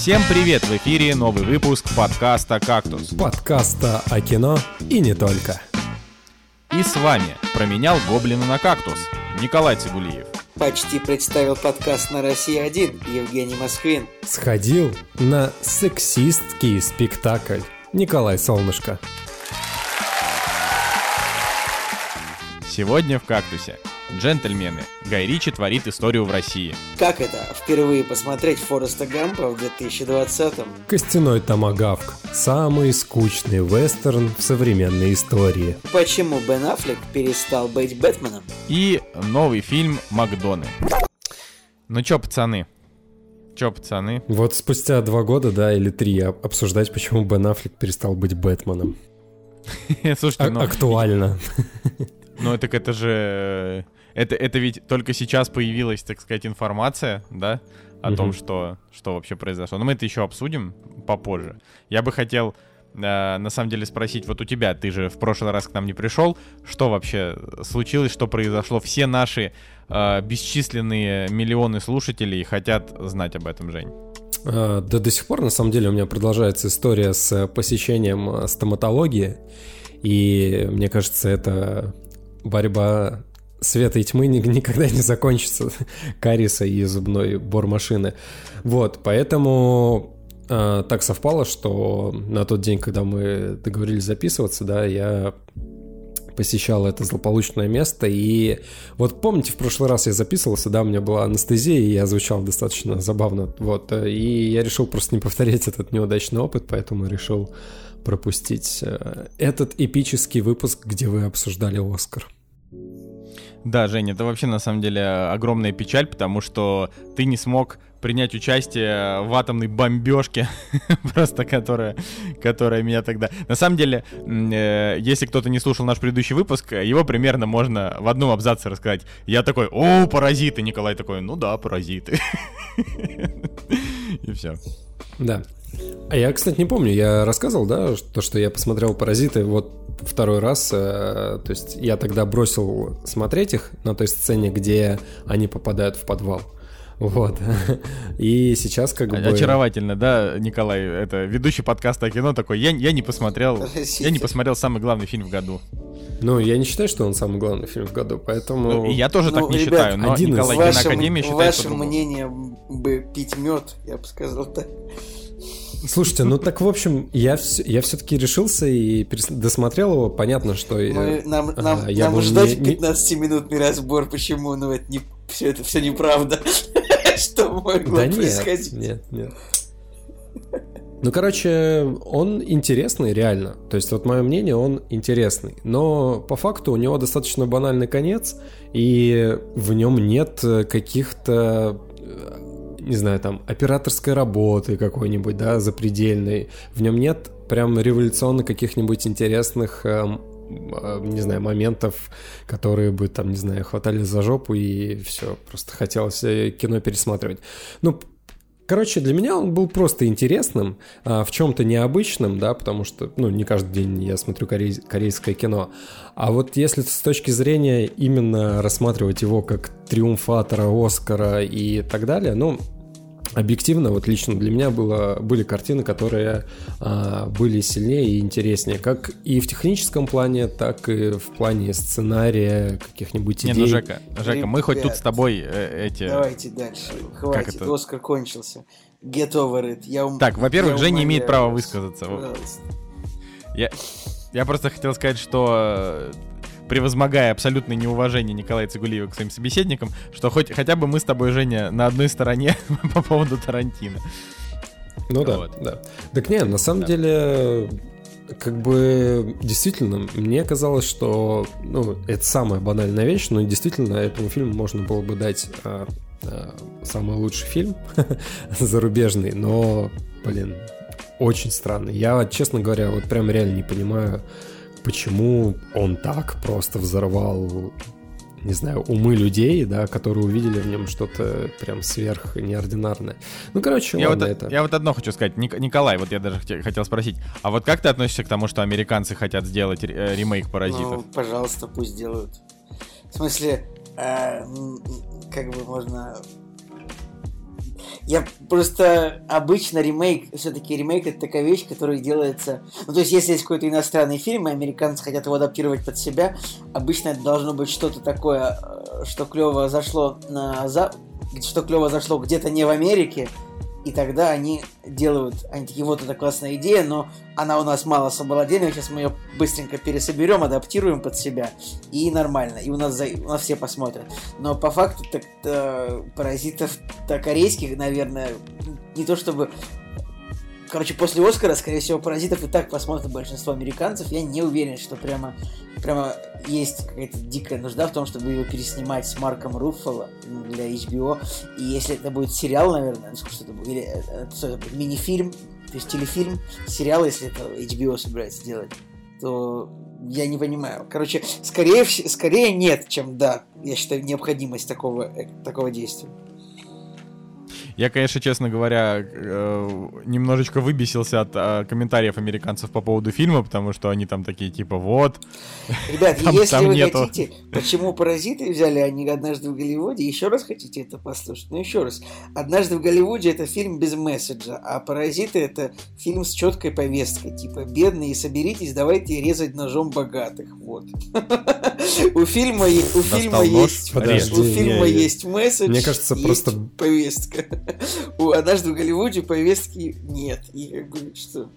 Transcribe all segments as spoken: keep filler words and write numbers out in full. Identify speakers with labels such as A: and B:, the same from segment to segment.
A: Всем привет! В эфире новый выпуск подкаста «Кактус».
B: Подкаста о кино и не только.
A: И с вами променял гоблина на кактус Николай Цигулиев.
C: Почти представил подкаст на Россия один Евгений Москвин.
B: Сходил на сексистский спектакль Николай Солнышко.
A: Сегодня в «Кактусе». Джентльмены, Гай Ричи творит историю в России.
C: Как это? Впервые посмотреть Форреста Гампа в две тысячи двадцатом?
B: Костяной томагавк. Самый скучный вестерн в современной истории.
C: Почему Бен Аффлек перестал быть Бэтменом?
A: И новый фильм «Макдоны». Ну чё, пацаны? Чё, пацаны?
B: Вот спустя два года, да, или три, обсуждать, почему Бен Аффлек перестал быть Бэтменом.
A: Слушайте, ну...
B: Актуально.
A: Ну, так это же... Это, это ведь только сейчас появилась, так сказать, информация, да, о mm-hmm. том, что, что вообще произошло. Но мы это еще обсудим попозже. Я бы хотел, э, на самом деле, спросить вот у тебя. Ты же в прошлый раз к нам не пришел. Что вообще случилось, что произошло? Все наши э, бесчисленные миллионы слушателей хотят знать об этом, Жень.
B: А, да до сих пор, на самом деле, у меня продолжается история с посещением стоматологии. И мне кажется, это борьба... света и тьмы никогда не закончится, кариеса и зубной бормашины. Вот, поэтому э, так совпало, что на тот день, когда мы договорились записываться, да, я посещал это злополучное место, и вот помните, в прошлый раз я записывался, да, у меня была анестезия, и я звучал достаточно забавно, вот, и я решил просто не повторять этот неудачный опыт, поэтому решил пропустить э, этот эпический выпуск, где вы обсуждали «Оскар».
A: Да, Женя, это вообще на самом деле огромная печаль, потому что ты не смог принять участие в атомной бомбежке, просто которая, которая меня тогда... На самом деле, э, если кто-то не слушал наш предыдущий выпуск, его примерно можно в одном абзаце рассказать. Я такой: о, паразиты! Николай такой: ну да, паразиты. И все.
B: Да. А я, кстати, не помню, я рассказывал, да, то, что я посмотрел «Паразиты» вот второй раз, э, то есть я тогда бросил смотреть их на той сцене, где они попадают в подвал. Вот. И сейчас как бы...
A: Очаровательно, да, Николай, это ведущий подкаста о кино такой: я, я не посмотрел, я не посмотрел самый главный фильм в году.
B: Ну, я не считаю, что он самый главный фильм в году, поэтому...
A: Ну, и я тоже
C: ну,
A: так не
C: ребят,
A: считаю, но
B: один
A: Николай
C: вашем,
A: Киноакадемия считает
C: Ваше
A: по-другому.
C: мнение бы пить мед, я бы сказал так.
B: Слушайте, ну так, в общем, я, все, я все-таки решился и перес... досмотрел его. Понятно, что...
C: Мы, нам
B: а,
C: нам,
B: я
C: нам ждать
B: не...
C: пятнадцатиминутный разбор, почему, ну, это, не, все, это все неправда. Что могло
B: да
C: происходить?
B: Нет, нет, нет. Ну, короче, он интересный, реально. То есть, вот мое мнение, он интересный. Но по факту у него достаточно банальный конец, и в нем нет каких-то... не знаю, там, операторской работы какой-нибудь, да, запредельной. В нем нет прям революционно каких-нибудь интересных, э, э, не знаю, моментов, которые бы, там, не знаю, хватали за жопу и все, просто хотелось кино пересматривать. Ну, короче, для меня он был просто интересным, а, в чем-то необычным, да, потому что, ну, не каждый день я смотрю корей... корейское кино. А вот если с точки зрения именно рассматривать его как триумфатора Оскара и так далее, ну, объективно, вот лично для меня было, были картины, которые а, были сильнее и интереснее, как и в техническом плане, так и в плане сценария, каких-нибудь идей.
A: Не, ну, Жека, Жека,
C: Ребят,
A: мы хоть тут с тобой э, эти...
C: Давайте дальше, хватит, Оскар кончился. Get over it. Я ум...
A: Так, во-первых,
C: я
A: Женя
C: умоляю
A: имеет право
C: вас.
A: высказаться.
C: Пожалуйста.
A: Я, я просто хотел сказать, что... превозмогая абсолютное неуважение Николая Цигулиева к своим собеседникам, что хоть хотя бы мы с тобой, Женя, на одной стороне по поводу Тарантино.
B: Ну да,
A: вот.
B: да. Так не, на самом да. деле, как бы, действительно, мне казалось, что, ну, это самая банальная вещь, но действительно этому фильму можно было бы дать а, а, самый лучший фильм зарубежный, но, блин, очень странно. Я, честно говоря, вот прям реально не понимаю, почему он так просто взорвал, не знаю, умы людей, да, которые увидели в нем что-то прям сверх неординарное. Ну, короче,
A: я
B: ладно
A: вот,
B: это.
A: Я вот одно хочу сказать. Ник- Николай, вот я даже хотел спросить, а вот как ты относишься к тому, что американцы хотят сделать р- ремейк «Паразитов»?
C: Ну, пожалуйста, пусть делают. В смысле, э, как бы можно... Я просто обычно ремейк, все-таки ремейк это такая вещь, которая делается... Ну, то есть, если есть какой-то иностранный фильм, и американцы хотят его адаптировать под себя, обычно это должно быть что-то такое, что клево зашло на... За... что клево зашло где-то не в Америке, и тогда они делают... Они такие, вот это классная идея, но она у нас мало самолодельная, сейчас мы ее быстренько пересоберем, адаптируем под себя, и нормально, и у нас, за... у нас все посмотрят. Но по факту так-то паразитов-то корейских, наверное, не то чтобы... Короче, после Оскара, скорее всего, «Паразитов» и так посмотрят большинство американцев. Я не уверен, что прямо, прямо есть какая-то дикая нужда в том, чтобы его переснимать с Марком Руффало для эйч би о. И если это будет сериал, наверное, что это будет, или это, что это будет, мини-фильм, то есть телефильм, сериал, если это эйч би о собирается делать, то я не понимаю. Короче, скорее, скорее нет, чем да. Я считаю, необходимость такого, такого действия.
A: Я, конечно, честно говоря, немножечко выбесился от комментариев американцев по поводу фильма, потому что они там такие, типа, вот.
C: Ребят, там, если там вы нету... хотите, почему «Паразиты» взяли, а не «Однажды в Голливуде», еще раз хотите это послушать? Ну, еще раз. «Однажды в Голливуде» — это фильм без месседжа, а «Паразиты» — это фильм с четкой повесткой, типа, бедные, соберитесь, давайте резать ножом богатых. Вот. У фильма есть у фильма есть месседж.
B: Мне кажется, просто
C: повестка. У «Однажды в Голливуде» повестки нет. И как бы что?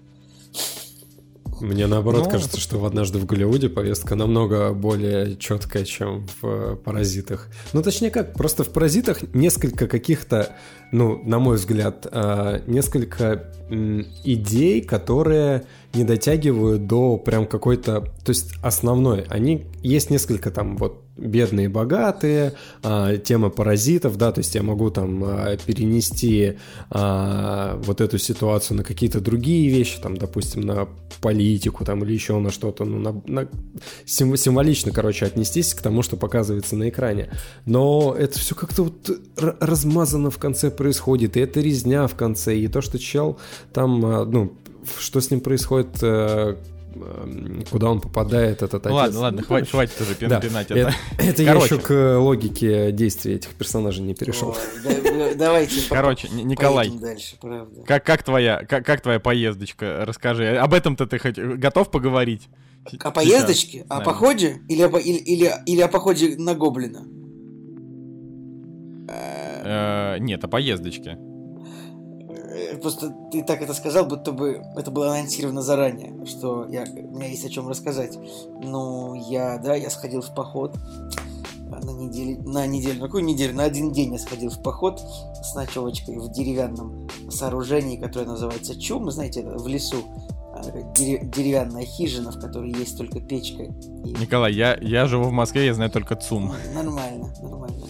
B: Мне наоборот ну... кажется, что в «Однажды в Голливуде» повестка намного более четкая, чем в «Паразитах». Ну, точнее как, просто в «Паразитах» несколько каких-то, ну, на мой взгляд, несколько идей, которые не дотягивают до прям какой-то... То есть основной. Они... Есть несколько там вот бедные, богатые, а, тема паразитов, да, то есть я могу там а, перенести а, вот эту ситуацию на какие-то другие вещи, там, допустим, на политику там или еще на что-то, ну, на, на, сим, символично, короче, отнестись к тому, что показывается на экране. Но это все как-то вот р- размазано в конце происходит, и это резня в конце, и то, что чел там, а, ну, что с ним происходит... куда он попадает, этот отец.
A: Ладно, ладно, хватит, хватит уже пин- да. пинать это.
B: Это я еще к логике действий этих персонажей не перешел.
C: Давайте.
A: Короче, Николай, как как твоя как твоя поездочка? Расскажи. Об этом-то ты хоть готов поговорить?
C: О поездочке? О походе? Или или о походе на гоблина?
A: Нет, о поездочке.
C: Просто ты так это сказал, будто бы это было анонсировано заранее, что я, у меня есть о чем рассказать. Ну, я, да, я сходил в поход на неделю, на неделю, на какую неделю? На один день я сходил в поход с ночевочкой в деревянном сооружении, которое называется чум, знаете, это в лесу. Деревянная хижина, в которой есть только печка. И...
A: Николай, я, я живу в Москве, я знаю только ЦУМ.
C: Нормально, нормально.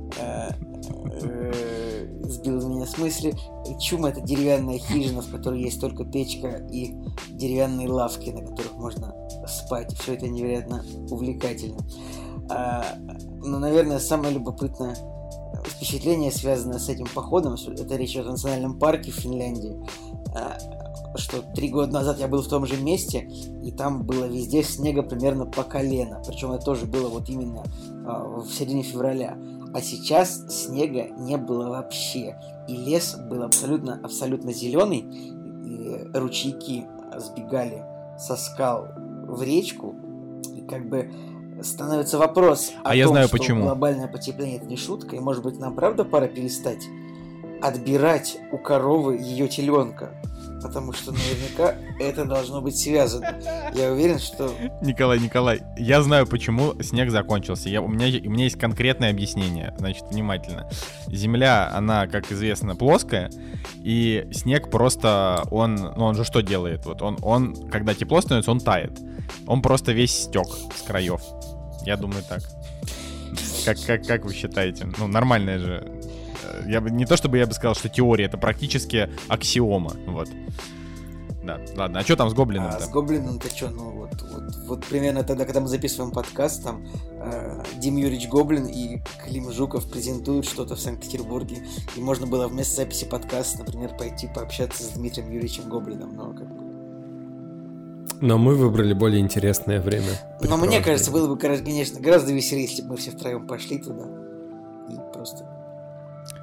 C: Сбил меня с мысли. Чум — это деревянная хижина, в которой есть только печка и деревянные лавки, на которых можно спать. Все это невероятно увлекательно. А, ну, наверное, самое любопытное впечатление, связанное с этим походом, это речь о национальном парке в Финляндии. А, что три года назад я был в том же месте, и там было везде снега примерно по колено. Причем это тоже было вот именно а, в середине февраля. А сейчас снега не было вообще. И лес был абсолютно, абсолютно зеленый. И ручейки сбегали со скал в речку. И как бы становится вопрос
A: а
C: о
A: я
C: том,
A: знаю,
C: что
A: почему.
C: Глобальное потепление — это не шутка. И может быть нам правда пора перестать отбирать у коровы ее теленка. Потому что наверняка это должно быть связано. Я уверен, что...
A: Николай, Николай, я знаю, почему снег закончился. Я, у, меня, у меня есть конкретное объяснение. Значит, внимательно. Земля, она, как известно, плоская, и снег просто, он, ну он же что делает? Вот он, он, когда тепло становится, он тает. Он просто весь стек с краев. Я думаю так. Как, как, как вы считаете? Ну, нормальное же... Я бы не то чтобы я бы сказал, что теория, это практически аксиома, вот. Да, ладно, а что там с Гоблином-то?
C: А с Гоблином-то что, ну вот, вот, вот примерно тогда, когда мы записываем подкаст, там э, Дим Юрьевич Гоблин и Клим Жуков презентуют что-то в Санкт-Петербурге, и можно было вместо записи подкаста, например, пойти пообщаться с Дмитрием Юрьевичем Гоблином, но как бы...
B: Но мы выбрали более интересное время.
C: Но мне кажется, было бы, конечно, гораздо веселее, если бы мы все втроем пошли туда и просто...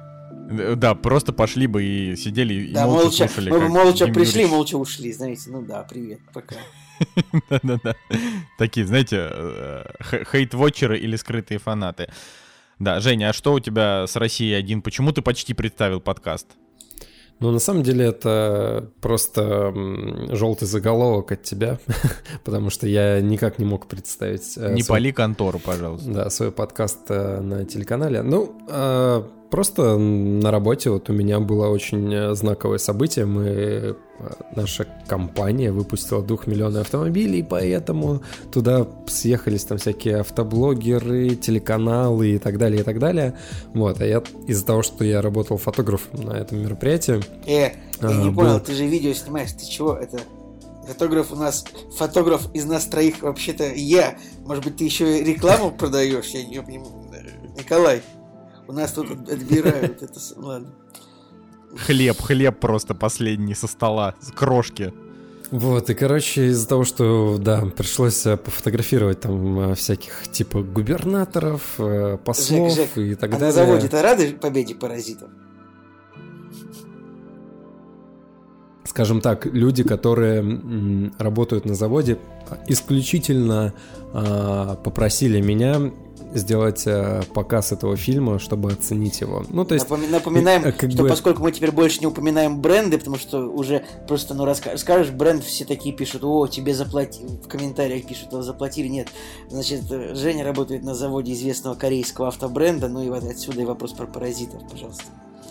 A: Да, просто пошли бы и сидели и
C: да,
A: молча,
C: молча
A: слушали.
C: Мы бы молча
A: Дим
C: пришли,
A: Юрьевич...
C: молча ушли, знаете. Ну да, привет, пока.
A: Да-да-да. Такие, знаете, хейт-вотчеры или скрытые фанаты. Да, Женя, а что у тебя с Россией один? Почему ты почти представил подкаст?
B: Ну, на самом деле, это просто желтый заголовок от тебя, потому что я никак не мог представить...
A: Не свой... пали контору, пожалуйста.
B: Да, свой подкаст на телеканале. Ну, просто на работе вот у меня было очень знаковое событие. Мы... Наша компания выпустила двухмиллионный автомобиль, и поэтому туда съехались там всякие автоблогеры, телеканалы и так далее, и так далее. Вот, а я из-за того, что я работал фотографом на этом мероприятии...
C: Э, я
B: а,
C: не
B: был...
C: понял, ты же видео снимаешь, ты чего? Это фотограф у нас, фотограф из нас троих вообще-то я. Может быть, ты еще и рекламу продаешь? Я не понимаю. Николай, у нас тут отбирают это... Ладно.
A: Хлеб, хлеб просто последний со стола, с крошки.
B: Вот, и, короче, из-за того, что, да, пришлось пофотографировать там всяких типа губернаторов, послов
C: Жек, Жек,
B: и так
C: а
B: далее.
C: на заводе-то рады победе паразитов?
B: Скажем так, люди, которые м, работают на заводе, исключительно а, попросили меня сделать а, показ этого фильма, чтобы оценить его. Ну, то есть...
C: Напоми- напоминаем,
B: э, как
C: что
B: бы...
C: поскольку мы теперь больше не упоминаем бренды, потому что уже просто, ну, раска- расскажешь бренд, все такие пишут, о, тебе заплатили, в комментариях пишут, о, заплатили, нет. Значит, Женя работает на заводе известного корейского автобренда, ну и вот отсюда и вопрос про паразитов, пожалуйста.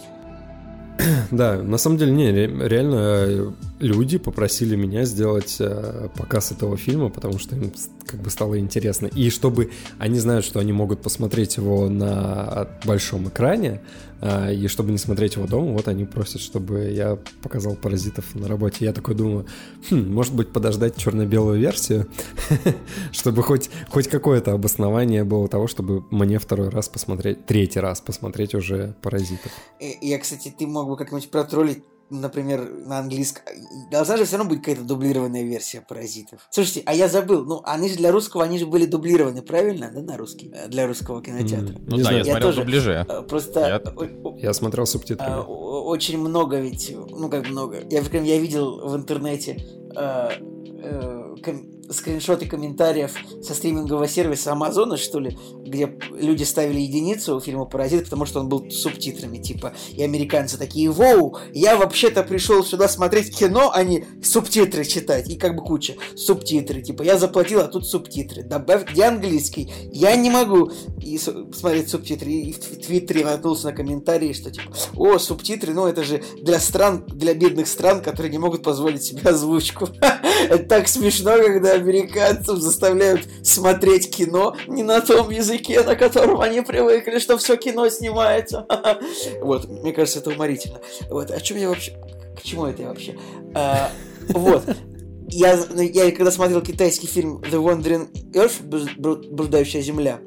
B: Да, на самом деле, не, реально люди попросили меня сделать показ этого фильма, потому что им как бы стало интересно. И чтобы они знают, что они могут посмотреть его на большом экране, и чтобы не смотреть его дома, вот они просят, чтобы я показал «Паразитов» на работе. Я такой думаю, хм, может быть, подождать черно-белую версию, чтобы хоть, хоть какое-то обоснование было того, чтобы мне второй раз посмотреть, третий раз посмотреть уже «Паразитов».
C: Я, кстати, ты мог бы как-нибудь протроллить, например, на английском. Должна же все равно быть какая-то дублированная версия «Паразитов». Слушайте, а я забыл, ну, они же для русского, они же были дублированы, правильно? Да, на русский? Для русского кинотеатра.
A: Mm, ну да, знаю. я смотрел
C: тоже,
A: дубляже.
C: Просто...
B: Я, я смотрел субтитрами.
C: Очень много ведь, ну, как много. Я, я видел в интернете э, э, ком- скриншоты комментариев со стримингового сервиса Амазона, что ли, где люди ставили единицу у фильма «Паразит», потому что он был с субтитрами, типа, и американцы такие, воу, я вообще-то пришел сюда смотреть кино, а не субтитры читать, и как бы куча, субтитры, типа, я заплатил, а тут субтитры, добавь, где английский, я не могу и су- смотреть субтитры, и в Твиттере наткнулся на комментарии, что, типа, о, субтитры, ну, это же для стран, для бедных стран, которые не могут позволить себе озвучку. Это так смешно, когда американцев заставляют смотреть кино не на том языке, на котором они привыкли, что все кино снимается. Вот, мне кажется, это уморительно. Вот, о чем я вообще... К чему это я вообще? А, вот. Я, я когда смотрел китайский фильм The Wandering Earth, Блуждающая земля,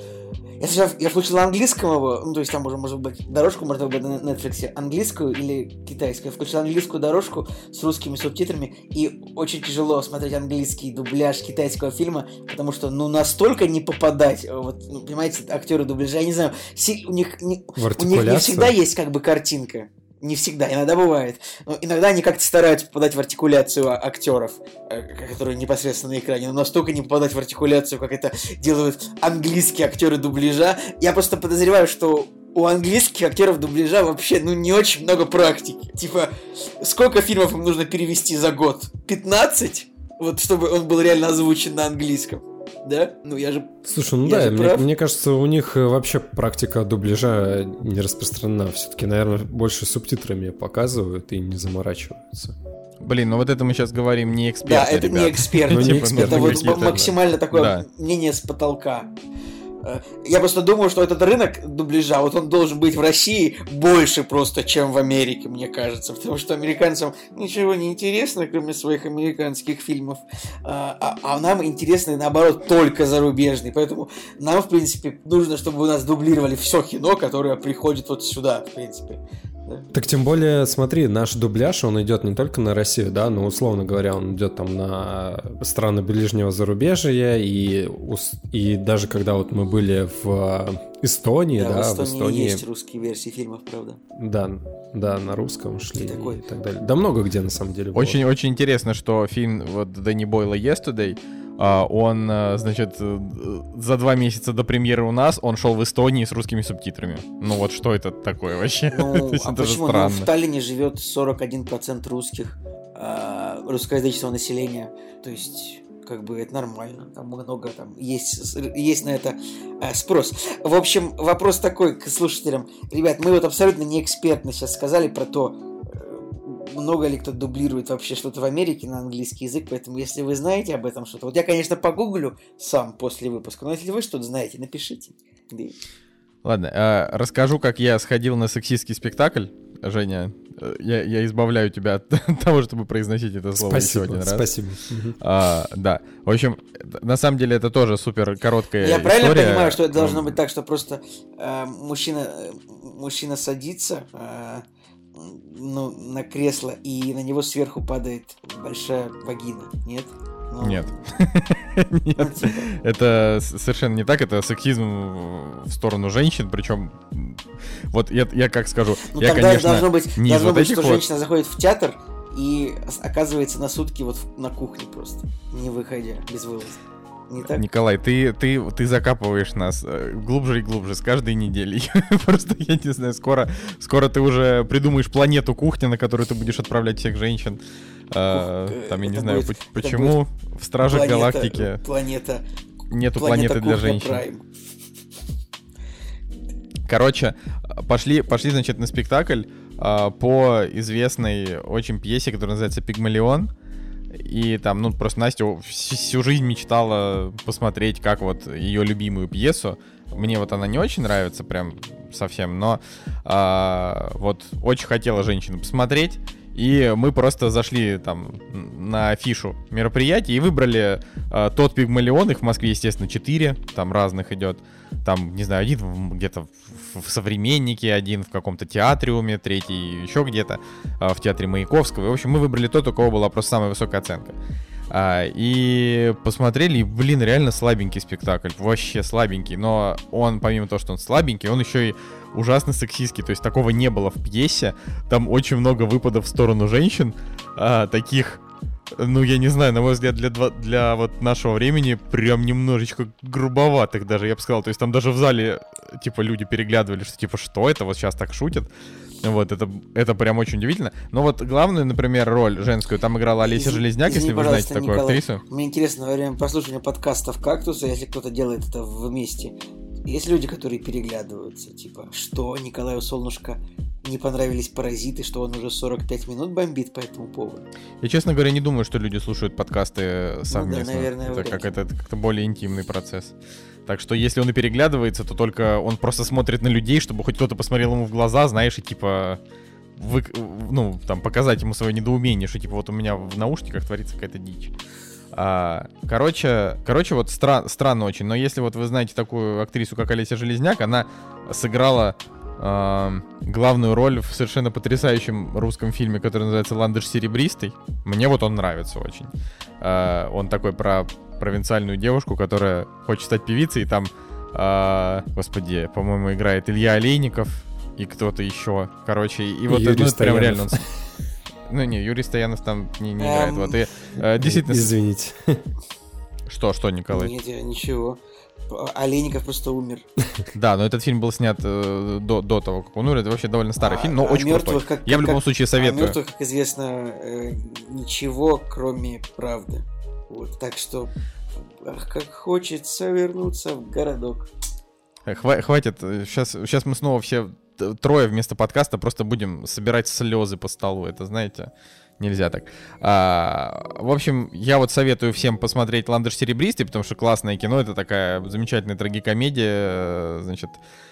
C: я сначала, я включил на английском его, ну, то есть там уже, может быть, дорожку можно выбрать на Netflix, английскую или китайскую. Я включил английскую дорожку с русскими субтитрами, и очень тяжело смотреть английский дубляж китайского фильма, потому что, ну, настолько не попадать, вот, ну, понимаете, актеры дубляжа, я не знаю, си, у них, не, у них не всегда есть, как бы, картинка. Не всегда, иногда бывает. Но иногда они как-то стараются попадать в артикуляцию актеров, которые непосредственно на экране, но настолько не попадать в артикуляцию, как это делают английские актеры дубляжа. Я просто подозреваю, что у английских актеров дубляжа вообще, ну, не очень много практики. Типа, сколько фильмов им нужно перевести за год? пятнадцать? Вот, чтобы он был реально озвучен на английском. Да? Ну, я же...
B: Слушай, ну да, мне, мне кажется, у них вообще практика дубляжа не распространена. Все-таки, наверное, больше субтитрами показывают и не заморачиваются.
A: Блин, ну вот это мы сейчас говорим не эксперты,
C: Да, это
A: ребят.
C: не эксперты.
B: Ну, не эксперты,
C: это вот максимально такое мнение с потолка. Я просто думаю, что этот рынок дубляжа, вот он должен быть в России больше просто, чем в Америке, мне кажется. Потому что американцам ничего не интересно, кроме своих американских фильмов. А, а нам интересны, наоборот, только зарубежные. Поэтому нам, в принципе, нужно, чтобы у нас дублировали все кино, которое приходит вот сюда, в принципе. Да.
B: Так тем более, смотри, наш дубляж, он идет не только на Россию, да, но, условно говоря, он идет там на страны ближнего зарубежья, и, и даже когда вот мы были в Эстонии, да,
C: да, в Эстонии,
B: в Эстонии
C: есть русские версии фильмов, правда.
B: Да, да, на русском шли
C: такой...
B: и так далее. Да много где, на самом деле, было.
A: Очень, очень интересно, что фильм вот Дэнни Бойла «Yesterday», он, значит, за два месяца до премьеры у нас, он шел в Эстонии с русскими субтитрами. Ну вот что это такое вообще?
C: Ну,
A: есть,
C: а
A: это
C: почему?
A: странно.
C: Ну, в Таллине живет сорок один процент русских, э, русскоязычного населения. То есть, как бы, это нормально. Там много, там, есть, есть на это э, спрос. В общем, вопрос такой к слушателям. Ребят, мы вот абсолютно не экспертно сейчас сказали про то, много ли кто дублирует вообще что-то в Америке на английский язык, поэтому если вы знаете об этом что-то, вот я, конечно, погуглю сам после выпуска, но если вы что-то знаете, напишите.
A: Ладно, э, расскажу, как я сходил на сексистский спектакль. Женя, я, я избавляю тебя от того, чтобы произносить это слово
B: спасибо,
A: еще один раз.
B: Спасибо.
A: А, да, в общем, на самом деле это тоже супер короткая
C: я
A: история.
C: Я правильно понимаю, что это должно быть так, что просто э, мужчина, мужчина садится... Э, ну, на кресло, и на него сверху падает большая вагина, нет? Ну,
A: Нет.
C: Нет.
A: Ну, типа. Это совершенно не так, это сексизм в сторону женщин, причем, вот я, я как скажу,
C: ну,
A: я,
C: тогда
A: конечно,
C: должно быть,
A: не
C: должно
A: из вот
C: быть
A: этих
C: что
A: вот...
C: женщина заходит в театр и оказывается на сутки вот на кухне просто, не выходя, безвылазно. Не так?
A: Николай, ты, ты, ты закапываешь нас глубже и глубже с каждой неделей. Просто, я не знаю, скоро, скоро ты уже придумаешь планету кухни, на которую ты будешь отправлять всех женщин. А, там, я не знаю, будет, почему в Стражах
C: планета,
A: Галактики
C: планета,
A: нету
C: планета
A: планеты для женщин.
C: Prime.
A: Короче, пошли, пошли, значит, на спектакль а, по известной очень пьесе, которая называется «Пигмалион». И там, ну, просто Настя всю жизнь мечтала посмотреть, как вот ее любимую пьесу. Мне вот она не очень нравится прям совсем, но а, вот очень хотела женщина посмотреть. И мы просто зашли там на афишу мероприятия и выбрали а, тот Пигмалион. Их в Москве, естественно, четыре. Там разных идет. Там, не знаю, один где-то в, в «Современнике», один в каком-то театриуме, третий еще где-то а, в театре Маяковского. И, в общем, мы выбрали тот, у кого была просто самая высокая оценка. А, и посмотрели, и, блин, реально слабенький спектакль. Вообще слабенький. Но он, помимо того, что он слабенький, он еще и ужасно сексистский. То есть такого не было в пьесе. Там очень много выпадов в сторону женщин. А, таких, ну, я не знаю, на мой взгляд, для, для вот нашего времени прям немножечко грубоватых даже, я бы сказал. То есть там даже в зале, типа, люди переглядывали, что, типа, что это? Вот сейчас так шутят. Вот, это, это прям очень удивительно. Но вот главную, например, роль женскую там играла Олеся
C: Извини,
A: Железняк,
C: извини,
A: если вы знаете такую
C: Николай,
A: актрису.
C: Мне интересно, во время прослушивания подкастов «Кактуса», если кто-то делает это вместе, есть люди, которые переглядываются, типа, что Николаю Солнышко не понравились «Паразиты», что он уже сорок пять минут бомбит по этому поводу?
A: Я, честно говоря, не думаю, что люди слушают подкасты совместно.
C: Ну да, наверное,
A: это, как, это, это как-то более интимный процесс. Так что если он и переглядывается, то только он просто смотрит на людей, чтобы хоть кто-то посмотрел ему в глаза, знаешь, и типа... Вы, ну, там, показать ему свое недоумение, что, типа, вот у меня в наушниках творится какая-то дичь. А, короче, короче, вот стра- странно очень, но если вот вы знаете такую актрису, как Олеся Железняк, она сыграла э, главную роль в совершенно потрясающем русском фильме, который называется «Ландыш серебристый». Мне вот он нравится очень. Э, он такой про провинциальную девушку, которая хочет стать певицей, и там, э, господи, по-моему, играет Илья Олейников и кто-то еще. Короче, и вот
B: Юрий
A: ну, это прям
B: Стоянов.
A: реально... Он... Ну не, Юрий Стоянов там не, не играет. Вот и э, действительно.
B: Извините.
A: Что, что, Николай?
C: Нет, я ничего. Олейников просто умер.
A: Да, но этот фильм был снят э, до, до того, как он умер. Это вообще довольно старый
C: а,
A: фильм, но
C: а
A: очень
C: мертвых,
A: крутой.
C: как,
A: Я
C: как,
A: в любом
C: как,
A: случае советую.
C: А мертвых, как известно, э, ничего, кроме правды. Вот, так что, ах, как хочется вернуться в городок.
A: Хва- хватит. Сейчас, сейчас мы снова все трое вместо подкаста просто будем собирать слезы по столу. Это, знаете, нельзя так. А, в общем, я вот советую всем посмотреть «Ландыш серебристый», потому что классное кино. Это такая замечательная трагикомедия, значит,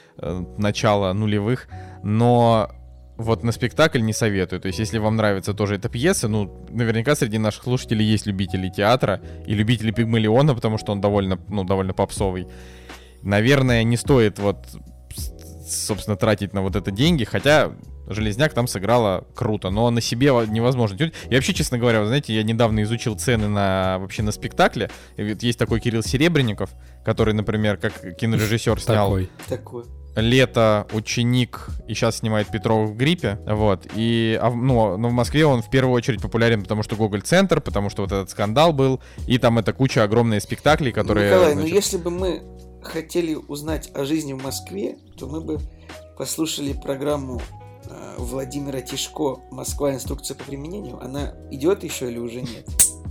A: начала нулевых. Но вот на спектакль не советую. То есть, если вам нравится тоже эта пьеса, ну, наверняка среди наших слушателей есть любители театра и любители «Пигмалиона», потому что он довольно, ну, довольно попсовый. Наверное, не стоит вот собственно, тратить на вот это деньги, хотя Железняк там сыграла круто, но на себе невозможно. И вообще, честно говоря, вы знаете, я недавно изучил цены на вообще на спектакле. И вот есть такой Кирилл Серебренников, который, например, как кинорежиссер снял
B: Такой.
C: Такой.
A: «Лето», «Ученик», и сейчас снимает «Петров в гриппе», вот, и, а, ну, но в Москве он в первую очередь популярен, потому что Гоголь-центр, потому что вот этот скандал был, и там это куча огромных спектаклей, которые...
C: Николай,
A: значит...
C: ну если бы мы хотели узнать о жизни в Москве, то мы бы послушали программу э, Владимира Тишко «Москва. Инструкция по применению». Она идет еще или уже нет?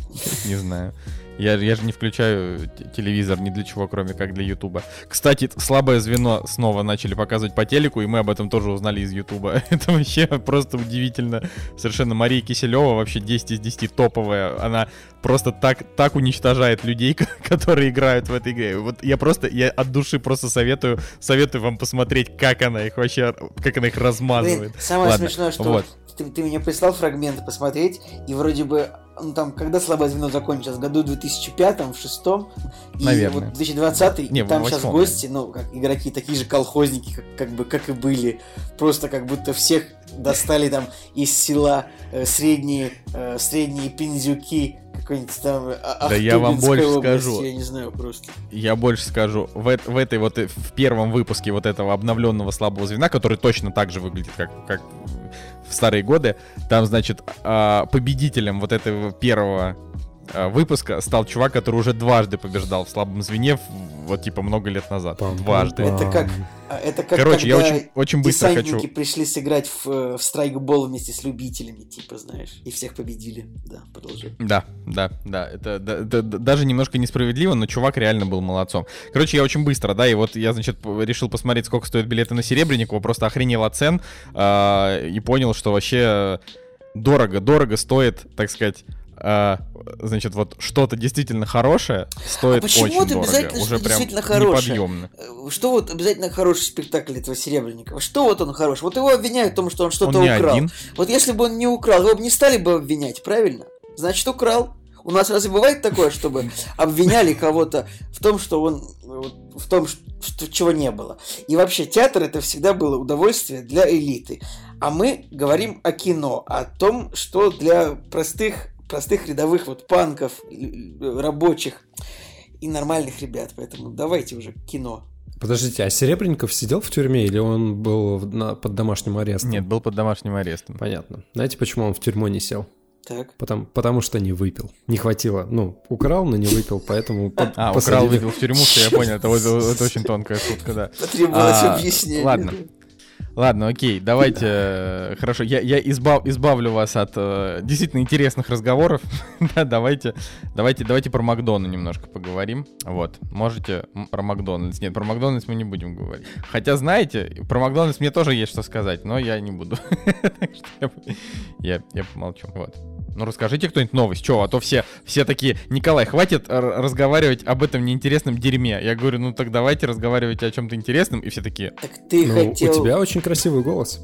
A: Не знаю. Я, я же не включаю телевизор ни для чего, кроме как для Ютуба. Кстати, «Слабое звено» снова начали показывать по телеку, и мы об этом тоже узнали из Ютуба. Это вообще просто удивительно. Совершенно Мария Киселева вообще десять из десяти топовая. Она просто так, так уничтожает людей, которые играют в этой игре. Вот я просто, я от души просто советую, советую вам посмотреть, как она их вообще, как она их размазывает.
C: Блин, самое
A: Ладно,
C: смешное, что
A: вот.
C: ты, ты мне прислал фрагменты посмотреть, и вроде бы, ну там, когда «Слабое звено» закончилось? В году две тысячи пятом, в шестом, и
A: Наверное.
C: вот две тысячи двадцатый,
A: Не,
C: и там
A: в
C: сейчас
A: восьмом,
C: гости, ну, как игроки, такие же колхозники, как, как бы, как и были. Просто как будто всех достали там из села э, средние, э, средние пиндзюки, какой-нибудь там а-
A: Да я вам
C: Ахтубинской
A: больше
C: области,
A: скажу.
C: я не знаю просто.
A: Я больше скажу, в, эт- в этой вот, э, в первом выпуске вот этого обновленного «Слабого звена», который точно так же выглядит, как, как в старые годы, там, значит, а, победителем вот этого первого а, выпуска стал чувак, который уже дважды побеждал в «Слабом звене», в- вот типа много лет назад.
B: Пам-пам.
A: Дважды.
C: Это как, это как
A: Короче, я
C: когда
A: очень, очень быстро
C: десантники
A: хочу...
C: пришли сыграть в, э, в страйкбол вместе с любителями, типа, знаешь, и всех победили. Да, продолжай.
A: Да, да, да, это да, да, да, даже немножко несправедливо, но чувак реально был молодцом. Короче, я очень быстро, да, и вот я, значит, п- решил посмотреть, сколько стоят билеты на Серебренникова, просто охренел от цен, э, и понял, что вообще дорого, дорого стоит, так сказать, э, значит, вот что-то действительно хорошее стоит
C: А почему
A: очень
C: это
A: дорого,
C: обязательно
A: уже
C: что
A: прям
C: действительно хорошее?
A: неподъемно.
C: Э, Что вот обязательно хороший спектакль этого Серебренникова? Что вот он хороший? Вот его обвиняют в том, что он что-то
A: Он не
C: украл.
A: один.
C: Вот если бы он не украл, его бы не стали бы обвинять, правильно? Значит, украл. У нас разве бывает такое, чтобы обвиняли кого-то в том, что он вот, в том, что чего не было? И вообще театр — это всегда было удовольствие для элиты. А мы говорим о кино, о том, что для простых, простых рядовых вот панков, л- рабочих и нормальных ребят. Поэтому давайте уже кино.
B: Подождите, а Серебренников сидел в тюрьме или он был в- на- под домашним арестом?
A: Нет, был под домашним арестом.
B: Понятно. Знаете, почему он в тюрьму не сел?
C: Так.
B: Потому, потому что не выпил. Не хватило. Ну, украл, но не выпил, поэтому под-
A: А,
B: посадили.
A: украл, выпил в тюрьму, что я понял, это, вот- это очень тонкая шутка, да.
C: Потребовалось
A: А,
C: объяснение.
A: ладно. Ладно, окей, давайте, э, хорошо, я, я избав, избавлю вас от э, действительно интересных разговоров. Да, давайте, давайте, давайте про Макдону немножко поговорим. Вот, можете м, про Макдональдс. Нет, про Макдональдс мы не будем говорить. Хотя, знаете, про Макдональдс мне тоже есть что сказать, но я не буду. Так что я, я, я помолчу. Вот. Ну, расскажите кто-нибудь новость, чё, а то все, все такие: Николай, хватит р- разговаривать об этом неинтересном дерьме. Я говорю, ну так давайте разговаривать о чем-то интересном, и все такие:
C: Так ты
B: Ну,
C: хотел...
B: у тебя очень красивый голос.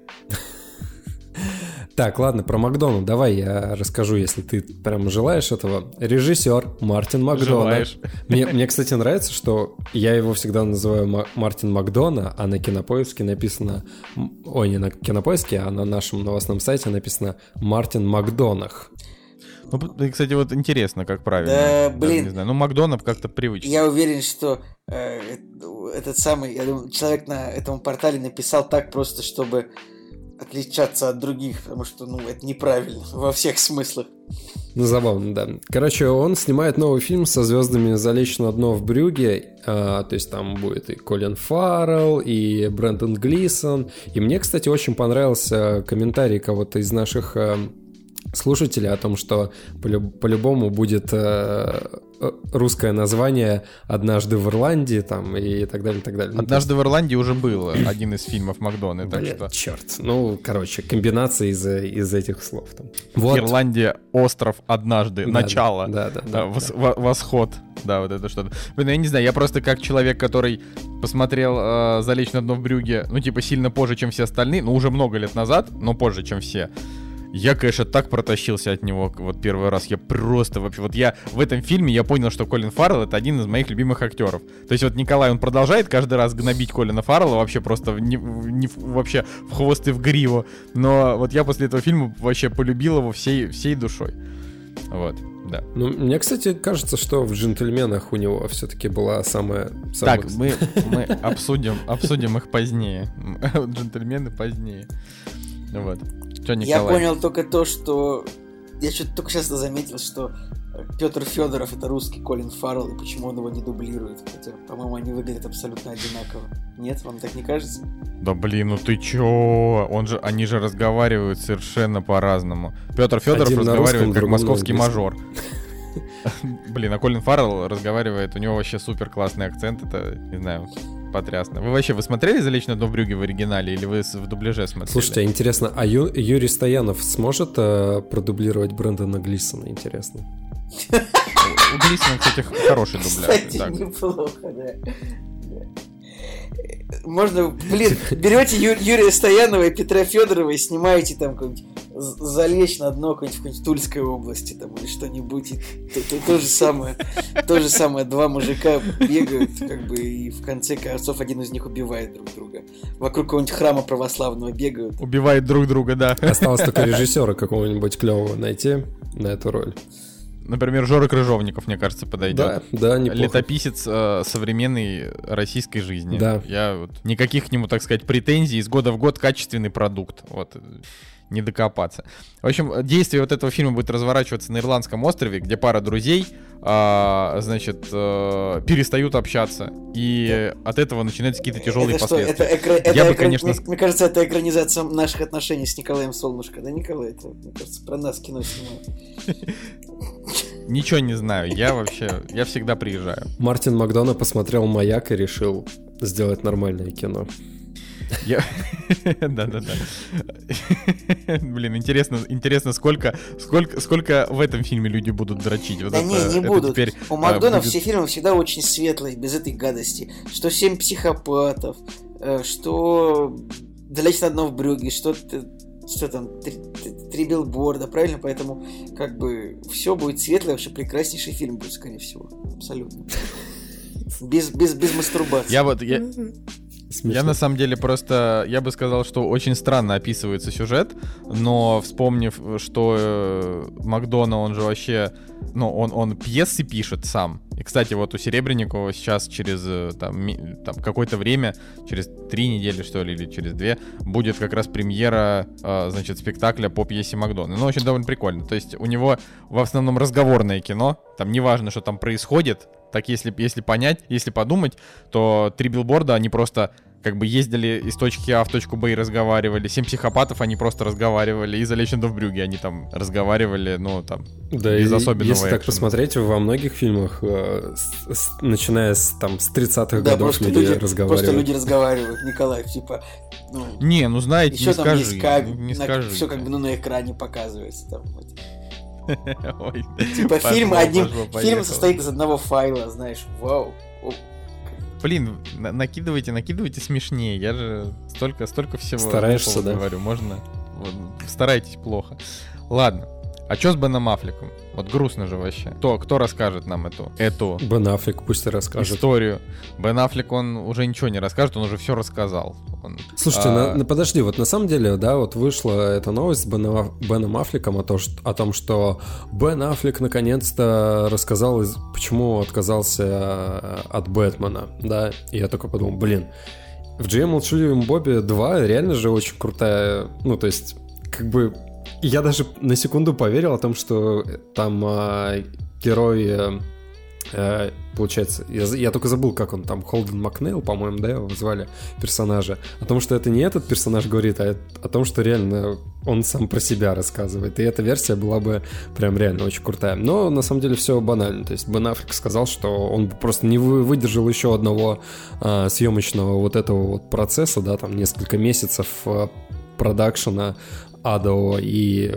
B: Так, ладно, про Макдону давай я расскажу, если ты прям желаешь этого. Режиссер Мартин Макдона.
A: Желаешь.
B: Мне, мне, кстати, нравится, что я его всегда называю Ма- Мартин Макдона, а на Кинопоиске написано... м, Ой, не на Кинопоиске, а на нашем новостном сайте написано Мартин Макдонах.
A: Ну, п- кстати, вот интересно, как правильно.
C: Да,
A: Даже
C: блин.
A: не знаю. Ну, Макдональдс как-то привычно.
C: Я уверен, что э, этот самый, я думаю, человек на этом портале написал так просто, чтобы отличаться от других, потому что, ну, это неправильно во всех смыслах.
B: Ну, забавно, да. Короче, он снимает новый фильм со звездами «Залечь на дно в Брюгге». А, то есть там будет и Колин Фаррелл, и Брэндон Глисон. И мне, кстати, очень понравился комментарий кого-то из наших э, слушателей о том, что полю- по-любому будет э, э, русское название «Однажды в Ирландии» там, и так далее, и так далее. Ну,
A: Однажды в Ирландии уже был один из фильмов Макдона, так
B: Блин,
A: что...
B: черт. Ну, короче, комбинация из, из этих слов. Там. Вот.
A: Ирландия, остров, однажды,
B: Да,
A: начало,
B: да, да, да,
A: да, вос-
B: да.
A: во- восход, да, вот это что-то. Блин, я не знаю, я просто как человек, который посмотрел э, «Залечь на дно в Брюгге», ну, типа, сильно позже, чем все остальные, ну, уже много лет назад, но позже, чем все. Я, конечно, так протащился от него вот первый раз. Я просто вообще... Вот я в этом фильме я понял, что Колин Фаррелл — это один из моих любимых актеров. То есть вот Николай, он продолжает каждый раз гнобить Колина Фаррелла вообще просто не, не, вообще в хвост и в гриву. Но вот я после этого фильма вообще полюбил его всей, всей душой. Вот, да.
B: Ну, мне, кстати, кажется, что в «Джентльменах» у него все-таки была самая... самая...
A: Так, мы, мы обсудим, обсудим их позднее. «Джентльмены» позднее. Вот. Что, Николай?
C: Я понял только то, что... Я что-то только сейчас заметил, что Петр Федоров — это русский Колин Фаррелл, и почему он его не дублирует. Хотя, по-моему, они выглядят абсолютно одинаково. Нет, вам так не кажется?
A: Да блин, ну ты чё? Он же, они же разговаривают совершенно по-разному. Петр Федоров
B: Один
A: разговаривает
B: русском,
A: как московский
B: на
A: мажор. Блин, а Колин Фаррелл разговаривает, у него вообще супер классный акцент, это, не знаю, потрясно. Вы вообще, вы смотрели «Залечь на дно в брюгге» в оригинале или вы в дубляже смотрели?
B: Слушайте, интересно, а Ю, Юрий Стоянов сможет э, продублировать Брэндона Глисона, интересно?
A: У Глисона, кстати, хороший дубляж.
C: Кстати, неплохо, да. Можно, блин, берете Ю- Юрия Стоянова и Петра Федорова и снимаете там какой-нибудь «Залечь на дно» какой-нибудь в какой-нибудь Тульской области там или что-нибудь. И то, то, то же самое, то же самое, два мужика бегают, как бы, и в конце концов один из них убивает друг друга. Вокруг какого-нибудь храма православного бегают.
A: Убивает друг друга, да.
B: Осталось только режиссера какого-нибудь клевого найти на эту роль.
A: Например, Жора Крыжовников, мне кажется, подойдет.
B: Да, да, неплохо.
A: Летописец э, современной российской жизни.
B: Да.
A: Я вот, никаких к нему, так сказать, претензий. Из года в год качественный продукт. Вот. Не докопаться. В общем, действие вот этого фильма будет разворачиваться на Ирландском острове, где пара друзей, э, значит, э, перестают общаться. И от этого начинаются какие-то тяжелые
C: это
A: последствия.
C: Что, это экра...
A: Я
C: это
A: бы,
C: экра...
A: конечно...
C: мне, мне кажется, это экранизация наших отношений с Николаем Солнышко. Да, Николай? Это, мне кажется, про нас кино снимают.
A: Ничего не знаю. Я вообще... Я всегда приезжаю.
B: Мартин Макдона посмотрел «Маяк» и решил сделать нормальное кино.
A: Да-да-да. Блин, интересно, интересно, сколько, сколько, сколько в этом фильме люди будут дрочить. Вот
C: да
A: это,
C: не, не
A: это
C: будут.
A: Теперь,
C: у Макдона
A: будет...
C: все фильмы всегда очень светлые, без этой гадости. Что «Семь психопатов», что «Залечь на дно в брюгге», что, что там, три, «Три билборда», правильно? Поэтому как бы все будет светлое, вообще прекраснейший фильм будет, скорее всего. Абсолютно. Без, без, без мастурбации.
A: Я вот... Я... Смешно. Я на самом деле просто, я бы сказал, что очень странно описывается сюжет, но вспомнив, что э, Макдона, он же вообще, ну, он, он пьесы пишет сам. И, кстати, вот у Серебренникова сейчас через там, ми, там какое-то время, через три недели, что ли, или через две, будет как раз премьера, э, значит, спектакля по пьесе Макдона. Ну, очень довольно прикольно. То есть у него в основном разговорное кино, там неважно, что там происходит. Так если, если понять, если подумать, то «Три билборда», они просто как бы ездили из точки А в точку Б и разговаривали. «Семь психопатов», они просто разговаривали. И «Залечь на дно в брюгге» они там разговаривали, ну, там,
B: да,
A: без особенного
B: если
A: экшена.
B: так посмотреть, во многих фильмах, э, с, с, начиная с, там, с тридцатых
C: да,
B: годов люди, люди разговаривают.
C: Просто люди разговаривают, Николай, типа... Ну,
A: не, ну, знаете,
C: еще
A: не
C: там
A: скажи.
C: Есть каб...
A: Не, не
C: на...
A: скажи.
C: Все как бы ну, на экране показывается. Там, вот.
A: Ой,
C: типа
A: пошло,
C: фильм, одним...
A: пошло,
C: фильм состоит из одного файла, знаешь, вау.
A: Блин, на- накидывайте, накидывайте смешнее. Я же столько, столько всего
B: стараешься, да?
A: говорю. Можно. Вот, старайтесь плохо. Ладно. А что с Беном Аффлеком? Вот грустно же вообще. Кто, кто расскажет нам эту, эту
B: Бен Аффлек пусть и расскажет.
A: историю? Бен Аффлек, он уже ничего не расскажет, он уже все рассказал. Он,
B: Слушайте,
A: а...
B: на, на, подожди, вот на самом деле, да, вот вышла эта новость с Беном, Беном Аффлеком о, то, что, о том, что Бен Аффлек наконец-то рассказал, почему отказался от Бэтмена, да, и я только подумал, блин, в Джей Молчаливом Бобе два реально же очень крутая, ну, то есть, как бы, я даже на секунду поверил о том, что там э, герой, э, э, получается, я, я только забыл, как он там, Холден Макнейл, по-моему, да, его звали, персонажа, о том, что это не этот персонаж говорит, а о том, что реально он сам про себя рассказывает, и эта версия была бы прям реально очень крутая. Но на самом деле все банально, то есть Бен Аффлек сказал, что он просто не выдержал еще одного э, съемочного вот этого вот процесса, да, там несколько месяцев э, продакшена адового, и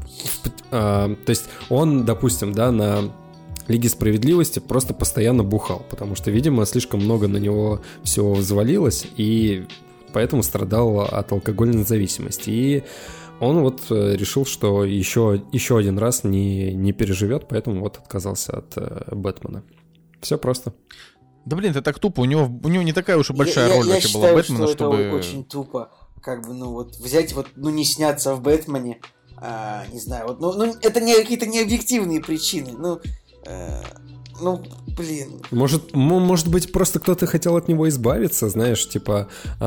B: э, то есть он, допустим, да, на Лиге Справедливости просто постоянно бухал, потому что, видимо, слишком много на него всего взвалилось, и поэтому страдал от алкогольной зависимости. И он вот решил, что еще, еще один раз не, не переживет, поэтому вот отказался от э, Бэтмена. Все просто.
A: Да блин, это так тупо, у него, у него не такая уж и большая
C: я,
A: роль
C: я,
A: вообще
C: я
A: была
C: считаю,
A: Бэтмена,
C: что
A: чтобы...
C: это очень тупо, как бы, ну вот, взять вот, ну не сняться в Бэтмене, а, не знаю, вот, ну, ну это не какие-то необъективные причины, ну, э, ну, блин.
B: Может, может быть, просто кто-то хотел от него избавиться, знаешь, типа,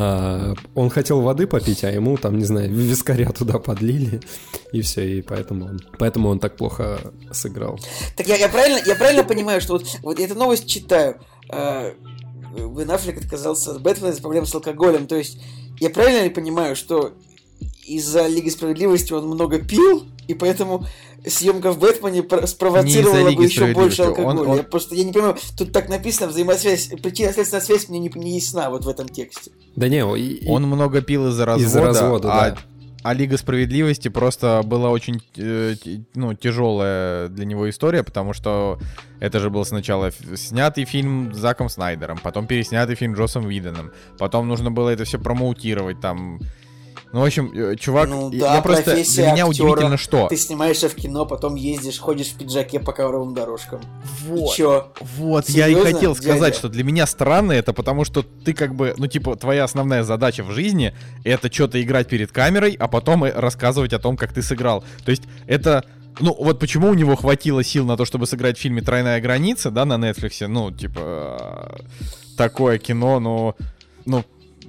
B: а, он хотел воды попить, а ему там, не знаю, вискаря туда подлили, и все, и поэтому он, поэтому он так плохо сыграл.
C: Так я, я, правильно, я правильно понимаю, что вот, вот я эту новость читаю, э, Бен Аффлек отказался от Бэтмена из-за проблем с алкоголем, то есть я правильно ли понимаю, что из-за Лиги Справедливости он много пил, и поэтому съемка в Бэтмене спровоцировала бы еще больше алкоголя. Он, он... Я просто, я не понимаю, тут так написано, взаимосвязь, причинно-следственная связь мне не, не ясна вот в этом тексте.
B: Да не, и,
A: он много пил из-за развода,
B: из-за развода
A: а,
B: да.
A: а Лига Справедливости просто была очень э, ну, тяжелая для него история, потому что это же был сначала снятый фильм с Заком Снайдером, потом переснятый фильм Джоссом Уидоном, потом нужно было это все промоутировать там. Ну, в общем, чувак,
C: ну,
A: я,
C: да,
A: я просто, для меня актера, удивительно, что...
C: Ты снимаешься в кино, потом ездишь, ходишь в пиджаке по ковровым дорожкам.
A: Вот,
C: и чё?
A: Вот,
C: серьезно,
A: я и хотел сказать,
C: дядя?
A: что для меня странно это, потому что ты как бы, ну, типа, твоя основная задача в жизни — это что-то играть перед камерой, а потом рассказывать о том, как ты сыграл. То есть это... Ну, вот почему у него хватило сил на то, чтобы сыграть в фильме «Тройная граница», да, на Netflix, ну, типа, такое кино, ну, ну,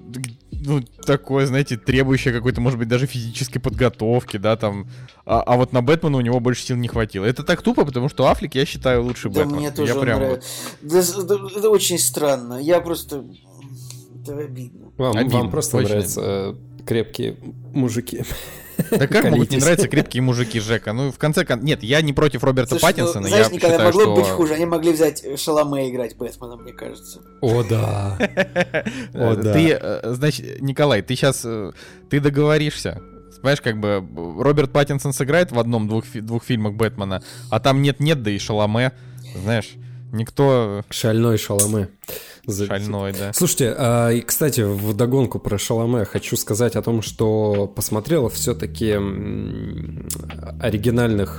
A: ну, такое, знаете, требующее какой-то, может быть, даже физической подготовки, да, там. А, а вот на Бэтмена у него больше сил не хватило. Это так тупо, потому что Аффлек, я считаю, лучший
C: да,
A: Бэтмен.
C: Мне тоже
A: я прям
C: нравится.
A: вот...
C: Да, да, это очень странно. Я просто... Это обидно.
B: Вам,
A: обидно,
B: вам просто
A: очень
B: нравятся э, крепкие мужики.
A: Да как могут не нравиться крепкие мужики, Жека? Ну, в конце концов... Нет, я не против Роберта
C: Слушай,
A: Паттинсона.
C: Ну, знаешь,
A: я
C: Николай,
A: считаю,
C: могло
A: что...
C: быть хуже. Они могли взять Шаломе играть Бэтмена, мне кажется.
B: О, да. О, да.
A: Ты, значит, Николай, ты сейчас... Ты договоришься. Понимаешь, как бы Роберт Паттинсон сыграет в одном-двух двух фильмах Бэтмена, а там нет-нет, да и Шаломе. Знаешь, никто...
B: Шальной Шаломе.
A: Шальной, да.
B: Слушайте, а, и, кстати, вдогонку про Шаломе хочу сказать о том, что посмотрел все-таки оригинальных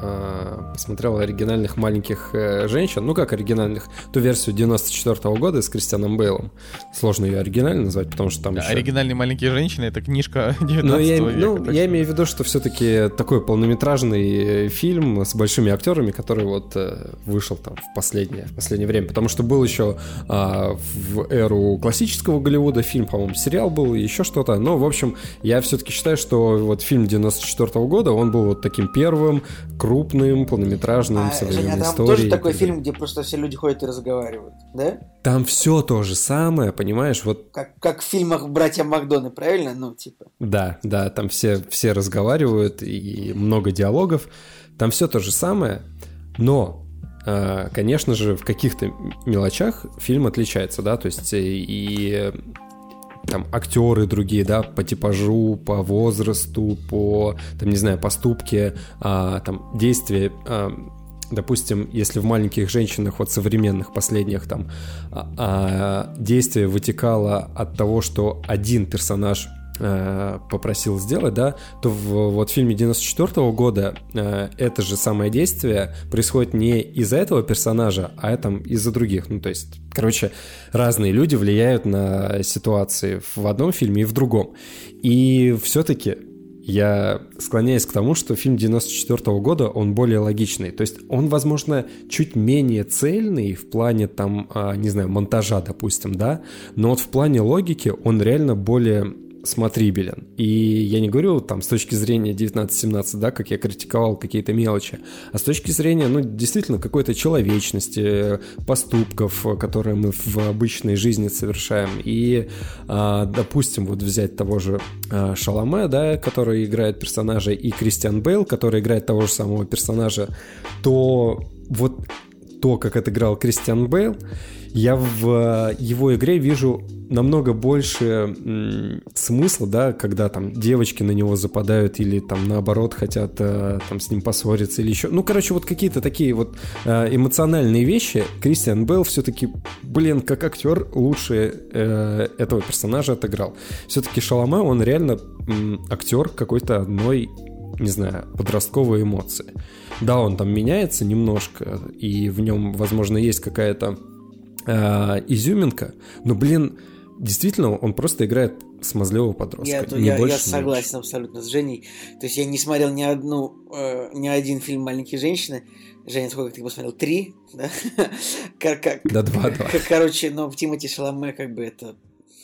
B: а, посмотрел оригинальных маленьких э, женщин, ну как оригинальных, ту версию девяносто четвёртого года с Кристианом Бейлом. Сложно ее оригинальной назвать, потому что там
A: да,
B: еще...
A: «Оригинальные маленькие женщины» — это книжка девятнадцатого
B: ну, я,
A: века.
B: Ну, я имею в виду, что все-таки такой полнометражный фильм с большими актерами, который вот э, вышел там в последнее, в последнее время, потому что был еще э, в эру классического Голливуда фильм, по-моему, сериал был, и еще что-то, но, в общем, я все-таки считаю, что вот фильм девяносто четвёртого года, он был вот таким первым, крупным, полнометражным,
C: а,
B: современной
C: Женя, а там
B: историей.
C: тоже такой фильм, где просто все люди ходят и разговаривают, да?
B: Там все то же самое, понимаешь, вот...
C: Как, как в фильмах «Братья Макдоны», правильно? Ну, типа...
B: Да, да, там все, все разговаривают, и много диалогов, там все то же самое, но... Конечно же, в каких-то мелочах фильм отличается, да, то есть и там актеры другие, да, по типажу, по возрасту, по, там, не знаю, поступке, а, там, действия, а, допустим, если в «Маленьких женщинах», вот современных, последних, там, а, а, действие вытекало от того, что один персонаж попросил сделать, да, то в вот в фильме девяносто четвёртого года э, это же самое действие происходит не из-за этого персонажа, а там из-за других. Ну, то есть, короче, разные люди влияют на ситуации в одном фильме и в другом. И все-таки я склоняюсь к тому, что фильм девяносто четвёртого года, он более логичный. То есть он, возможно, чуть менее цельный в плане, там, э, не знаю, монтажа, допустим, да, но вот в плане логики он реально более... смотрибелен. И я не говорю там с точки зрения девятнадцать семнадцать, да, как я критиковал какие-то мелочи, а с точки зрения, ну, действительно, какой-то человечности, поступков, которые мы в обычной жизни совершаем. И, а, допустим, вот взять того же а, Шаломе, да, который играет персонажа, и Кристиан Бейл, который играет того же самого персонажа, то вот то, как отыграл Кристиан Бейл, я в его игре вижу намного больше м, смысла, да, когда там девочки на него западают или там наоборот хотят э, там с ним поссориться или еще. Ну, короче, вот какие-то такие вот э, эмоциональные вещи. Кристиан Бейл все-таки, блин, как актер лучше э, этого персонажа отыграл. Все-таки Шаломе, он реально м, актер какой-то одной, не знаю, подростковой эмоции. Да, он там меняется немножко, и в нем, возможно, есть какая-то э, изюминка, но, блин, действительно, он просто играет смазливого подростка.
C: Я,
B: не
C: я,
B: больше,
C: я согласен абсолютно с Женей. То есть я не смотрел ни одну, э, ни один фильм «Маленькие женщины». Женя, сколько ты посмотрел? Три? Да,
B: да два, два.
C: Короче, но в Тимоти Шаломе как бы это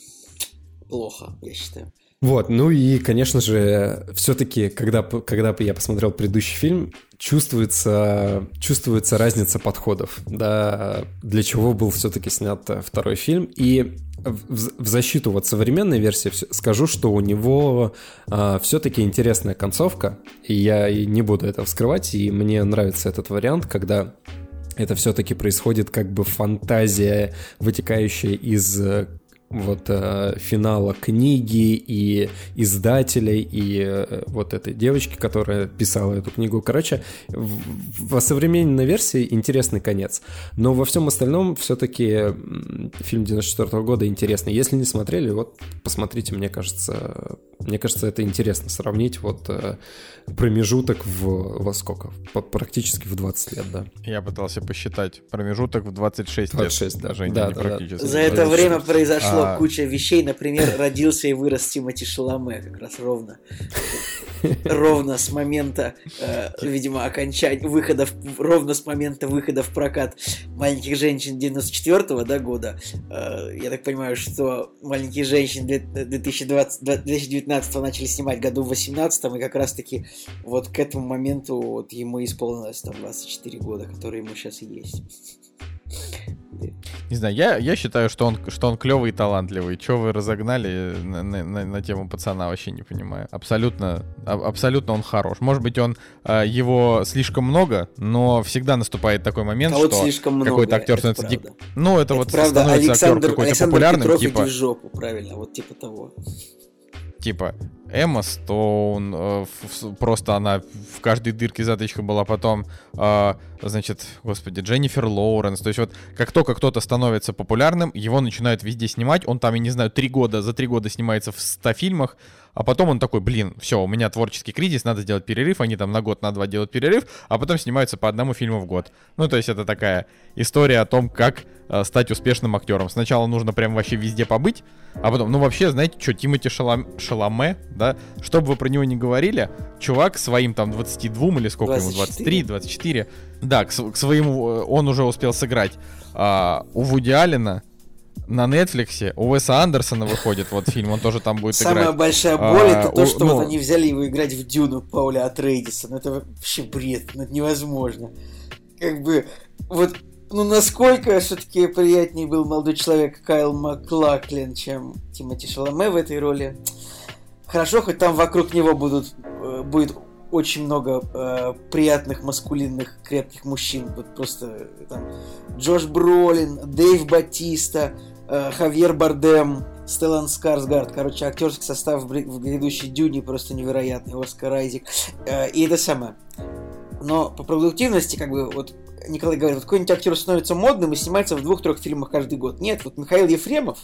C: плохо, я считаю.
B: Вот, ну и, конечно же, все-таки, когда, когда я посмотрел предыдущий фильм, чувствуется, чувствуется разница подходов, да, для чего был все-таки снят второй фильм. И в, в защиту вот современной версии скажу, что у него а, все-таки интересная концовка, и я и не буду это вскрывать, и мне нравится этот вариант, когда это все-таки происходит как бы фантазия, вытекающая из вот э, финала книги и издателей, и э, вот этой девочки, которая писала эту книгу. Короче, в, в современной версии интересный конец. Но во всем остальном все-таки фильм девяносто четвёртого года интересный. Если не смотрели, вот посмотрите, мне кажется, мне кажется, это интересно сравнить вот э, промежуток в, во сколько? По, практически в двадцать лет, да.
A: Я пытался посчитать. Промежуток в двадцать шесть,
B: двадцать шесть
A: лет.
B: Да,
A: Женя,
B: да,
A: не
B: да,
A: практически.
C: За это время произошло
A: А...
C: куча вещей. Например, родился и вырос Тимоти Шаломе как раз ровно. Ровно с момента, э, видимо, окончания, выхода, в, ровно с момента выхода в прокат «Маленьких женщин» девяносто четвёртого да, года. Э, я так понимаю, что «Маленькие женщины» две тысячи девятнадцатого начали снимать году в восемнадцатом, и как раз-таки вот к этому моменту вот ему исполнилось там двадцать четыре года, которые ему сейчас и есть.
A: Не знаю, я, я считаю, что он, что он клевый и талантливый. Че вы разогнали на, на, на тему пацана, вообще не понимаю. Абсолютно, а, абсолютно он хорош. Может быть, он а, его слишком много, но всегда наступает такой момент,
C: а
A: что
C: вот
A: какой-то актер становится дик... Ну, это, это вот
C: правда.
A: становится
C: Александр,
A: актер какой-то
C: Александр
A: популярным,
C: Петров,
A: типа.
C: иди в жопу, правильно, вот типа того.
A: Типа Эмма Стоун, э, в, просто она в каждой дырке затычка была, потом, э, значит, господи, Дженнифер Лоуренс. То есть вот как только кто-то становится популярным, его начинают везде снимать, он там, я не знаю, три года, за три года снимается в ста фильмах, а потом он такой, блин, все, у меня творческий кризис, надо сделать перерыв, они там на год, на два делают перерыв, а потом снимаются по одному фильму в год. Ну, то есть это такая история о том, как э, стать успешным актером. Сначала нужно прям вообще везде побыть, а потом, ну вообще, знаете что, Тимоти Шалам... Шаломе, да, что бы вы про него ни говорили, чувак своим там двадцати двум или сколько ему, двадцать три, двадцать четыре, да, к, к своему он уже успел сыграть а, у Вуди Аллена на Нетфликсе, у Уэса Андерсона выходит вот фильм, он тоже там будет
C: Самая
A: играть.
C: Самая большая боль а, это то,
A: у,
C: что
A: ну...
C: вот они взяли его играть в Дюну Пауля Атрейдиса, ну это вообще бред, ну это невозможно. Как бы, вот, ну насколько все-таки приятнее был молодой человек Кайл Маклаклин, чем Тимоти Шаломе в этой роли. Хорошо, хоть там вокруг него будут, будет очень много э, приятных, маскулинных, крепких мужчин. Вот просто там Джош Бролин, Дэйв Батиста, э, Хавьер Бардем, Стеллан Скарсгард. Короче, актерский состав в, в грядущей Дюне просто невероятный. Оскар Айзек. Э, и это самое. Но по продуктивности, как бы, вот Николай говорит, вот какой-нибудь актер становится модным и снимается в двух-трех фильмах каждый год. Нет, вот Михаил Ефремов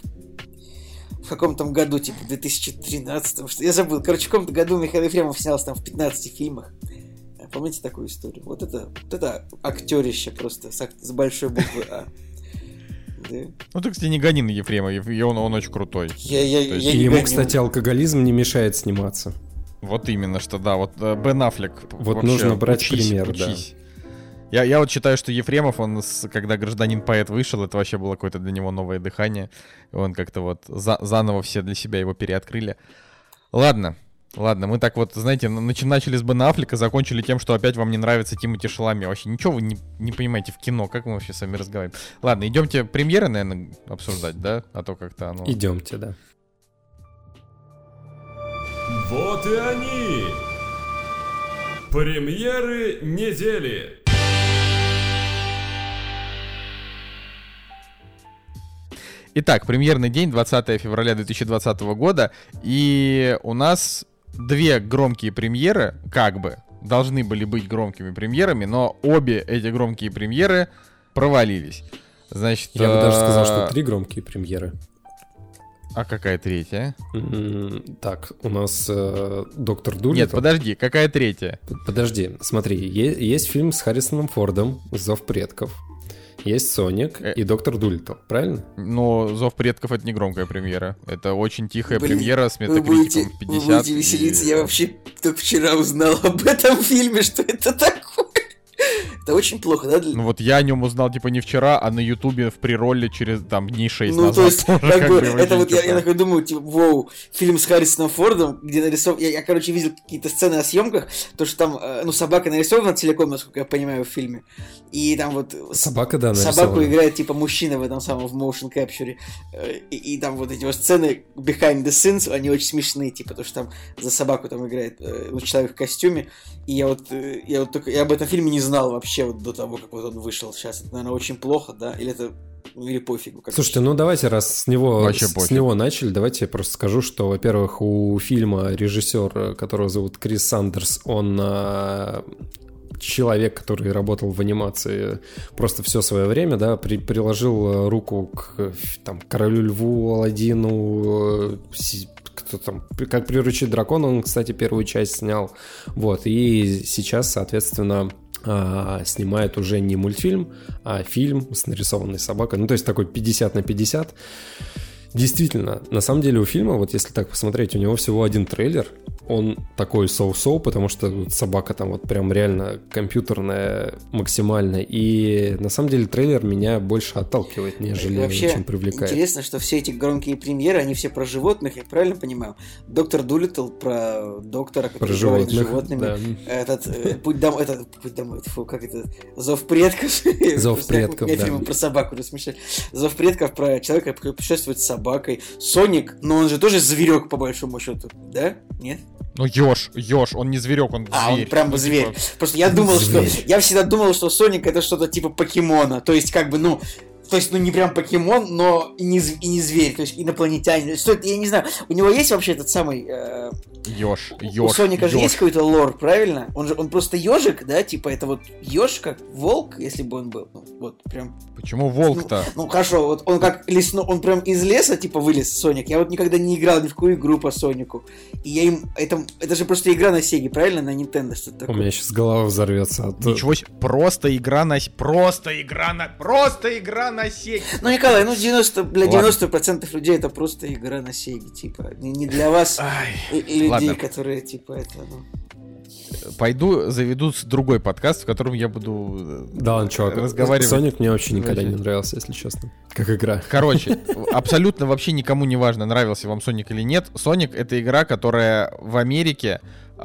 C: в каком-то году, типа, в две тысячи тринадцатом, что я забыл. Короче, в каком-то году Михаил Ефремов снялся там в пятнадцати фильмах. Помните такую историю? Вот это, вот это актерище просто с, с большой буквы А. Да.
A: Ну ты, кстати, не гони на Ефремова, и он, он очень крутой.
C: Я, я,
A: есть...
C: я
B: и ему, кстати, алкоголизм не мешает сниматься.
A: Вот именно, что да, вот Бен Аффлек.
B: Вот нужно брать
A: учись,
B: пример,
A: учись.
B: да.
A: Я, я вот считаю, что Ефремов, он, когда «Гражданин-поэт» вышел, это вообще было какое-то для него новое дыхание. Он как-то вот за, заново все для себя его переоткрыли. Ладно, ладно, мы так вот, знаете, начали, начали с Бена Аффлека, закончили тем, что опять вам не нравится Тимоти Шаломе. Вообще ничего вы не, не понимаете в кино, как мы вообще с вами разговариваем. Ладно, идемте премьеры, наверное, обсуждать, да? А то как-то оно...
B: Идемте, да.
D: Вот и они! Премьеры недели!
A: Итак, премьерный день двадцатое февраля две тысячи двадцатого года, и у нас две громкие премьеры, как бы, должны были быть громкими премьерами, но обе эти громкие премьеры провалились. Значит,
B: Я бы даже сказал,
A: э,
B: что три громкие премьеры.
A: А какая третья?
B: М, Так, у нас э, Доктор Дулиттл.
A: Нет, подожди, какая третья?
B: П- Подожди, смотри, е- есть фильм с Харрисоном Фордом «Зов предков». Есть Соник
A: Э.
B: и Доктор Дулиттл, правильно?
A: Но «Зов предков» — это не громкая премьера. Это очень тихая
C: Блин,
A: премьера с
C: Вы будете,
A: метакритиком в
C: вы
A: пятьдесят.
C: будете веселиться.
A: и-
C: Я вообще только вчера узнал об этом фильме, что это такое. Это очень плохо, да? для-
A: Ну вот я о нем узнал, типа, не вчера, а на Ютубе в приролле через, там, дней шесть
C: Ну,
A: назад.
C: то есть,
A: тоже,
C: как бы,
A: бы,
C: это
A: вообще
C: вот я, я
A: ничего.
C: такой думаю, типа, воу, фильм с Харрисоном Фордом, где нарисован... Я, я, короче, видел какие-то сцены о съемках, то, что там, э, ну, собака нарисована целиком, насколько я понимаю, в фильме. И там вот... с-
B: Собака, да,
C: Собаку
B: нарисована.
C: играет, типа, мужчина в этом самом, в motion capture. Э, И, и там вот эти вот сцены behind the scenes, они очень смешные, типа, то, что там за собаку там играет э, вот человек в костюме. И я вот, э, я вот только, я об этом фильме не знал вообще вот до того, как вот он вышел. Сейчас это, наверное, очень плохо, да? Или это, ну, или пофигу. Как
B: Слушайте, ну давайте, раз с него,
A: Вообще
B: с, с
A: пофиг.
B: него начали, давайте я просто скажу, что, во-первых, у фильма режиссер, которого зовут Крис Сандерс, он а, человек, который работал в анимации просто все свое время, да, при, приложил руку к там, Королю Льву, Аладдину, си- кто там, как приручить дракона, он, кстати, первую часть снял, вот, и сейчас, соответственно, а, снимает уже не мультфильм, а фильм с нарисованной собакой, ну, то есть такой пятьдесят на пятьдесят. Действительно, на самом деле у фильма, вот если так посмотреть, у него всего один трейлер, он такой соу-соу, потому что вот собака там вот прям реально компьютерная максимально, и на самом деле трейлер меня больше отталкивает, нежели
C: Вообще,
B: чем привлекает.
C: интересно, что все эти громкие премьеры, они все про животных, я правильно понимаю? Доктор Дулиттл про доктора, который
B: Про
C: говорит с
B: животных,
C: животными.
B: да.
C: Этот, э, путь домой, этот, путь домой, фу, как это, Зов предков.
B: Зов
C: Просто
B: предков,
C: у меня
B: да.
C: фильмы про собаку рассмешали. Зов предков про человека, который путешествует с собакой. Соник, но он же тоже зверек, по большому счету, да? Нет?
A: Ну, Ёж, Ёж, он не зверек, он
C: А,
A: зверь.
C: он прям
A: Ну,
C: зверь.
A: типа,
C: Просто я думал,
B: Зверь.
C: что... Я всегда думал, что Соник это что-то типа покемона. То есть, как бы, ну... То есть, ну, не прям покемон, но и не, зв- и не зверь. То есть, инопланетянин. Что это, я не знаю. У него есть вообще этот самый... э,
A: Ёж,
C: у
A: Ёж,
C: Соника же
A: Ёж.
C: есть какой-то лор, правильно? Он же он просто ежик, да? Типа, это вот еж, как волк, если бы он был. Ну, вот, прям...
A: Почему волк-то?
C: Ну, хорошо, вот он как лесной... Он прям из леса, типа, вылез, Соник. Я вот никогда не играл ни в какую игру по Сонику. И я им... Это, это же просто игра на Сеге, правильно? На Nintendo, что-то
B: У
C: такое.
B: меня сейчас голова взорвется от...
A: Ничего себе, просто игра на... с- Просто игра на... Просто игра на сеть.
C: Ну, Николай, ну девяносто, для
A: Ладно.
C: девяноста процентов людей это просто игра на Сеге, типа. Не, не для вас,
A: Ай,
C: и- и людей,
A: ладно.
C: которые, типа, это, ну...
A: Пойду заведу с- другой подкаст, в котором я буду э,
B: Да, ладно, чувак,
A: разговаривать.
B: Соник мне вообще никогда
A: Вообще.
B: не нравился, если честно, как игра.
A: Короче, абсолютно вообще никому не важно, нравился вам Соник или нет. Соник — это игра, которая в Америке,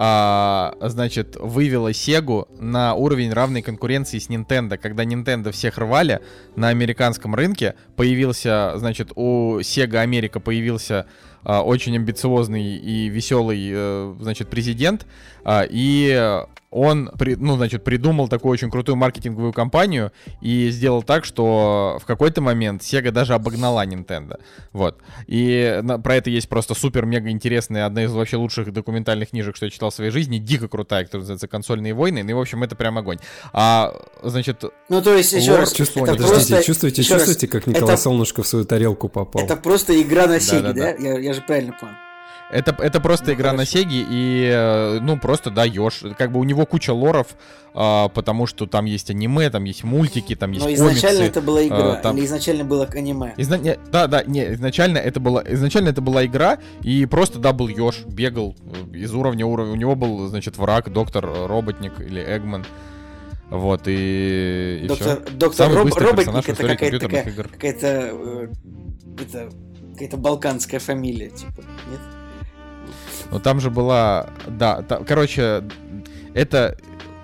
A: а, значит, вывела Сегу на уровень равной конкуренции с Nintendo. Когда Nintendo всех рвали на американском рынке, появился, значит, у Sega Америка появился а, очень амбициозный и веселый, э, значит, президент, а, и он, при- ну, значит, придумал такую очень крутую маркетинговую кампанию и сделал так, что в какой-то момент Sega даже обогнала Nintendo. Вот. И на- про это есть просто супер-мега интересная, одна из вообще лучших документальных книжек, что я читал в своей жизни, дико крутая, которая называется «Консольные войны». Ну и, в общем, это прям огонь. А, значит,
C: Ну, то есть, еще
A: Лор
C: раз,
A: чувствую,
C: это
B: Подождите,
C: просто...
B: чувствуете,
C: еще раз,
B: чувствуете, как Николай
C: это-
B: Солнышко в свою тарелку попал?
C: Это просто игра на Сеге, да?
A: Да-да-да.
C: Я, я же правильно понял.
A: Это, это просто
C: Ну,
A: игра
C: хорошо.
A: на Сеге, и, э, ну, просто, да, Ёж. Как бы у него куча лоров, а, потому что там есть аниме, там есть мультики, там есть
C: Но
A: комиксы.
C: изначально это была игра,
A: э, там-
C: или изначально было аниме?
A: Изна- не, да, да, не, изначально это была, изначально это была игра, и просто, да, был Ёж, бегал э, из уровня в уровень. У него был, значит, враг, доктор э, Роботник или Эгман. Вот, и, и
C: Доктор,
A: всё.
C: доктор
A: Самый
C: Роб-
A: быстрый
C: Роботник
A: персонаж в
C: это
A: истории
C: какая-то
A: компьютерных
C: такая,
A: игр.
C: какая-то, э, это, какая-то балканская фамилия, типа, нет?
A: Но там же была, да, та- короче, это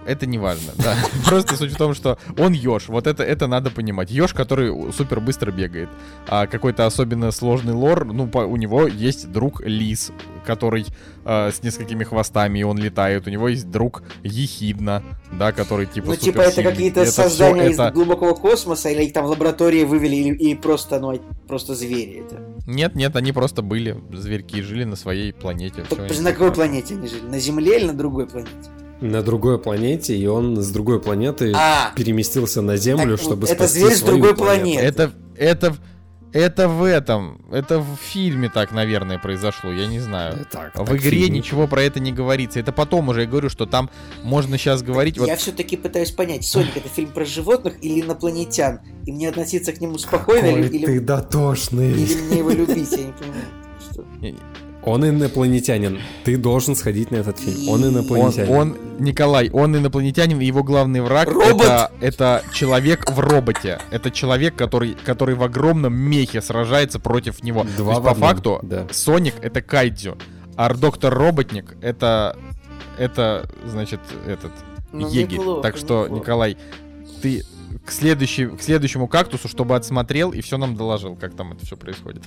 A: это не важно, да. Просто суть в том, что он еж, вот это, это надо понимать. Еж, который супер быстро бегает. А какой-то особенно сложный лор, ну, по, у него есть друг Лис, который э, с несколькими хвостами, и он летает. У него есть друг Ехидна, да, который типа
C: Ну,
A: супер
C: типа, это
A: сильный.
C: какие-то
A: Это
C: создания
A: всё,
C: из
A: это...
C: глубокого космоса, или их там в лаборатории вывели, или, или просто, ну, просто звери это?
A: Нет, нет, они просто были зверьки, жили на своей планете.
C: Так,
A: всё,
C: на какой планете они жили? На Земле или на другой планете?
B: На другой планете, и он с другой планеты
C: А,
B: переместился на Землю,
C: так,
B: чтобы
C: это
B: спасти
C: зверь с
B: свою
C: другой
B: планету.
C: планеты.
A: Это, это, это в этом, это в фильме так, наверное, произошло, я не знаю.
B: Так,
A: В
B: так,
A: игре
B: фильм.
A: ничего про это не говорится. Это потом уже я говорю, что там можно сейчас говорить.
C: Я
A: Вот,
C: все-таки пытаюсь понять, Соник это фильм про животных или инопланетян? И мне относиться к нему спокойно,
B: Какой
C: или,
B: ты
C: или,
B: дотошный.
C: или мне его любить, я не понимаю. Что?
B: Он инопланетянин. Ты должен сходить на этот фильм. Он
A: он,
B: инопланетянин.
A: он, Николай, он инопланетянин, и его главный враг
C: Робот!
A: это, это человек в роботе. Это человек, который, который в огромном мехе сражается против него.
B: Два
A: То есть,
B: в
A: по
B: одном,
A: факту,
B: да.
A: Соник это Кайдзю, а доктор Роботник это, это, значит, этот,
C: Ну,
A: егерь.
C: неплохо,
A: Так что,
C: неплохо.
A: Николай, ты к, следующей, к следующему кактусу, чтобы отсмотрел и все нам доложил, как там это все происходит.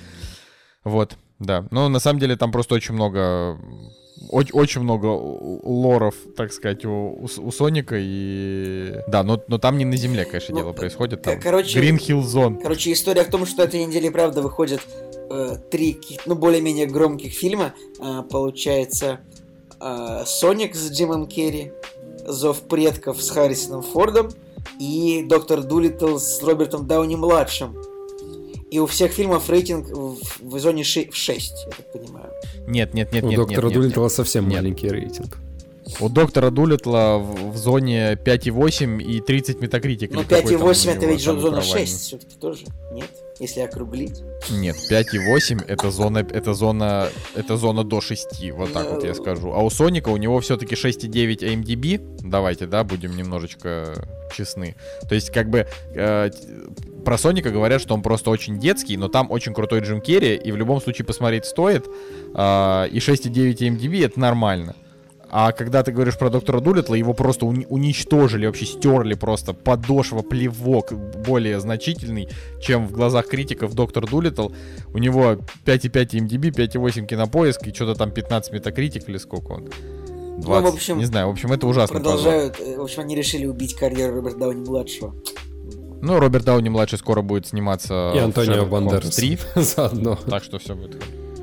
A: Вот, да. Но на самом деле там просто очень много, очень, очень много лоров, так сказать, у, у, у Соника и... Да, но, но там не на Земле, конечно,
C: Ну,
A: дело происходит.
C: к-
A: Там
C: короче-
A: Green Hill Zone.
C: Короче, история в том, что этой неделе, правда, выходят э, три, каких- ну, более-менее громких фильма. Э, получается, э, Соник с Джимом Керри, Зов предков с Харрисоном Фордом и Доктор Дулиттл с Робертом Дауни-младшим. И у всех фильмов рейтинг в, в зоне шесть, я так понимаю.
A: Нет, нет, нет,
B: У
A: нет,
B: доктора
A: нет, нет,
B: Дулиттла
A: нет.
B: совсем
A: Нет.
B: маленький рейтинг.
A: У доктора Дулиттла в, в зоне пять и восемь и тридцать метакритик.
C: Но
A: или
C: пять и
A: какой там
C: восемь
A: у
C: это
A: него
C: ведь
A: самый
C: зона
A: провальный.
C: шесть все-таки тоже, нет? Если округлить.
A: Нет, пять и восемь это зона, это зона, это зона до шести, вот так вот я скажу. А у Соника у него все-таки шесть и девять эй эм ди би, давайте, да, будем немножечко честны. То есть как бы э, про Соника говорят, что он просто очень детский, но там очень крутой Джим Керри, и в любом случае посмотреть стоит. Э, и шесть и девять эй эм ди би это нормально. А когда ты говоришь про доктора Дулиттла, его просто уни- уничтожили, вообще стерли просто. Подошва, плевок более значительный, чем в глазах критиков доктор Дулиттл. У него пять и пять эй эм ди би, пять и восемь кинопоиск и что-то там пятнадцать метакритик или сколько он? двадцать,
C: Ну, в общем,
A: не знаю, в общем, это ужасно.
C: Продолжают, э, в общем, они решили убить карьеру Роберта Дауни-младшего.
A: Ну, Роберт Дауни-младший скоро будет сниматься
B: И
A: в
B: Антонио
A: Шерлок Холмс
B: Бандерас
A: три,
B: заодно.
A: так что все будет.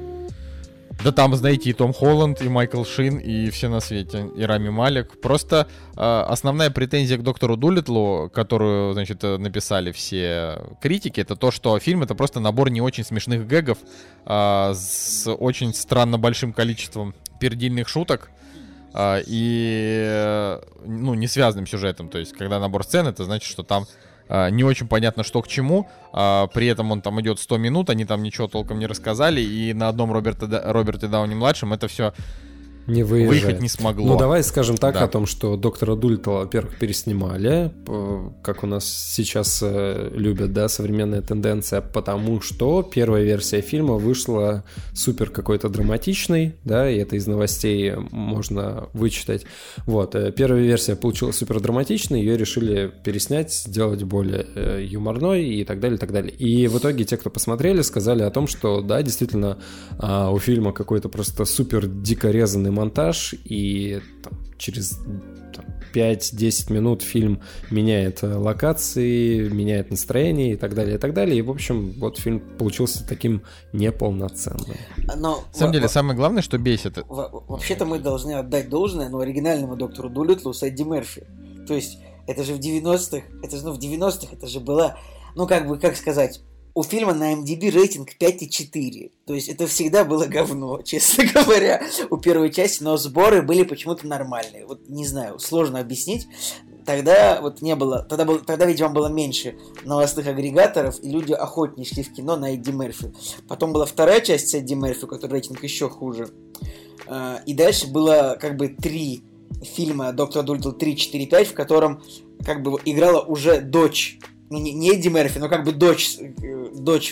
A: Да там, знаете, и Том Холланд, и Майкл Шин, и все на свете, и Рами Малек. Просто э, основная претензия к доктору Дулиттлу, которую, значит, э, написали все критики, это то, что фильм — это просто набор не очень смешных гэгов э, с очень странно большим количеством пердильных шуток э, и, э, ну, не связанным сюжетом. То есть, когда набор сцен, это значит, что там Uh, не очень понятно, что к чему. Uh, при этом он там идет сто минут, они там ничего толком не рассказали, и на одном Роберте, Роберте Дауни-младшем это все
B: Не выезжает.
A: выехать не смогло.
B: Ну, давай скажем так
A: Да.
B: о том, что доктора Дулиттла, во-первых, переснимали, э, как у нас сейчас э, любят, да, современная тенденция, потому что первая версия фильма вышла супер какой-то драматичной, да, и это из новостей можно вычитать. Вот, э, первая версия получилась супер драматичной, ее решили переснять, сделать более э, юморной и так далее, и так далее. И в итоге те, кто посмотрели, сказали о том, что, да, действительно, э, у фильма какой-то просто супер дико резанный монтаж, и там, через там, пять-десять минут фильм меняет э, локации, меняет настроение и так далее, и так далее. И, в общем, вот фильм получился таким неполноценным.
C: Но,
A: На самом
C: во-
A: деле,
C: во-
A: самое главное, что бесит, это...
C: во- вообще-то мы должны отдать должное, но оригинальному доктору Дулиттлу с Эдди Мерфи. То есть, это же в девяностых, это же, ну, в девяностых это же была, ну, как бы, как сказать, у фильма на эм ди би рейтинг пять и четыре. То есть это всегда было говно, честно говоря, у первой части, но сборы были почему-то нормальные. Вот не знаю, сложно объяснить. Тогда вот не было, тогда, был, тогда, видимо, было меньше новостных агрегаторов, и люди охотнее шли в кино на Эдди Мерфи. Потом была вторая часть с Эдди Мерфи, у которой рейтинг еще хуже. И дальше было как бы три фильма «Доктор Дулиттл три, четыре, пять», в котором как бы играла уже дочь. Не, не Эдди Мерфи, но как бы дочь, дочь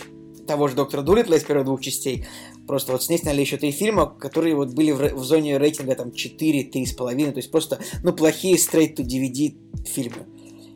C: того же Доктора Дулиттла из первых двух частей. Просто вот с ней сняли еще три фильма, которые вот были в, в зоне рейтинга там четыре, три с половиной, то есть просто, ну, плохие straight-to-ди ви ди фильмы.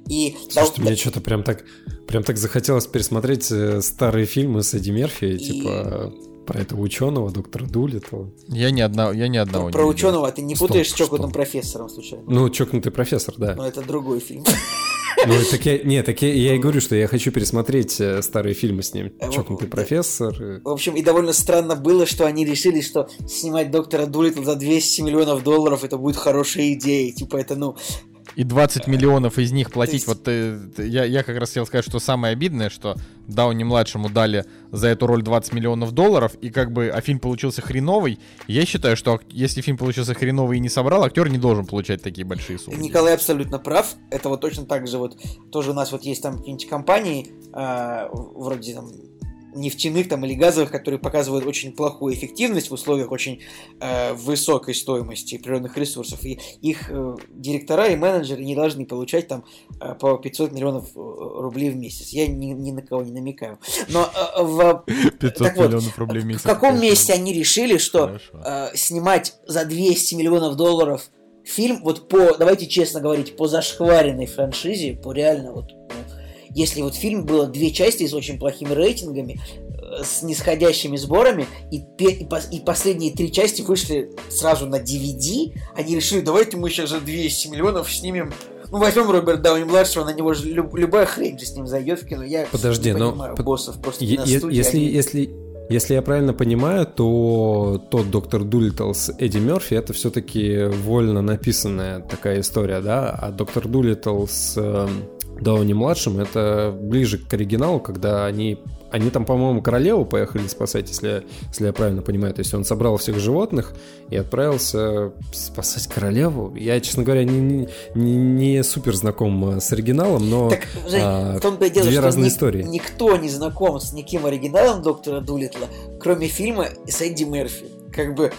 C: И
B: Слушайте,
C: да,
B: мне что-то прям так, прям так захотелось пересмотреть э, старые фильмы с Эдди Мерфи,
C: и...
B: типа про этого ученого, доктора Дулиттла.
A: Я ни, одна, я ни одного
C: про,
A: не
C: про
A: видел.
C: ученого ты не путаешь
B: Стоп,
C: с чокнутым
B: что?
C: профессором, случайно?
B: Ну, чокнутый профессор, да.
C: Но это другой фильм.
B: Ну, так я, не, так я, я и говорю, что я хочу пересмотреть э, старые фильмы с ним.
C: Э,
B: Чокнутый
C: да.
B: профессор. э.
C: В общем, и довольно странно было, что они решили, что снимать Доктора Дулиттла за двести миллионов долларов это будет хорошая идея. Типа это, ну...
A: И двадцать миллионов из них платить.
C: есть-
A: Вот э, я, я как раз хотел сказать, что самое обидное, что Дауни-младшему дали за эту роль двадцать миллионов долларов, и как бы, а фильм получился хреновый. Я считаю, что ак- если фильм получился хреновый и не собрал, актер не должен получать такие большие суммы.
C: Николай абсолютно прав. Это вот точно так же вот тоже у нас вот есть там какие-нибудь компании, э, вроде там нефтяных там или газовых, которые показывают очень плохую эффективность в условиях очень э, высокой стоимости природных ресурсов. И их э, директора и менеджеры не должны получать там э, по пятьсот миллионов рублей в месяц. Я ни, ни на кого не намекаю. Но э, в...
A: пятьсот
C: так вот,
A: миллионов рублей в месяц.
C: в каком
A: конечно.
C: месте они решили, что
A: Хорошо.
C: э, снимать за двести миллионов долларов фильм, вот по, давайте честно говорить, по зашкваренной франшизе, по реально вот, ну, если вот фильм было две части с очень плохими рейтингами, э, с нисходящими сборами, и, пе- и, пос- и последние три части вышли сразу на ди ви ди, они решили, давайте мы сейчас за двести миллионов снимем, ну, возьмем Роберта Дауни-младшего, на него же люб- любая хрень же с ним зайдет в кино. Я
B: Подожди,
C: не
B: но
C: понимаю
B: под-
C: боссов, просто
B: Е- е-
C: киностудии,
B: если,
C: они-
B: если, если я правильно понимаю, то тот доктор Дулиттл с Эдди Мерфи это все-таки вольно написанная такая история, да? А доктор Дулиттл с э, Дауни-младшим это ближе к оригиналу, когда они... Они там, по-моему, королеву поехали спасать, если, если я правильно понимаю. То есть он собрал всех животных и отправился спасать королеву. Я, честно говоря, не, не, не супер знаком с оригиналом, но
C: Так, Жень,
B: а,
C: в том-то и дело,
B: две
C: что
B: разные
C: ни-
B: истории.
C: никто не знаком с никаким оригиналом доктора Дулиттла, кроме фильма с Эдди Мерфи. Как бы...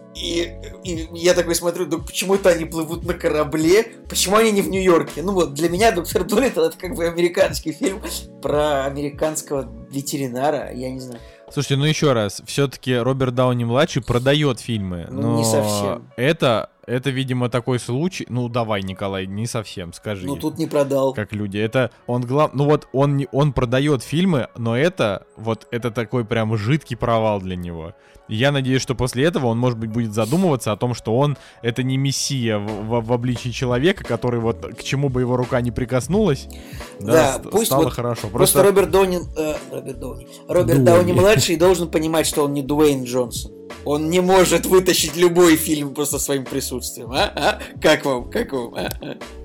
C: И, и я такой смотрю, да почему-то они плывут на корабле, почему они не в Нью-Йорке? Ну вот, для меня доктор Дулиттл это как бы американский фильм про американского ветеринара, я не знаю.
A: Слушайте, ну еще раз, все-таки Роберт Дауни-младший продает фильмы,
C: Ну,
A: но
C: не совсем.
A: это, это, видимо, такой случай. Ну давай, Николай, не совсем, скажи.
C: Ну тут не продал.
A: Как люди. Это он глав... Ну вот он, не... он продает фильмы, но это вот это такой прям жидкий провал для него. И я надеюсь, что после этого он, может быть, будет задумываться о том, что он это не мессия в, в, в обличии человека, который вот к чему бы его рука не прикоснулась, да,
C: Да,
A: ст-
C: пусть
A: стало
C: вот
A: хорошо.
C: Просто, Роберт Дауни... э, Роберт Дауни... Роберт
B: Дуэйн.
C: Дауни-младший должен понимать, что он не Дуэйн Джонсон. Он не может вытащить любой фильм просто своим присутствием. А? А? Как вам? Как вам? А?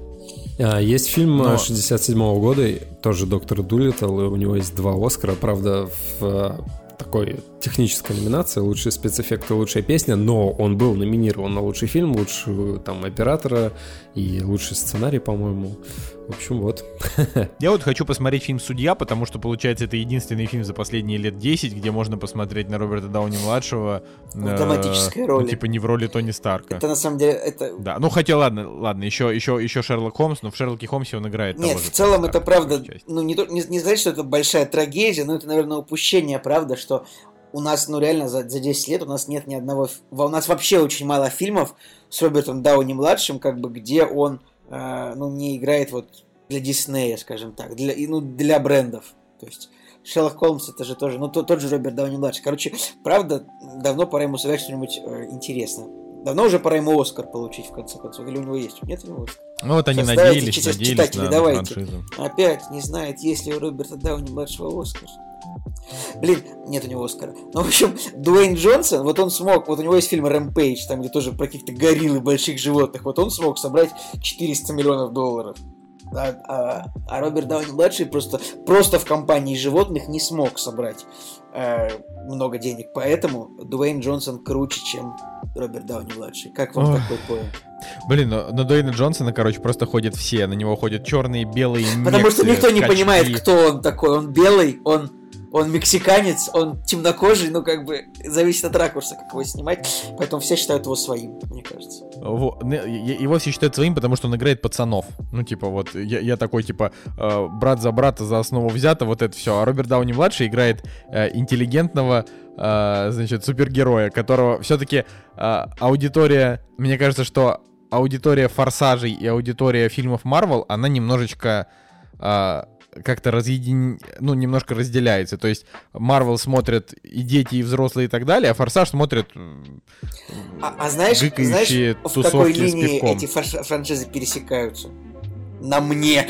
C: А?
B: А, есть фильм
A: Но-
B: шестьдесят седьмого года, тоже доктор Дулиттл, и у него есть два Оскара, правда, в э, такой технической номинации, лучшие спецэффекты, лучшая песня, но он был номинирован на лучший фильм, лучшую там оператора и лучший сценарий, по-моему. В общем, вот.
A: Я вот хочу посмотреть фильм «Судья», потому что, получается, это единственный фильм за последние лет десять, где можно посмотреть на Роберта Дауни-младшего
C: В
A: э,
C: драматической роли.
A: Ну, типа не в роли Тони Старка.
C: Это на самом деле... это
A: Да, ну хотя ладно, ладно, еще, еще, еще Шерлок Холмс, но в Шерлоке Холмсе он играет
C: Нет,
A: того же
C: в целом
A: Тони
C: это
A: Старка,
C: правда,
A: вторую часть.
C: ну не, то- не, не сказать, что это большая трагедия, но это, наверное, упущение, правда, что у нас, ну реально, за, за десять лет у нас нет ни одного... ф- У нас вообще очень мало фильмов с Робертом Дауни-младшим, как бы, где он, э, ну, не играет вот для Диснея, скажем так, для, и, ну, для брендов. То есть Шерлок Холмс это же тоже, ну, то- тот же Роберт Дауни-младший. Короче, правда, давно пора ему сыграть что-нибудь э, интересное. Давно уже пора ему Оскар получить, в конце концов. Или у него есть? Нет у него Оскар?
A: Ну вот они
C: Сейчас давайте,
A: надеялись,
C: сейчас
A: надеялись
C: читатели,
A: на, на
C: давайте.
A: франшизу.
C: Опять не знает, есть ли у Роберта Дауни-младшего Оскар. Блин, нет у него Оскара. Ну, в общем, Дуэйн Джонсон, вот он смог, вот у него есть фильм «Рэмпейдж», там, где тоже про каких-то горилл и больших животных, вот он смог собрать четыреста миллионов долларов. А, а, а Роберт Дауни-младший просто, просто в компании животных не смог собрать э, много денег. Поэтому Дуэйн Джонсон круче, чем Роберт Дауни-младший. Как вам
A: Ох.
C: такой поинт?
A: Блин, ну, на Дуэйна Джонсона, короче, просто ходят все. На него ходят черные, белые,
C: Потому что
A: некты,
C: никто не
A: качки.
C: понимает, кто он такой. Он белый, он Он мексиканец, он темнокожий, ну, как бы, зависит от ракурса, как его снимать. Поэтому все считают его своим, мне кажется.
A: Его все считают своим, потому что он играет пацанов. Ну, типа, вот, я, я такой, типа, э, брат за брата за основу взято, вот это все. А Роберт Дауни-младший играет э, интеллигентного, э, значит, супергероя, которого все-таки э, аудитория, мне кажется, что аудитория «Форсажей» и аудитория фильмов Marvel, она немножечко... Э, как-то разъедин... ну, немножко разделяется. То есть Marvel смотрят и дети, и взрослые, и так далее, а Форсаж смотрят
C: а, а знаешь,
A: гыкающие
C: знаешь,
A: тусовки
C: в какой
A: с
C: линии
A: пивком.
C: эти фар- франшизы пересекаются? На мне.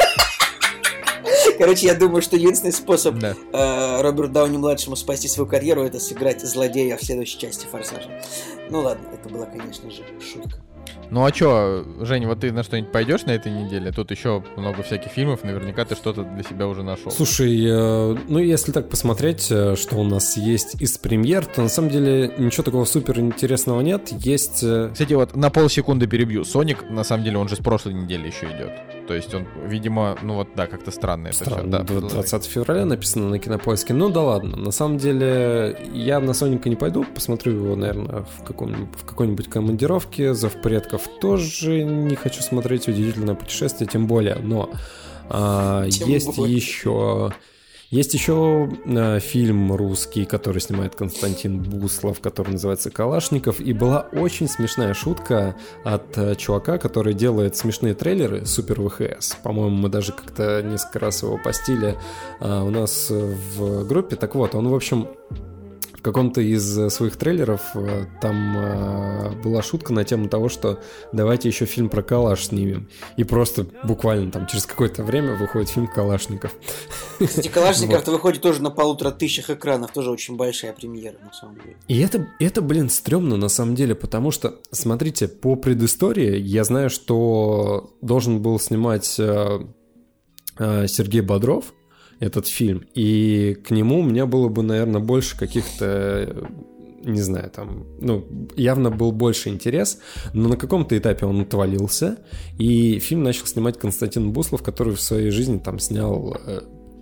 C: Короче, я думаю, что единственный способ да. э, Роберту Дауни-младшему спасти свою карьеру — это сыграть злодея в следующей части «Форсажа». Ну ладно, это была, конечно же, шутка.
A: Ну а чё, Жень, вот ты на что-нибудь пойдешь на этой неделе? Тут еще много всяких фильмов, наверняка ты что-то для себя уже нашел.
B: Слушай, э, ну если так посмотреть, что у нас есть из премьер, то на самом деле ничего такого супер интересного нет. Есть...
A: Кстати, вот на полсекунды перебью. Соник, на самом деле, он же с прошлой недели еще идет. То есть он, видимо, ну вот да, как-то странно это все. Да,
B: двадцатого февраля написано на Кинопоиске. Ну да ладно, на самом деле я на Соника не пойду, посмотрю его, наверное, в, каком, в какой-нибудь командировке. Зов предков тоже не хочу смотреть, удивительное путешествие, тем более. Но а, есть более. еще... Есть еще э, фильм русский, который снимает Константин Буслов, который называется «Калашников». И была очень смешная шутка от э, чувака, который делает смешные трейлеры Супер ВХС. По-моему, мы даже как-то несколько раз его постили э, у нас в группе. Так вот, он, в общем... В каком-то из своих трейлеров там э, была шутка на тему того, что давайте еще фильм про Калаш снимем. И просто буквально там через какое-то время выходит фильм «Калашников».
C: Кстати, «Калашников»-то вот. Выходит тоже на полутора тысячах экранов, тоже очень большая премьера, на самом деле.
B: И это, это, блин, стрёмно на самом деле, потому что, смотрите, по предыстории я знаю, что должен был снимать э, э, Сергей Бодров этот фильм, и к нему у меня было бы, наверное, больше каких-то, не знаю, там, ну, явно был больше интерес, но на каком-то этапе он отвалился, и фильм начал снимать Константин Буслов, который в своей жизни там снял... Э,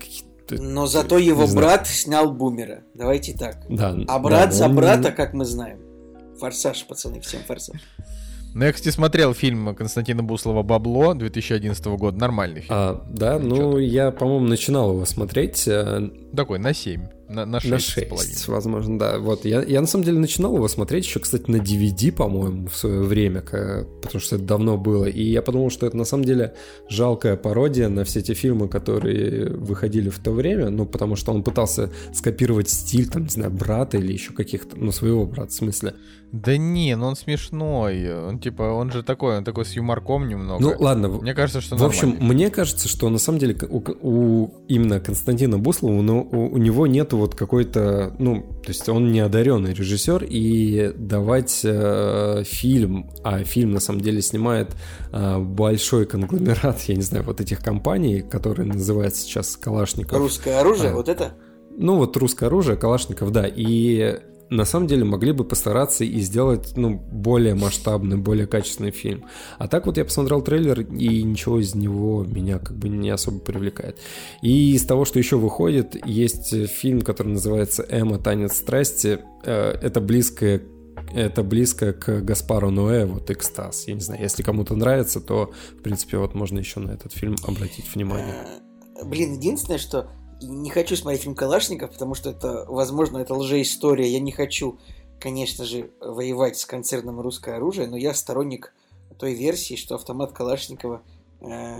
C: но зато его брат снял «Бумера», давайте так.
B: Да,
C: а брат
B: да,
C: за
B: он...
C: брата, как мы знаем. Форсаж, пацаны, всем форсаж.
A: Ну, я, кстати, смотрел фильм Константина Буслова «Бабло» две тысячи одиннадцатого года. Нормальный фильм.
B: А, да, ну, ну я, по-моему, начинал его смотреть.
A: Такой, на семь. На, на шесть,
B: на шесть возможно, да. Вот, я, я на самом деле начинал его смотреть еще, кстати, на ди ви ди, по-моему, в свое время, потому что это давно было. И я подумал, что это на самом деле жалкая пародия на все те фильмы, которые выходили в то время. Ну, потому что он пытался скопировать стиль, там, не знаю, брата или еще каких-то, ну, своего брата, в смысле.
A: Да не, ну он смешной. Он типа, он же такой, он такой с юморком немного.
B: Ну ладно.
A: Мне кажется, что
B: в
A: нормально.
B: общем, мне кажется, что на самом деле у, у именно Константина Буслова, ну, у, у него нету вот какой-то, ну, то есть он не одаренный режиссер, и давать э, фильм, а фильм на самом деле снимает э, большой конгломерат, я не знаю, вот этих компаний, которые называются сейчас Калашников.
C: Русское оружие, а, вот это?
B: Ну вот русское оружие, Калашников, да, и на самом деле могли бы постараться и сделать, ну, более масштабный, более качественный фильм. А так вот я посмотрел трейлер, и ничего из него меня как бы не особо привлекает. И из того, что еще выходит, есть фильм, который называется «Эмма. Танец страсти». Это близко, это близко к Гаспару Ноэ, вот «Экстаз». Я не знаю, если кому-то нравится, то, в принципе, вот можно еще на этот фильм обратить внимание.
C: Блин, единственное, что не хочу смотреть фильм «Калашников», потому что это, возможно, это лжеистория. Я не хочу, конечно же, воевать с концерном «Русское оружие», но я сторонник той версии, что автомат Калашникова э,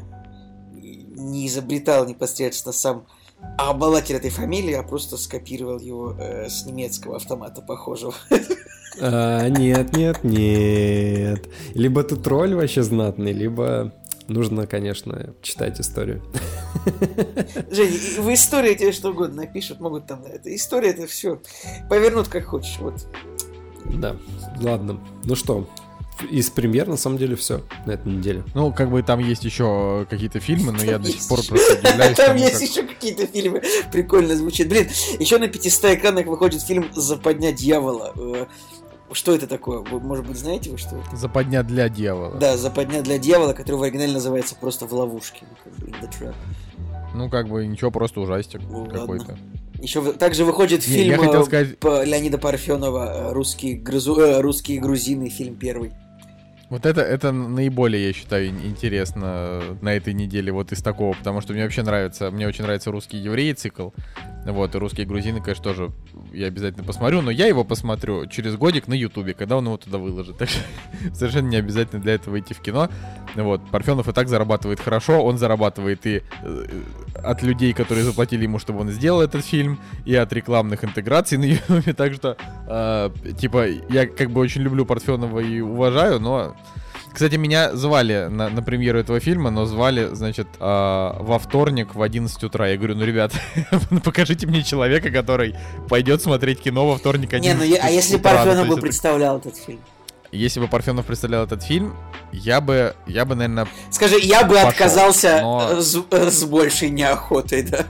C: не изобретал непосредственно сам обладатель этой фамилии, а просто скопировал его э, с немецкого автомата похожего.
B: А, нет, нет, нет. Либо ты тролль вообще знатный, либо... Нужно, конечно, читать историю.
C: Жень, в истории тебе что угодно напишут, могут там... Это история, это все повернут как хочешь, вот.
B: Да, ладно. Ну что, из премьер на самом деле все на этой неделе.
A: Ну, как бы там есть еще какие-то фильмы, но я до сих пор просто удивляюсь.
C: Там есть еще какие-то фильмы. Прикольно звучит. Блин, еще на пятистах экранах выходит фильм «Западня дьявола». Что это такое? Вы, может быть, знаете вы, что это?
A: Западня для дьявола.
C: Да, западня для дьявола, который в оригинале называется просто «В ловушке». Как бы in the trap.
A: Ну, как бы ничего, просто ужастик
C: ну,
A: какой-то.
C: Ладно. Еще также выходит
A: Не,
C: фильм
A: я хотел
C: э,
A: сказать-
C: по Леонида Парфенова э, «Русские, грызу... э, «Русские грузины», фильм первый.
A: Вот это, это наиболее, я считаю, ин- интересно на этой неделе вот из такого, потому что мне вообще нравится, мне очень нравится «Русские евреи» цикл, вот, и «Русские грузины», конечно, тоже я обязательно посмотрю, но я его посмотрю через годик на Ютубе, когда он его туда выложит, так что совершенно не обязательно для этого идти в кино, вот, Парфенов и так зарабатывает хорошо, он зарабатывает и э, от людей, которые заплатили ему, чтобы он сделал этот фильм, и от рекламных интеграций на Ютубе, так что, э, типа, я как бы очень люблю Парфенова и уважаю, но... Кстати, меня звали на, на премьеру этого фильма, но звали, значит, э, во вторник в одиннадцать утра. Я говорю, ну, ребят, покажите мне человека, который пойдет смотреть кино во вторник
C: Не,
A: одиннадцать
C: ну я- а если
A: утра.
C: Парфенов
A: То
C: бы
A: есть это-
C: представлял этот фильм?
A: Если бы Парфенов представлял этот фильм, я бы, я бы, наверное...
C: Скажи, я бы
A: Пошел,
C: отказался
A: но-
C: э, с, э, с большей неохотой, да?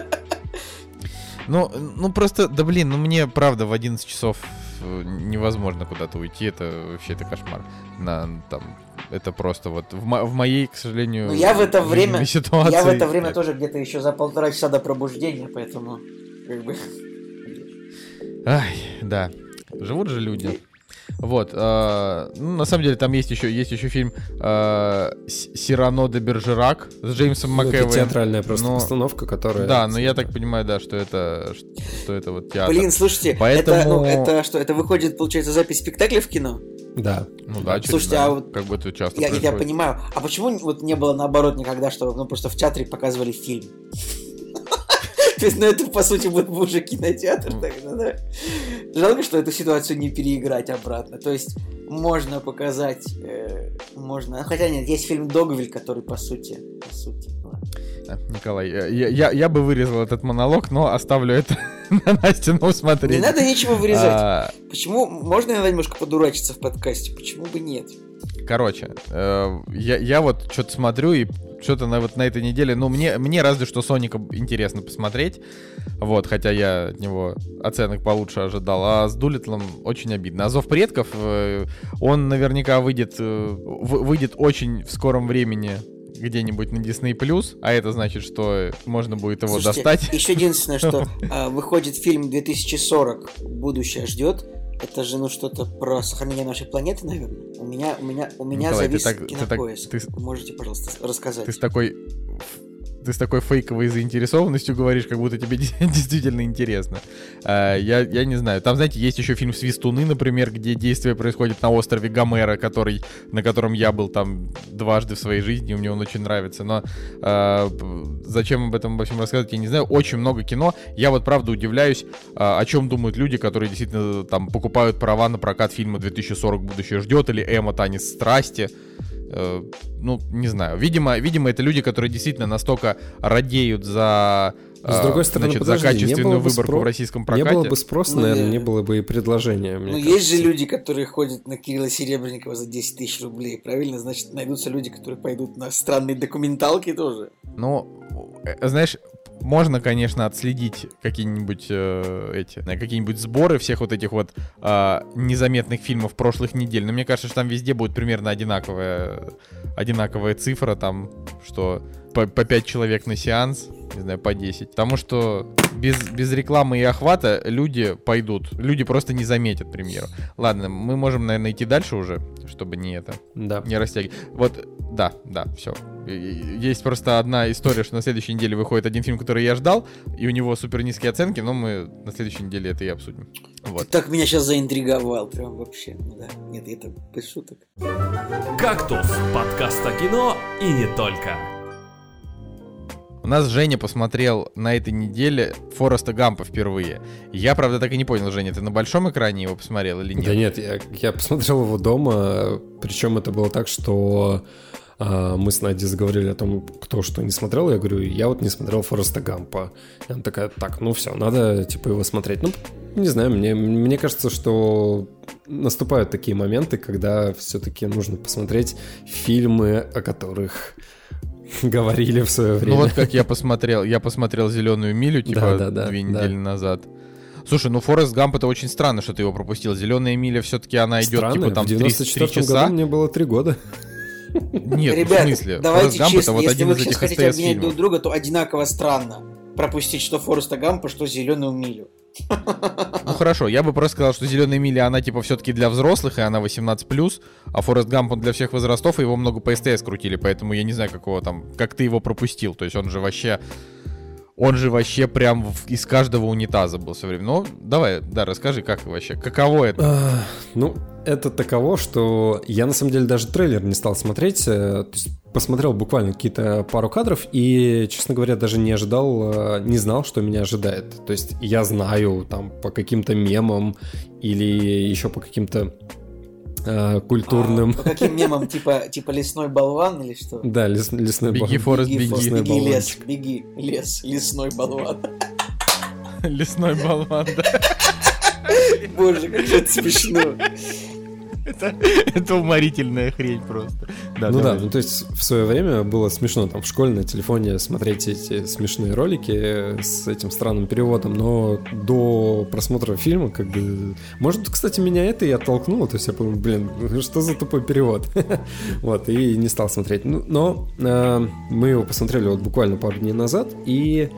A: Ну, ну просто, да блин, ну мне, правда, в одиннадцать часов э, невозможно куда-то уйти. Это вообще это кошмар. На, там, это просто вот в, мо- в моей, к сожалению,
C: Ну я в это время,
A: жизненной ситуации.
C: я в это время
A: нет.
C: тоже где-то еще за полтора часа до пробуждения, поэтому как бы...
A: Ай, да. Живут же люди. Вот, э, ну, на самом деле там есть еще, есть еще фильм э, С- «Сирано де Бержерак» с Джеймсом
B: Ну, это
A: МакЭвоем.
B: театральная просто
A: но-
B: постановка, которая...
A: Да, но я так понимаю, да, что это, что это вот театр.
C: Блин, слушайте,
A: Поэтому-
C: это, ну, это что, это выходит, получается, запись спектакля в кино?
B: Да.
A: Ну да,
C: Слушайте,
A: очередная.
C: а вот
A: как бы это часто
C: Я, я
A: происходит.
C: понимаю. А почему вот не было наоборот никогда, что ну просто в театре показывали фильм? То есть, ну это по сути был бы уже кинотеатр тогда, да? Жалко, что эту ситуацию не переиграть обратно. То есть можно показать, э, можно. Хотя нет, есть фильм «Догвиль», который по сути, по сути. ладно.
A: А, Николай, я, я, я бы вырезал этот монолог, но оставлю это на Настю на усмотрение.
C: Не надо ничего вырезать.
A: А,
C: Почему можно иногда немножко подурачиться в подкасте? Почему бы нет?
A: Короче, э, я, я вот что-то смотрю и что-то на, вот на этой неделе, ну, мне, мне разве что Соника интересно посмотреть, вот, хотя я от него оценок получше ожидал, а с Дулитлом очень обидно. А «Зов предков», э, он наверняка выйдет, э, в- выйдет очень в скором времени где-нибудь на Disney+, а это значит, что можно будет его
C: Слушайте,
A: достать.
C: еще единственное, что а, выходит фильм две тысячи сорок, будущее ждет. Это же, ну, что-то про сохранение нашей планеты, наверное. У меня, у меня, у меня
A: Николай, ты
C: завис
A: так- ты так-
C: кинопоиск.
A: ты-
C: Вы можете, пожалуйста, рассказать?
A: Ты с такой... Ты с такой фейковой заинтересованностью говоришь, как будто тебе действительно интересно. А, я, я не знаю. Там, знаете, есть еще фильм «Свистуны», например, где действие происходит на острове Гомера, который, на котором я был там дважды в своей жизни, и мне он очень нравится. Но а, зачем об этом обо всем рассказывать, я не знаю. Очень много кино. Я вот правда удивляюсь, а, о чем думают люди, которые действительно там покупают права на прокат фильма две тысячи сорок «Будущее ждет» или «Эмма, танец страсти». Э, ну, не знаю. Видимо, видимо, это люди, которые действительно настолько радеют за,
B: С другой стороны,
A: значит, за
B: подожди, не
A: качественную
B: было бы
A: выборку
B: спро-
A: в российском
B: Не
A: прокате.
B: было бы спроса,
C: Ну,
B: наверное,
C: я-
B: не было бы и предложения. мне
C: Ну,
B: кажется.
C: есть же люди, которые ходят на Кирилла Серебренникова за десять тысяч рублей, правильно? Значит, найдутся люди, которые пойдут на странные документалки тоже.
A: Ну, э, знаешь, можно, конечно, отследить какие-нибудь э, эти, э, какие-нибудь сборы всех вот этих вот э, незаметных фильмов прошлых недель, но мне кажется, что там везде будет примерно одинаковая, одинаковая цифра, там, что по, по пять человек на сеанс, не знаю, по десять. Потому что без, без рекламы и охвата люди пойдут, люди просто не заметят премьеру. Ладно, мы можем, наверное, идти дальше уже, чтобы не это,
B: Да.
A: не растягивать. Вот, да, да, все. Есть просто одна история, что на следующей неделе выходит один фильм, который я ждал, и у него супер низкие оценки, но мы на следующей неделе это и обсудим. Вот.
C: Ты так меня сейчас заинтриговал, прям вообще. Ну да, нет, это без шуток.
D: «Кактус» — подкаст о кино и не только.
A: У нас Женя посмотрел на этой неделе Фореста Гампа впервые. Я, правда, так и не понял, Женя, ты на большом экране его посмотрел или нет?
B: Да нет, я, я посмотрел его дома, причем это было так, что а, мы с Надей заговорили о том, кто что не смотрел. Я говорю, я вот не смотрел Фореста Гампа. И она такая, так, ну все, надо типа его смотреть. Ну, не знаю, мне, мне кажется, что наступают такие моменты, когда все-таки нужно посмотреть фильмы, о которых говорили в свое время.
A: Ну вот как я посмотрел, я посмотрел «Зеленую милю», типа
B: Да, да, да,
A: две
B: да.
A: недели назад. Слушай, ну Форест Гамп это очень странно, что ты его пропустил. «Зеленая миля» все-таки она идет
B: Странно,
A: типа там
B: в
A: три
B: девяносто четвёртом
A: часа.
B: году мне было три года.
A: Нет,
C: Ребят,
A: в смысле?
C: давайте
A: Форест Гамп это
C: честно,
A: вот
C: если
A: один
C: вы
A: из
C: сейчас
A: этих
C: хотите
A: СТС
C: обменять
A: фильмов.
C: друг друга, то одинаково странно. пропустить что Форреста Гампа, что Зеленую милю.
A: Ну хорошо, я бы просто сказал, что Зеленая миля, она типа все-таки для взрослых, и она восемнадцать плюс, а Форрест Гамп он для всех возрастов, и его много по СТС крутили, поэтому я не знаю, какого там, как ты его пропустил. То есть он же вообще, он же вообще прям в, из каждого унитаза был все время. Ну, давай, да, расскажи, как вообще, каково это?
B: А, ну, это таково, что я на самом деле даже трейлер не стал смотреть, то есть посмотрел буквально какие-то пару кадров и, честно говоря, даже не ожидал, не знал, что меня ожидает. То есть я знаю там по каким-то мемам или еще по каким-то э, культурным...
C: А, по каким мемам? Типа, типа лесной болван или что?
B: Да, лес, лесной болван.
A: Беги, Форест, беги.
C: Беги,
B: Беги,
C: лес, беги, лес, лесной болван.
A: Лесной болван, да.
C: Боже, как же это смешно.
A: Это, это уморительная хрень просто. Да,
B: ну
A: давай.
B: да, ну то есть в свое время было смешно там в школе на телефоне смотреть эти смешные ролики с этим странным переводом, но до просмотра фильма как бы... Может, кстати, меня это и оттолкнуло, то есть я подумал, блин, что за тупой перевод? Вот, и не стал смотреть. Ну, но э, мы его посмотрели вот буквально пару дней назад, и...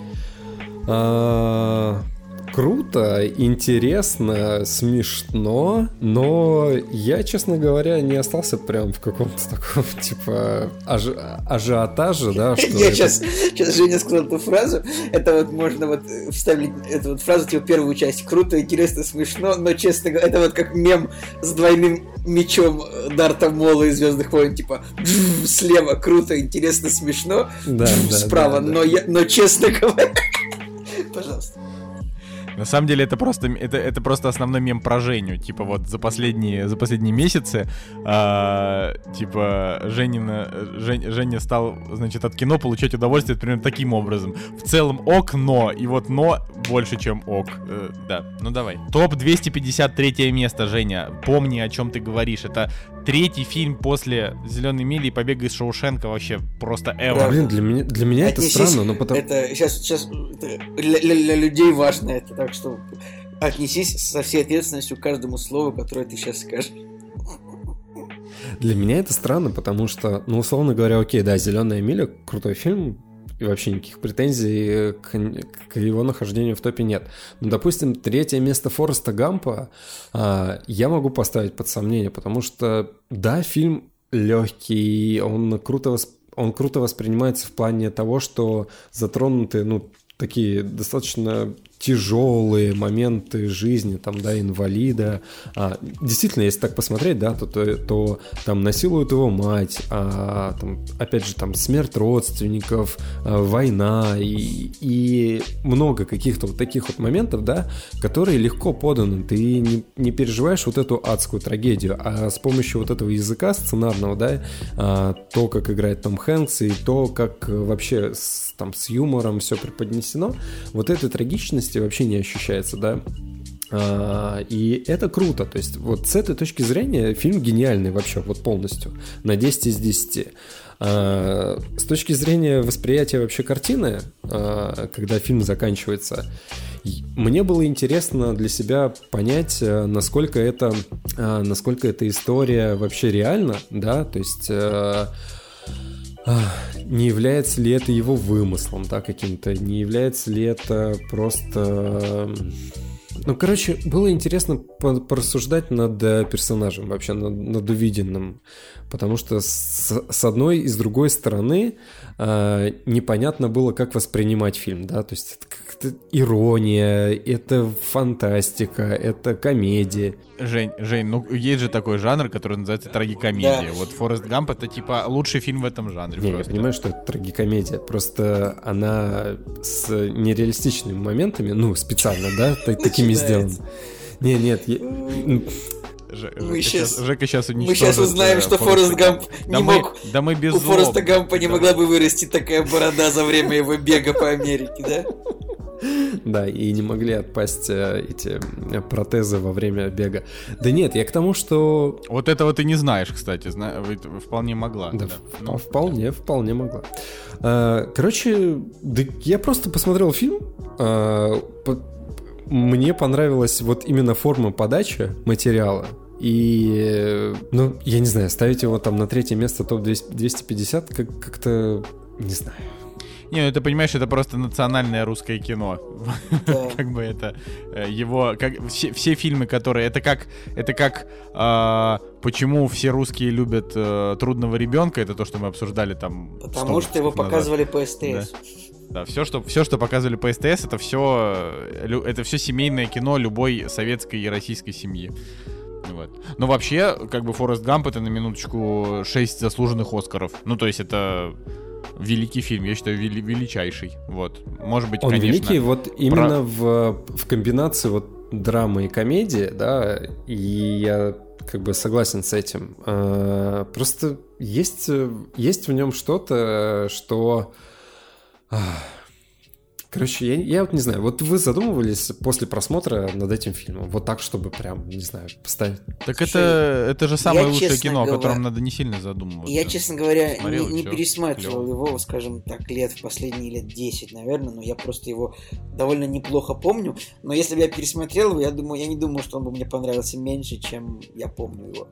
B: Э, круто, интересно, смешно, но я, честно говоря, не остался прям в каком-то таком, типа, аж, ажиотаже, да, что
C: Я
B: это...
C: сейчас, сейчас Женя сказал эту фразу, это вот можно вот вставить эту вот фразу, типа, первую часть, круто, интересно, смешно, но, честно говоря, это вот как мем с двойным мечом Дарта Мола из «Звездных войн», типа, слева, круто, интересно, смешно,
B: да, да,
C: справа,
B: да, да.
C: но, я, но, честно говоря, пожалуйста.
A: На самом деле это просто, это, это просто основной мем про Женю. Типа вот за последние, за последние месяцы а, типа Женина, Жень, Женя стал, значит, от кино получать удовольствие примерно таким образом. В целом ок, но. И вот но больше, чем ок. Э, да, ну давай. Топ двести пятьдесят третье место, Женя. Помни, о чем ты говоришь. Это третий фильм после «Зеленой мили» и «Побега из Шоушенка». Вообще просто ever.
B: Да, блин, для меня, для меня это странно, но потом...
C: Это сейчас, сейчас это, для, для людей важно это, так что отнесись со всей ответственностью к каждому слову, которое ты сейчас скажешь.
B: Для меня это странно, потому что, ну, условно говоря, окей, да, «Зеленая миля» — крутой фильм, и вообще никаких претензий к, к его нахождению в топе нет. Но, допустим, третье место Форреста Гампа а, я могу поставить под сомнение, потому что, да, фильм легкий, он круто, восп... он круто воспринимается в плане того, что затронуты, ну, такие достаточно тяжелые моменты жизни, там, да, инвалида. А, действительно, если так посмотреть, да, то, то, то там насилуют его мать, а, там, опять же, там смерть родственников, а, война и, и много каких-то вот таких вот моментов, да, которые легко поданы. Ты не, не переживаешь вот эту адскую трагедию, а с помощью вот этого языка сценарного, да, а, то, как играет Том Хэнкс и то, как вообще с, там, с юмором все преподнесено, вот этой трагичности вообще не ощущается, да. А, и это круто. То есть вот с этой точки зрения фильм гениальный вообще, вот полностью. На десять из десяти. А, с точки зрения восприятия вообще картины, а, когда фильм заканчивается, мне было интересно для себя понять, насколько это, а, насколько эта история вообще реальна, да, то есть... А, не является ли это его вымыслом, да, каким-то, не является ли это просто... Ну, короче, было интересно порассуждать над персонажем, вообще над, над увиденным, потому что с, с одной и с другой стороны э, непонятно было, как воспринимать фильм, да, то есть это как-то ирония, это фантастика, это комедия.
A: Жень, Жень, ну есть же такой жанр, который называется трагикомедия.
C: Да.
A: Вот «Форрест Гамп» — это типа лучший фильм в этом жанре.
B: Не,
A: просто.
B: я понимаю, что это трагикомедия, просто она с нереалистичными моментами, ну, специально, да, такими сделана. Не, нет, я...
A: Ж,
C: Мы
A: Жека,
C: сейчас,
A: сейчас, Жека сейчас уничтожит.
C: мы сейчас узнаем, что Форрест Гамп не
A: да
C: мог...
A: Мы, да мы без
C: У Форреста
A: злоб.
C: Гампа не
A: Да.
C: могла бы вырасти такая борода за время его бега по Америке, да?
B: Да, и не могли отпасть э, эти протезы во время бега. Да нет, я к тому, что...
A: Вот этого ты не знаешь, кстати. Зна... Вполне могла.
B: Да,
A: да.
B: в-
A: Ну.
B: вполне, вполне могла. А, короче, да я просто посмотрел фильм. а, по- Мне понравилась вот именно форма подачи материала. И, ну, я не знаю, ставить его там на третье место топ двести пятьдесят как- как-то, не знаю.
A: Не, ну ты понимаешь, это просто национальное русское кино.
C: Да.
A: Как бы это э, его, как все, все фильмы, которые, это как, это как, э, почему все русские любят э, «Трудного ребенка», это то, что мы обсуждали там.
C: Потому что его показывали по СТС.
A: Да. Да, все, что, все, что показывали по СТС, это все, это все семейное кино любой советской и российской семьи. Вот. Но вообще, как бы Форест Гамп — это на минуточку шесть заслуженных Оскаров. Ну, то есть это великий фильм, я считаю, вели- величайший. Вот. Может быть,
B: он
A: конечно...
B: великий вот именно
A: про...
B: в, в комбинации вот драмы и комедии, да, и я как бы согласен с этим. А, просто есть, есть в нем что-то, что... Короче, я, я вот не знаю, вот вы задумывались после просмотра над этим фильмом, вот так, чтобы прям, не знаю, поставить?
A: Так это, это же самое
C: я,
A: лучшее кино,
C: говоря,
A: о котором надо не сильно задумываться.
C: Я, честно говоря,
A: Смотрел,
C: не, не
A: всё,
C: пересматривал
A: клево.
C: его, скажем так, лет в последние лет десять, наверное, но я просто его довольно неплохо помню. Но если бы я пересмотрел его, я думаю, я не думаю, что он бы мне понравился меньше, чем я помню его.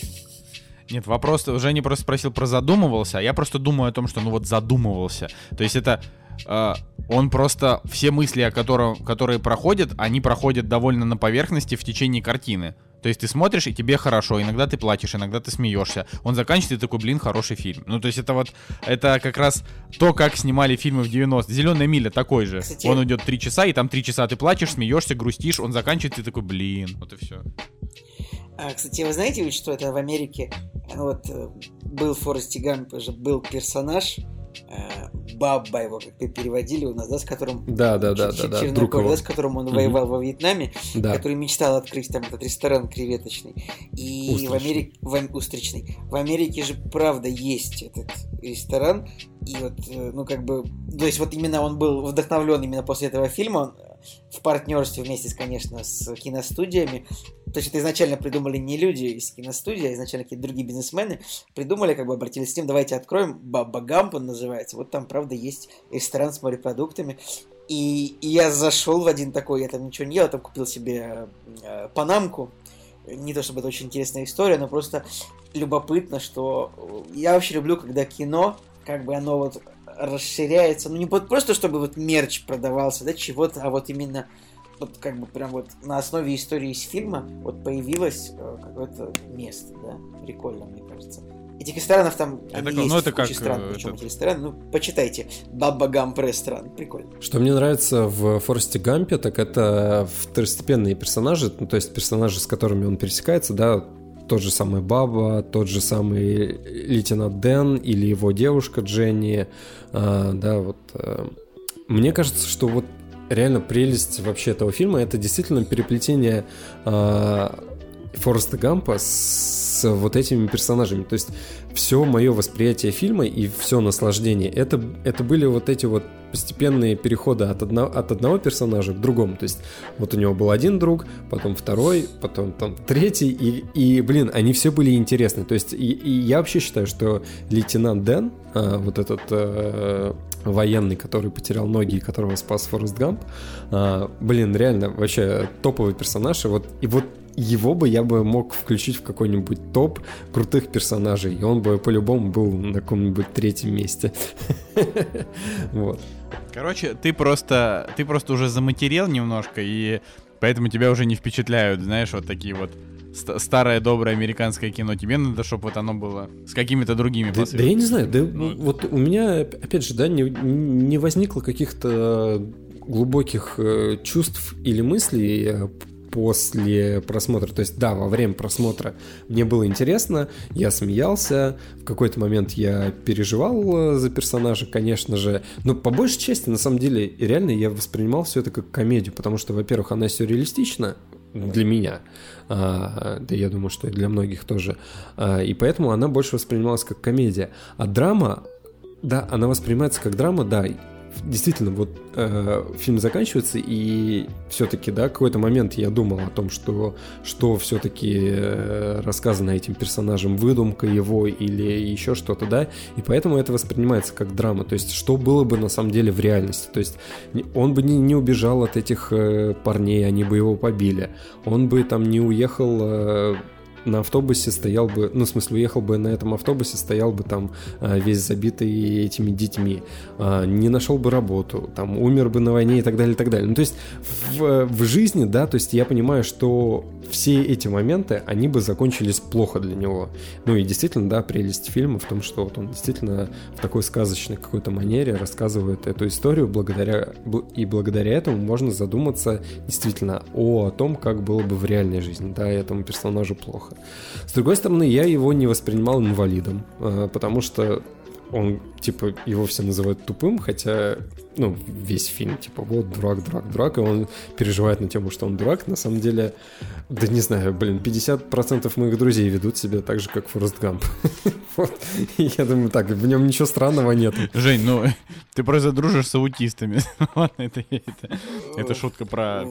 A: Нет, вопрос, Женя просто спросил про задумывался, а я просто думаю о том, что ну вот задумывался. То есть это... Uh, он просто, все мысли, о котором, которые проходят, они проходят довольно на поверхности в течение картины. То есть ты смотришь, и тебе хорошо, иногда ты плачешь, иногда ты смеешься. Он заканчивается, и ты такой, блин, хороший фильм. Ну, то есть это вот, это как раз то, как снимали фильмы в девяностые. «Зеленая миля» такой же. Кстати, он идет три часа, и там три часа ты плачешь, смеешься, грустишь, он заканчивается, и ты такой, блин, вот и все.
C: А, кстати, вы знаете, ведь, что это в Америке, ну, вот, был в Форесте Гампе же, был персонаж, Бабба его как-то переводили у нас, да, с которым...
B: Да, да, да, да, да,
C: друг его, да, с которым он воевал во Вьетнаме,
B: да.
C: который мечтал открыть там этот ресторан креветочный. И
B: устричный.
C: в Америке... В, устричный. В Америке же, правда, есть этот ресторан, и вот, ну, как бы... То есть вот именно он был вдохновлен именно после этого фильма, он в партнерстве вместе, с, конечно, с киностудиями. То есть это изначально придумали не люди из киностудии, а изначально какие-то другие бизнесмены придумали, как бы обратились с ним, давайте откроем, Баба Гамп он называется. Вот там, правда, есть ресторан с морепродуктами. И, и я зашел в один такой, я там ничего не ел, я там купил себе э, панамку. Не то чтобы это очень интересная история, но просто любопытно, что я вообще люблю, когда кино, как бы оно вот расширяется, ну не просто чтобы вот мерч продавался, да, чего-то, а вот именно вот как бы прям вот на основе истории из фильма вот появилось э, какое-то место, да, прикольно, мне кажется. Этих ресторанов там
A: это,
C: есть
A: ну, это
C: куча
A: как,
C: стран,
A: э,
C: причем
A: это...
C: эти рестораны, ну, почитайте, Баба Гамп ресторан, прикольно.
B: Что мне нравится в Форесте Гампе, так это второстепенные персонажи, ну, то есть персонажи, с которыми он пересекается, да, тот же самый Баба, тот же самый лейтенант Дэн или его девушка Дженни, а, да, вот. А, мне кажется, что вот реально прелесть вообще этого фильма — это действительно переплетение а, Фореста Гампа с вот этими персонажами. То есть все мое восприятие фильма и все наслаждение это, это были вот эти вот постепенные переходы от, одно, от одного персонажа к другому. То есть вот у него был один друг, потом второй, потом там третий, и, и блин, они все были интересны. То есть и, и я вообще считаю, что лейтенант Дэн, а, вот этот а, военный, который потерял ноги и которого спас Форест Гамп, а, блин, реально вообще топовый персонаж. И вот, и вот его бы я бы мог включить в какой-нибудь топ крутых персонажей, и он бы по-любому был на каком-нибудь третьем месте. Вот.
A: Короче, ты просто, ты просто уже заматерел немножко, и поэтому тебя уже не впечатляют, знаешь, вот такие вот ст- старое доброе американское кино. Тебе надо, чтобы вот оно было с какими-то другими
B: Да, да я не знаю, да, ну, вот у меня, опять же, да, не, не возникло каких-то глубоких э, чувств или мыслей э, после просмотра. То есть, да, во время просмотра мне было интересно, я смеялся, в какой-то момент я переживал за персонажа, конечно же, но по большей части, на самом деле, реально я воспринимал все это как комедию, потому что, во-первых, она сюрреалистична для меня, а, да я думаю, что и для многих тоже, а, и поэтому она больше воспринималась как комедия. А драма, да, она воспринимается как драма, да. Действительно, вот э, фильм заканчивается, и все-таки, да, какой-то момент я думал о том, что, что все-таки э, рассказано этим персонажем, выдумка его или еще что-то, да, и поэтому это воспринимается как драма, то есть что было бы на самом деле в реальности, то есть он бы не, не убежал от этих э, парней, они бы его побили, он бы там не уехал... Э, на автобусе стоял бы, ну, в смысле, уехал бы на этом автобусе, стоял бы там весь забитый этими детьми, не нашел бы работу, там, умер бы на войне и так далее, и так далее. Ну, то есть в, в жизни, да, то есть я понимаю, что все эти моменты, они бы закончились плохо для него. Ну, и действительно, да, прелесть фильма в том, что вот он действительно в такой сказочной какой-то манере рассказывает эту историю, благодаря, и благодаря этому можно задуматься действительно о, о том, как было бы в реальной жизни, да, этому персонажу плохо. С другой стороны, я его не воспринимал инвалидом, потому что он, типа, его все называют тупым, хотя, ну, весь фильм, типа, вот, дурак, дурак, дурак, и он переживает на тему, что он дурак. На самом деле, да не знаю, блин, пятьдесят процентов моих друзей ведут себя так же, как Форест Гамп. Вот. И я думаю, так, в нем ничего странного нет.
A: Жень, ну, ты просто дружишь с аутистами. Ладно, это, это, это шутка про...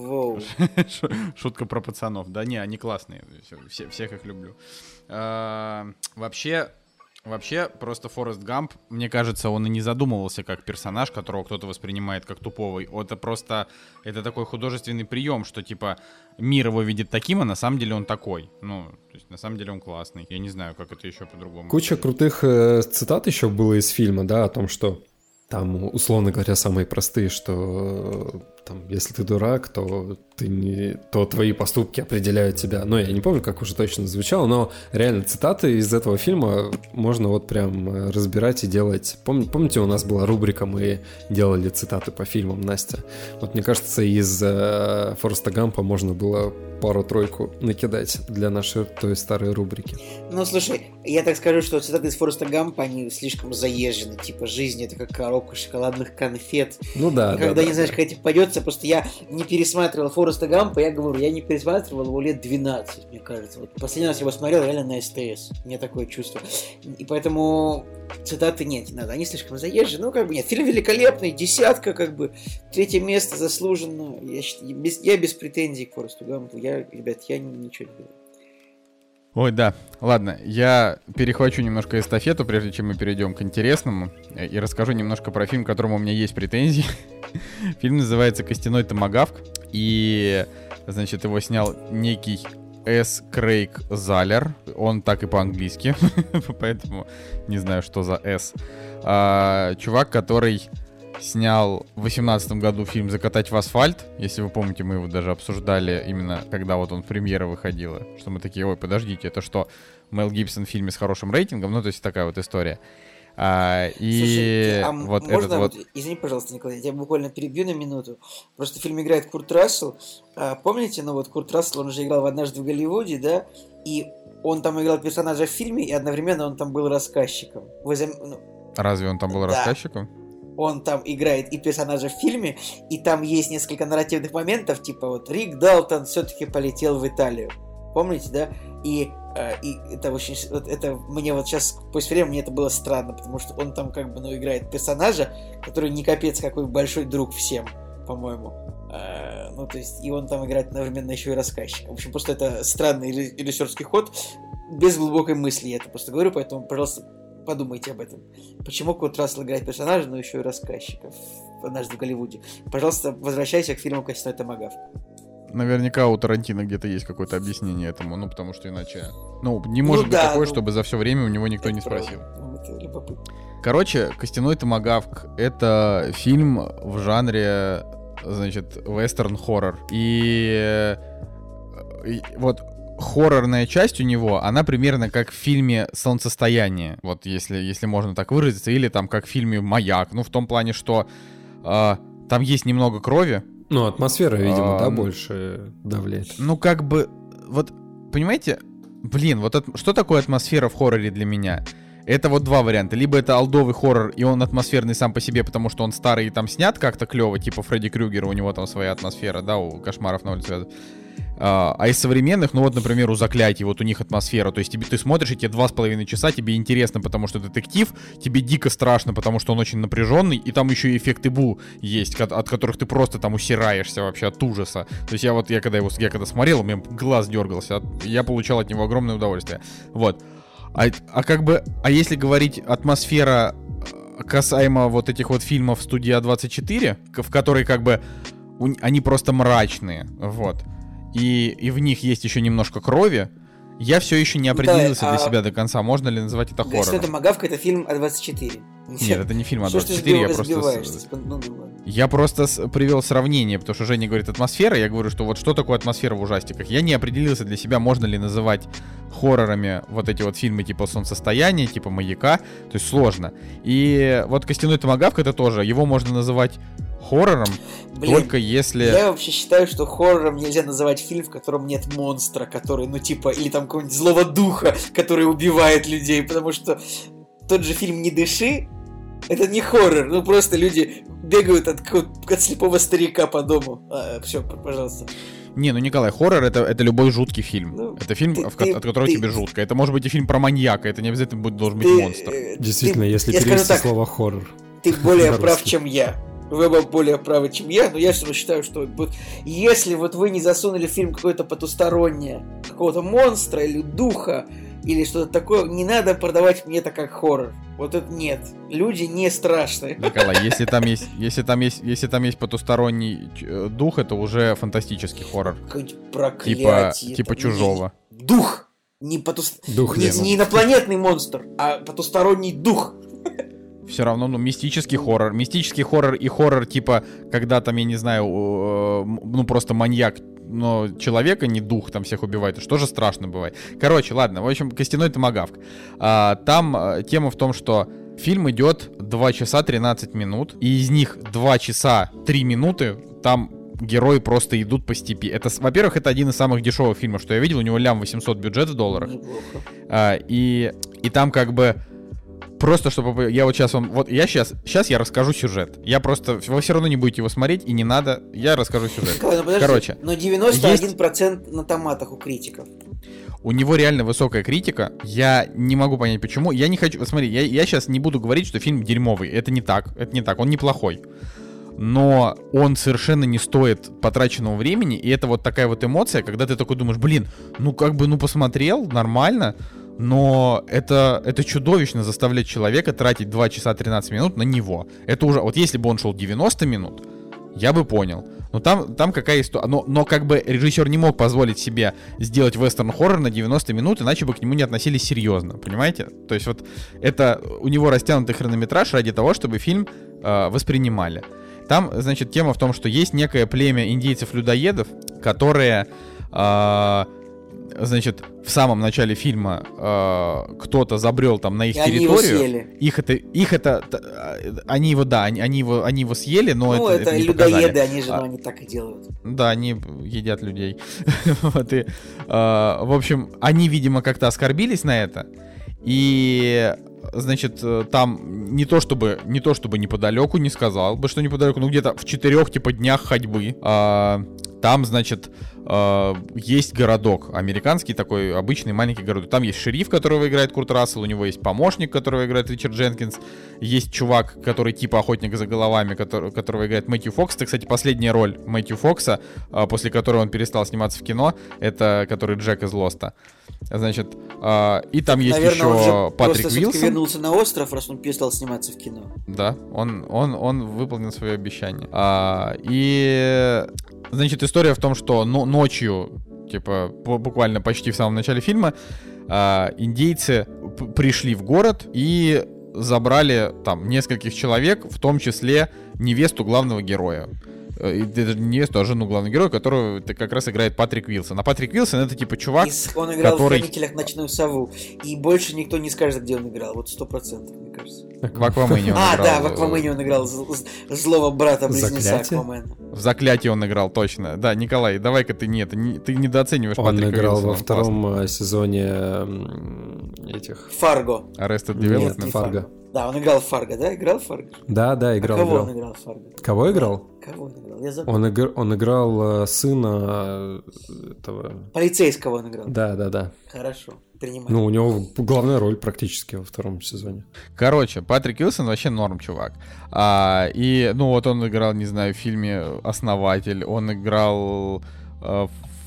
A: Шутка про пацанов. Да не, они классные. Все, всех их люблю. А, вообще... Вообще, просто Форест Гамп, мне кажется, он и не задумывался как персонаж, которого кто-то воспринимает как тупого. Это просто, это такой художественный прием, что, типа, мир его видит таким, а на самом деле он такой. Ну, то есть, на самом деле он классный. Я не знаю, как это еще по-другому.
B: Куча крутых э, цитат еще было из фильма, да, о том, что там, условно говоря, самые простые, что там, если ты дурак, то, ты не, то твои поступки определяют тебя. Ну, я не помню, как уже точно звучало, но реально цитаты из этого фильма можно вот прям разбирать и делать. Пом, помните, у нас была рубрика, мы делали цитаты по фильмам, Настя? Вот мне кажется, из э, Фореста Гампа можно было пару-тройку накидать для нашей той старой рубрики.
C: Ну, слушай, я так скажу, что цитаты из Фореста Гампа, они слишком заезжены. Типа, жизнь — это как коробка шоколадных конфет.
B: Ну да,
C: и
B: да.
C: Когда
B: да,
C: не знаешь,
B: да.
C: как тебе пойдется, просто я не пересматривал Фореста Гампа, я говорю, я не пересматривал его лет двенадцать, мне кажется. Вот последний раз я его смотрел реально на СТС. У меня такое чувство. И поэтому цитаты нет, не надо. Они слишком заезжены. Ну, как бы нет. Фильм великолепный, десятка, как бы. Третье место заслуженно. Я, без, я без претензий к Форесту Гампу. Я, ребят, я ничего не говорю.
A: Ой, да. Ладно, я перехвачу немножко эстафету, прежде чем мы перейдем к интересному, и расскажу немножко про фильм, к которому у меня есть претензии. Фильм называется «Костяной томагавк», и, значит, его снял некий С. Крейг Заллер. Он так и по-английски, поэтому не знаю, что за С. А, чувак, который снял в восемнадцатом году фильм «Закатать в асфальт». Если вы помните, мы его даже обсуждали именно когда вот он в премьера выходила. Что мы такие, ой, подождите, это что, Мел Гибсон в фильме с хорошим рейтингом? Ну, то есть такая вот история. А, и
C: Слушай, а
A: вот
C: можно,
A: этот вот...
C: вот... Извини, пожалуйста, Николай, я тебя буквально перебью на минуту. Просто в фильме играет Курт Рассел. А, помните, ну вот Курт Рассел, он же играл в «Однажды в Голливуде», да? И он там играл персонажа в фильме, и одновременно он там был рассказчиком. Вы зам... ну...
A: Разве он там был
C: да.
A: рассказчиком?
C: Он там играет и персонажа в фильме, и там есть несколько нарративных моментов, типа вот Рик Далтон все-таки полетел в Италию. Помните, да? И, э, и это очень... Вот это мне вот сейчас, после времени, мне это было странно, потому что он там как бы, ну, играет персонажа, который не капец какой большой друг всем, по-моему. Э, ну, то есть, и он там играет одновременно еще и рассказчика. В общем, просто это странный режиссерский ход, без глубокой мысли я это просто говорю, поэтому, пожалуйста, подумайте об этом. Почему Курт Рассел играет персонажа, но еще и рассказчиков «Однажды в Голливуде»? Пожалуйста, возвращайся к фильму «Костяной томагавк».
A: Наверняка у Тарантино где-то есть какое-то объяснение этому, ну, потому что иначе... Ну, не может
C: ну,
A: быть
C: да,
A: такое,
C: ну,
A: чтобы за все время у него никто не спросил.
C: Ну, это любопытно.
A: Короче, «Костяной томагавк» — это фильм в жанре, значит, вестерн-хоррор. И... и вот хоррорная часть у него, она примерно как в фильме «Солнцестояние», вот если, если можно так выразиться, или там как в фильме «Маяк», ну, в том плане, что э, там есть немного крови.
B: Ну, атмосфера, видимо,
A: а,
B: да, больше давляет.
A: Ну, как бы, вот, понимаете, блин, вот от, что такое атмосфера в хорроре для меня? Это вот два варианта. Либо это олдовый хоррор, и он атмосферный сам по себе, потому что он старый и там снят как-то клево, типа Фредди Крюгера, у него там своя атмосфера, да, у «Кошмаров на улице». А, а из современных, ну вот, например, у «Заклятий», вот у них атмосфера, то есть тебе, ты смотришь, и тебе два с половиной часа, тебе интересно, потому что детектив, тебе дико страшно, потому что он очень напряженный, и там еще и эффекты Бу есть, от, от которых ты просто там усираешься вообще от ужаса. То есть я вот, я когда его, я когда смотрел, у меня глаз дергался, от, я получал от него огромное удовольствие. Вот. А, а как бы, а если говорить атмосфера касаемо вот этих вот фильмов студии А двадцать четыре, в которой как бы у, они просто мрачные, вот. И, и в них есть еще немножко крови, Я все еще не определился
C: да,
A: для
C: а...
A: себя до конца, можно ли называть это хоррором.
C: Если это «Магавка», это фильм А двадцать четыре.
A: Нет, это не фильм А двадцать четыре, я просто...
C: Ну,
A: я просто привел сравнение, потому что Женя говорит атмосфера, я говорю, что вот что такое атмосфера в ужастиках. Я не определился для себя, можно ли называть хоррорами вот эти вот фильмы типа «Солнцестояние», типа «Маяка», то есть сложно. И вот «Костяной томагавк» это тоже, его можно называть хоррором, Блин, только если...
C: Я вообще считаю, что хоррором нельзя называть фильм, в котором нет монстра, который, ну типа, или там какого-нибудь злого духа, который убивает людей, потому что тот же фильм «Не дыши», это не хоррор, ну просто люди бегают от, от слепого старика по дому. А, все, пожалуйста.
A: Не, ну Николай, хоррор это, это любой жуткий фильм.
C: Ну,
A: это фильм,
C: ты,
A: в,
C: ты,
A: от которого
C: ты,
A: тебе жутко. Это может быть и фильм про маньяка, это не обязательно будет, должен
C: ты,
A: быть монстр.
B: Действительно,
C: ты,
B: если перевести слово хоррор.
C: Ты более прав, чем я. Вы оба более правы, чем я, но я все равно считаю, что вот, если вот вы не засунули в фильм какое-то потустороннее, какого-то монстра или духа, или что-то такое, не надо продавать мне это как хоррор. Вот это нет. Люди не страшные.
A: Николай, если там есть, если там есть, если там есть потусторонний дух, это уже фантастический хоррор.
C: Проклятие.
A: Типа, типа Чужого.
C: Дух! Не, потуст...
B: дух,
C: не, не инопланетный монстр, а потусторонний дух.
A: Все равно, ну, мистический хоррор. Мистический хоррор и хоррор, типа, когда там, я не знаю, э, ну, просто маньяк, но человека, не дух, там всех убивает. Что же страшно бывает. Короче, ладно, в общем, «Костяной томагавк». А, там а, тема в том, что фильм идет два часа тринадцать минут, и из них два часа три минуты там герои просто идут по степи. Это, во-первых, это один из самых дешевых фильмов, что я видел. У него лям восемьсот бюджет в долларах. А, и, и там как бы... Просто чтобы... Я вот сейчас вам... Вот я сейчас... Сейчас я расскажу сюжет. Я просто... Вы все равно не будете его смотреть, и не надо. Я расскажу сюжет.
C: Ну, подожди,
A: короче.
C: Но девяносто один процент есть... на томатах у критиков.
A: У него реально высокая критика. Я не могу понять, почему. Я не хочу... Вот смотри, я, я сейчас не буду говорить, что фильм дерьмовый. Это не так. Это не так. Он неплохой. Но он совершенно не стоит потраченного времени. И это вот такая вот эмоция, когда ты такой думаешь, блин, ну как бы, ну посмотрел, нормально. Но это, это чудовищно заставлять человека тратить два часа тринадцать минут на него. Это уже... Вот если бы он шел девяносто минут, я бы понял. Но там, там какая история... Но, но как бы режиссер не мог позволить себе сделать вестерн-хоррор на девяносто минут, иначе бы к нему не относились серьезно. Понимаете? То есть вот это... У него растянутый хронометраж ради того, чтобы фильм э, воспринимали. Там, значит, тема в том, что есть некое племя индейцев-людоедов, которые... Э, Значит, в самом начале фильма э, кто-то забрел там на их
C: и
A: территорию.
C: Они его съели.
A: Их это, их это, т, они его, да, они, они его, они его съели, но
C: ну,
A: это,
C: это,
A: это не
C: людоеды,
A: показали.
C: они же,
A: а,
C: ну, они так и делают.
A: Да, они едят людей. Вот и, э, в общем, они, видимо, как-то оскорбились на это, и значит, там не то чтобы, не то чтобы неподалеку, не сказал бы, что неподалеку, но где-то в четырех типа днях ходьбы. Э, там, значит, э, есть городок, американский такой обычный маленький городок. Там есть шериф, которого играет Курт Рассел, у него есть помощник, которого играет Ричард Дженкинс, есть чувак, который типа охотник за головами, который, которого играет Мэтью Фокс. Это, кстати, последняя роль Мэтью Фокса, э, после которой он перестал сниматься в кино, это который Джек из Лоста. Значит, э, и там есть
C: Наверное,
A: еще
C: он же
A: Патрик
C: просто
A: Уилсон.
C: вернулся на остров, раз он перестал сниматься в кино.
A: Да, он, он, он выполнил свое обещание. А, и, значит, история в том, что ну, ночью, типа, буквально почти в самом начале фильма, а, индейцы п- пришли в город и забрали там нескольких человек, в том числе невесту главного героя. И даже не невесту, а жену главного героя, которого как раз играет Патрик Уилсон. А Патрик Уилсон — это типа чувак,
C: и он играл
A: который...
C: в «Хранителях ночную сову». И больше никто не скажет, где он играл. Вот сто процентов, мне кажется.
A: В «Аквамене» он
C: а,
A: играл.
C: А, да, в «Аквамене» он играл злого брата-близнеца Аквамена.
A: В «Заклятии» он играл, точно. Да, Николай, давай-ка ты нет, не, ты недооцениваешь
B: он
A: Патрика
B: играл
A: Уилсона.
B: во втором
A: классно.
B: сезоне этих...
C: Фарго.
A: Arrested
B: Нет,
A: Development.
B: Фарго.
C: Да, он играл в Фарго, да? Играл в Фарго?
B: Да, да, играл.
C: А кого
B: играл.
C: он играл в Фарго?
B: Кого играл?
C: Кого он играл? Я забыл.
B: Он, игр... он играл сына этого...
C: Полицейского он играл?
B: Да, да, да.
C: Хорошо, принимаю.
B: Ну, у него главная роль практически во втором сезоне.
A: Короче, Патрик Уилсон вообще норм чувак. А, и, ну, вот он играл, не знаю, в фильме «Основатель», он играл а,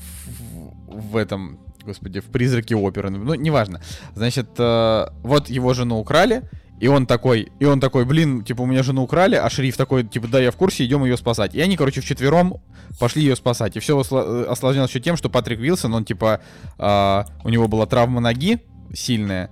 A: в, в этом, господи, в «Призраке оперы», ну, неважно. Значит, а, вот его жену украли, И он такой, и он такой, блин, типа, у меня жену украли, а шериф такой, типа, да, я в курсе, идем ее спасать. И они, короче, вчетвером пошли ее спасать. И все осложнялось еще тем, что Патрик Уилсон, он, типа, э, у него была травма ноги сильная,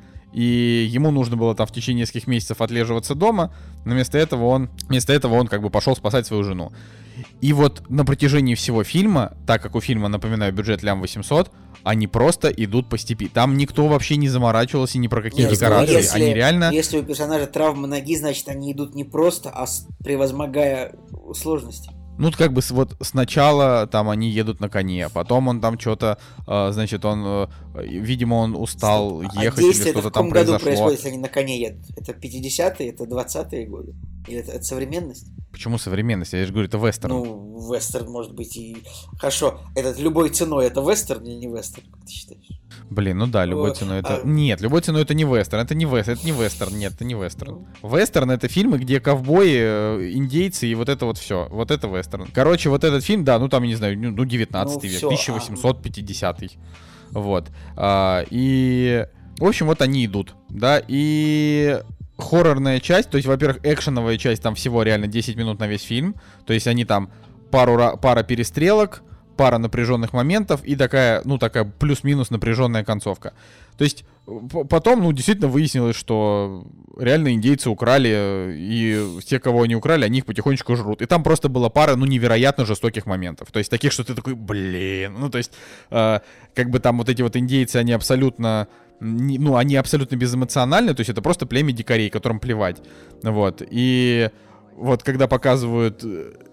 A: и ему нужно было там в течение нескольких месяцев отлеживаться дома, но вместо этого он, вместо этого он как бы пошел спасать свою жену. И вот на протяжении всего фильма, так как у фильма, напоминаю, бюджет лям восемьсот, они просто идут по степи. Там никто вообще не заморачивался ни про какие
C: Нет,
A: декорации.
C: если,
A: Они реально...
C: Если у персонажа травма ноги, значит, они идут не просто, а с, превозмогая сложности.
A: Ну, как бы вот сначала там они едут на коне, потом он там что-то, э, значит, он, э, видимо, он устал
C: Стоп.
A: ехать
C: а
A: или что-то
C: это
A: там
C: в каком году
A: произошло.
C: происходит, если они на коне едут? Это пятидесятые, это двадцатые годы? Или это, это современность?
A: Почему современность? Я же говорю, это вестерн.
C: Ну, вестерн может быть и... Хорошо, этот любой ценой это вестерн или не вестерн, как ты считаешь?
A: Блин, ну да, любой ценой это...
C: А...
A: Нет, любой ценой это не вестерн, это не вестерн, это не вестерн, нет, это не вестерн. Вестерн — это фильмы, где ковбои, индейцы и вот это вот все. Вот это вестерн. Короче, вот этот фильм, да, ну там, не знаю, ну девятнадцатый
C: ну,
A: век,
C: всё,
A: тысяча восемьсот пятидесятый. А... Вот. А, и... В общем, вот они идут, да, и... Хоррорная часть, то есть, во-первых, экшеновая часть, там всего реально десять минут на весь фильм. То есть они там пару, пара перестрелок, пара напряженных моментов и такая, ну, такая плюс-минус напряженная концовка. То есть потом, ну, действительно выяснилось, что реально индейцы украли, и те, кого они украли, они их потихонечку жрут. И там просто была пара, ну, невероятно жестоких моментов. То есть таких, что ты такой, блин, ну, то есть э, как бы там вот эти вот индейцы, они абсолютно... Ну, они абсолютно безэмоциональны, то есть это просто племя дикарей, которым плевать. Вот. И вот когда показывают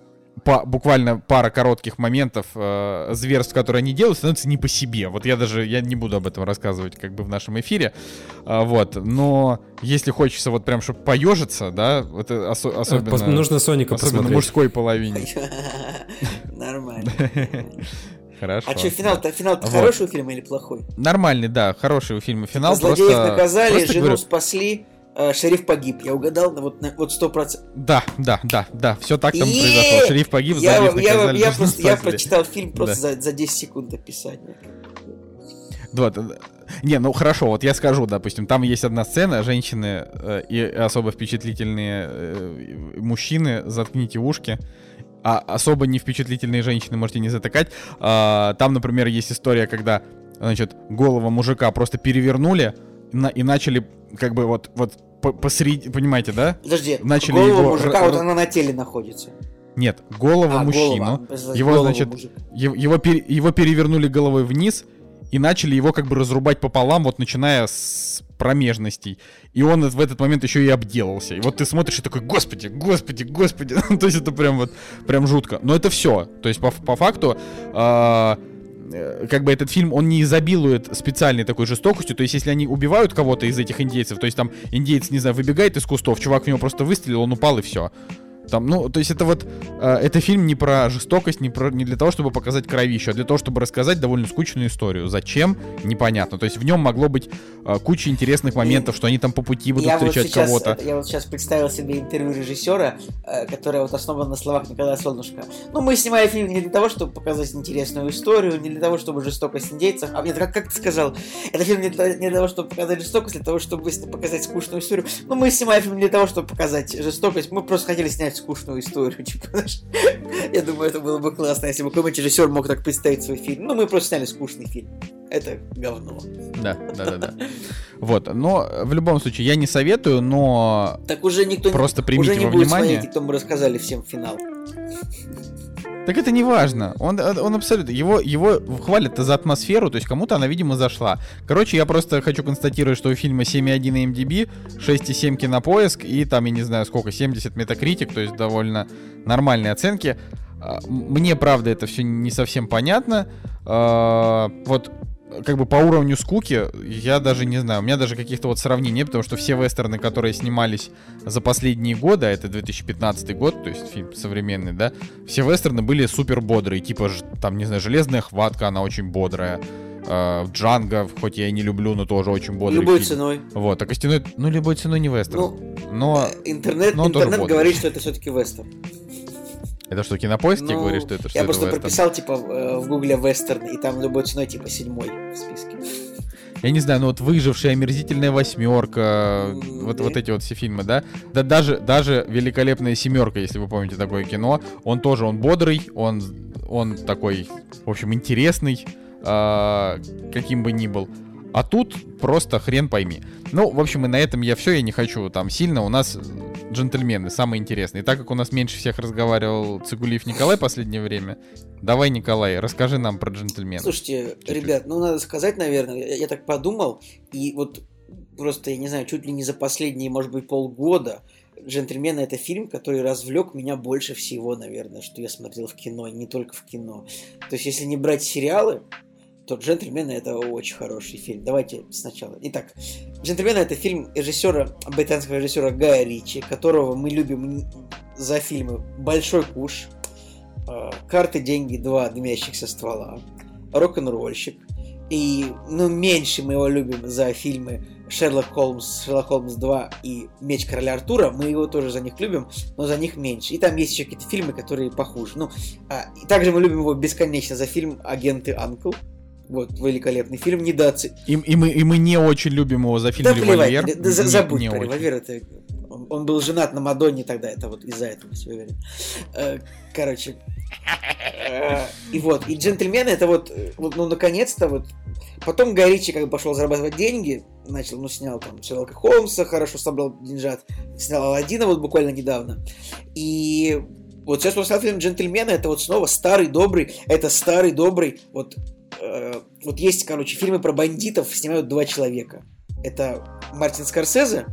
A: по, буквально пара коротких моментов э, зверств, которые они делают, становится не по себе. Вот я даже, я не буду об этом рассказывать как бы в нашем эфире. Э, вот. Но если хочется вот прям, чтобы поежиться, да, это ос- особенно...
B: Нужно Соника
A: особенно
B: посмотреть.
A: мужской половине.
C: Нормально.
A: Хорошо.
C: А что, финал-то, финал-то
A: вот.
C: Хороший у фильма или плохой?
A: Нормальный, да, хороший у фильма финал.
C: Злодеев
A: просто,
C: наказали,
A: просто
C: жену
A: говорю...
C: спасли, э, шериф погиб. Я угадал на вот, на, вот сто процентов.
A: Да, да, да, да, все так там
C: И
A: произошло. Шериф погиб,
C: я,
A: злодеев
C: я,
A: наказали,
C: я,
A: жену
C: просто, я
A: спасли.
C: прочитал фильм просто
A: Да.
C: за, за десять секунд описания.
A: Вот. Не, ну хорошо, вот я скажу, допустим, там есть одна сцена, женщины э, и особо впечатлительные э, мужчины, заткните ушки. А особо не впечатлительные женщины можете не затыкать. А, там, например, есть история, когда, значит, голову мужика просто перевернули на, и начали, как бы, вот, вот по- посреди, понимаете, да?
C: Подожди,
A: начали
C: голову
A: его
C: мужика,
A: р-
C: вот она на теле находится.
A: Нет, голову
C: А,
A: мужчину.
C: голова,
A: Его,
C: голову
A: значит,
C: мужика.
A: его, его, пере- его перевернули головой вниз и начали его как бы разрубать пополам, вот начиная с промежностей. И он в этот момент еще и обделался. И вот ты смотришь и такой, господи, господи, господи. То есть это прям вот, прям жутко. Но это все. То есть по, по факту, э, как бы этот фильм, он не изобилует специальной такой жестокостью. То есть если они убивают кого-то из этих индейцев, то есть там индейец, не знаю, выбегает из кустов, чувак в него просто выстрелил, он упал и все. Там, ну, то есть это вот, э, это фильм не про жестокость, не, про, не для того, чтобы показать кровищу, а для того, чтобы рассказать довольно скучную историю. Зачем? Непонятно. То есть в нем могло быть э, куча интересных моментов, и что они там по пути будут
C: я
A: встречать
C: вот сейчас,
A: кого-то.
C: Я вот сейчас представил себе интервью режиссера, э, которое вот основано на словах Николая Солнышко. Ну, мы снимали фильм не для того, чтобы показать интересную историю, не для того, чтобы жестокость индейцев. А нет, как, как ты сказал, это фильм не для, не для того, чтобы показать жестокость, а для того, чтобы показать скучную историю. Ну, мы снимали фильм не для того, чтобы показать жестокость, мы просто хотели снять скучную историю, типа, знаешь. Я думаю, это было бы классно, если бы какой-нибудь режиссер мог так представить свой фильм. Ну, мы просто сняли скучный фильм. Это говно.
A: Да, да, да, да. Вот, но в любом случае я не советую, но
C: Так уже никто
A: просто примите
C: уже не
A: во
C: будет
A: внимание.
C: смотреть, кто мы рассказали всем финал.
A: Так это не важно. Он, он абсолютно... Его, его хвалят за атмосферу, то есть кому-то она, видимо, зашла. Короче, я просто хочу констатировать, что у фильма семь и один на эм ди би, шесть и семь Кинопоиск и там, я не знаю сколько, семьдесят Metacritic, то есть довольно нормальные оценки. Мне, правда, это все не совсем понятно. Вот... Как бы по уровню скуки, я даже не знаю, у меня даже каких-то вот сравнений нет, потому что все вестерны, которые снимались за последние годы, а это две тысячи пятнадцатый год, то есть фильм современный, да, все вестерны были супер бодрые, типа, там, не знаю, «Железная хватка», она очень бодрая, э, «Джанго», хоть я и не люблю, но тоже очень бодрый
C: Любой
A: фильм.
C: ценой.
A: Вот, а «Костяной», ну, любой ценой не вестерн,
C: Ну,
A: но...
C: Интернет,
A: но он тоже
C: интернет
A: бодрый.
C: говорит, что это все-таки вестерн.
A: Это что, Кинопоиск тебе
C: Ну,
A: говорит, что это что
C: я
A: это
C: просто
A: вестерн?
C: прописал, типа, в гугле вестерн, и там любой ценой, типа, седьмой в списке.
A: я не знаю, ну вот «Выжившая», «Омерзительная восьмерка», mm-hmm. вот, вот эти вот все фильмы, да? Да даже, даже «Великолепная семерка», если вы помните такое кино, он тоже, он бодрый, он, он такой, в общем, интересный, э, каким бы ни был. А тут просто хрен пойми. Ну, в общем, и на этом я все, я не хочу там сильно. У нас джентльмены самые интересные. И так как у нас меньше всех разговаривал Цигулиев Николай в последнее время, давай, Николай, расскажи нам про джентльменов.
C: Слушайте,
A: чуть-чуть.
C: Ребят, ну надо сказать, наверное, я, я так подумал, и вот просто, я не знаю, чуть ли не за последние, может быть, полгода «Джентльмены» — это фильм, который развлек меня больше всего, наверное, что я смотрел в кино, не только в кино. То есть, если не брать сериалы, то «Джентльмены» — это очень хороший фильм. Давайте сначала. Итак, «Джентльмены» — это фильм режиссера, британского режиссера Гая Ричи, которого мы любим за фильмы «Большой куш», «Карты, деньги, два дымящихся ствола», «Рок-н-ролльщик». И, ну, меньше мы его любим за фильмы «Шерлок Холмс», «Шерлок Холмс два» и «Меч короля Артура». Мы его тоже за них любим, но за них меньше. И там есть еще какие-то фильмы, которые похуже. Ну, а, и также мы любим его бесконечно за фильм «Агенты Анкл». Вот, великолепный фильм, недооцен...
A: И, и, мы, и мы не очень любим его за фильм да, «Револьвер».
C: Да, да, забудь не про «Револьвер». Это, он, он был женат на Мадонне тогда, это вот из-за этого, все уверен. Короче. И вот, и «Джентльмены» это вот, вот, ну, наконец-то, вот. Потом Гай Ричи как бы пошел зарабатывать деньги, начал, ну, снял там Шерлока Холмса, хорошо собрал деньжат, снял Аладдина вот буквально недавно. И вот сейчас он снял фильм «Джентльмены», это вот снова старый, добрый, это старый, добрый, вот. Вот есть, короче, фильмы про бандитов снимают два человека. Это Мартин Скорсезе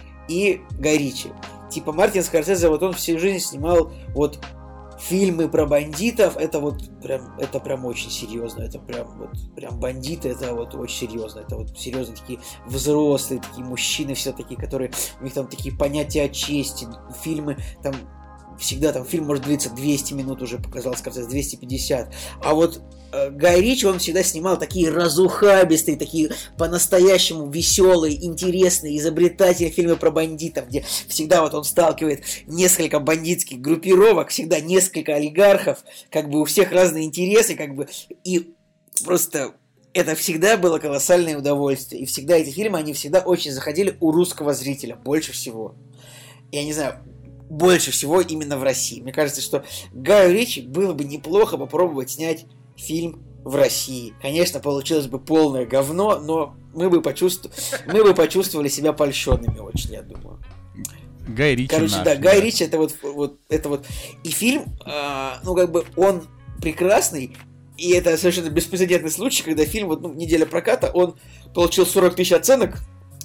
C: и Гай Ричи. Типа Мартин Скорсезе, вот он всю жизнь снимал вот фильмы про бандитов. Это вот прям, это прям очень серьезно. Это прям вот прям бандиты, это вот очень серьезно. Это вот серьезно такие взрослые, такие мужчины все такие, которые у них там такие понятия о чести. Фильмы там всегда там фильм может длиться двести минут, уже показал Скорсезе, двести пятьдесят. А вот э, Гай Ричи, он всегда снимал такие разухабистые, такие по-настоящему веселые, интересные, изобретательные фильмы про бандитов, где всегда вот он сталкивает несколько бандитских группировок, всегда несколько олигархов, как бы у всех разные интересы, как бы, и просто это всегда было колоссальное удовольствие. И всегда эти фильмы, они всегда очень заходили у русского зрителя, больше всего. Я не знаю, больше всего именно в России. Мне кажется, что Гаю Ричи было бы неплохо попробовать снять фильм в России. Конечно, получилось бы полное говно, но мы бы, почувствовали, мы бы почувствовали себя польщенными очень, я думаю.
A: Гай Ричи
C: Короче,
A: наш,
C: да,
A: да,
C: Гай Ричи это вот, вот, это вот. И фильм, э, ну, как бы, он прекрасный, и это совершенно беспрецедентный случай, когда фильм, вот, ну, неделя проката, он получил сорок тысяч оценок.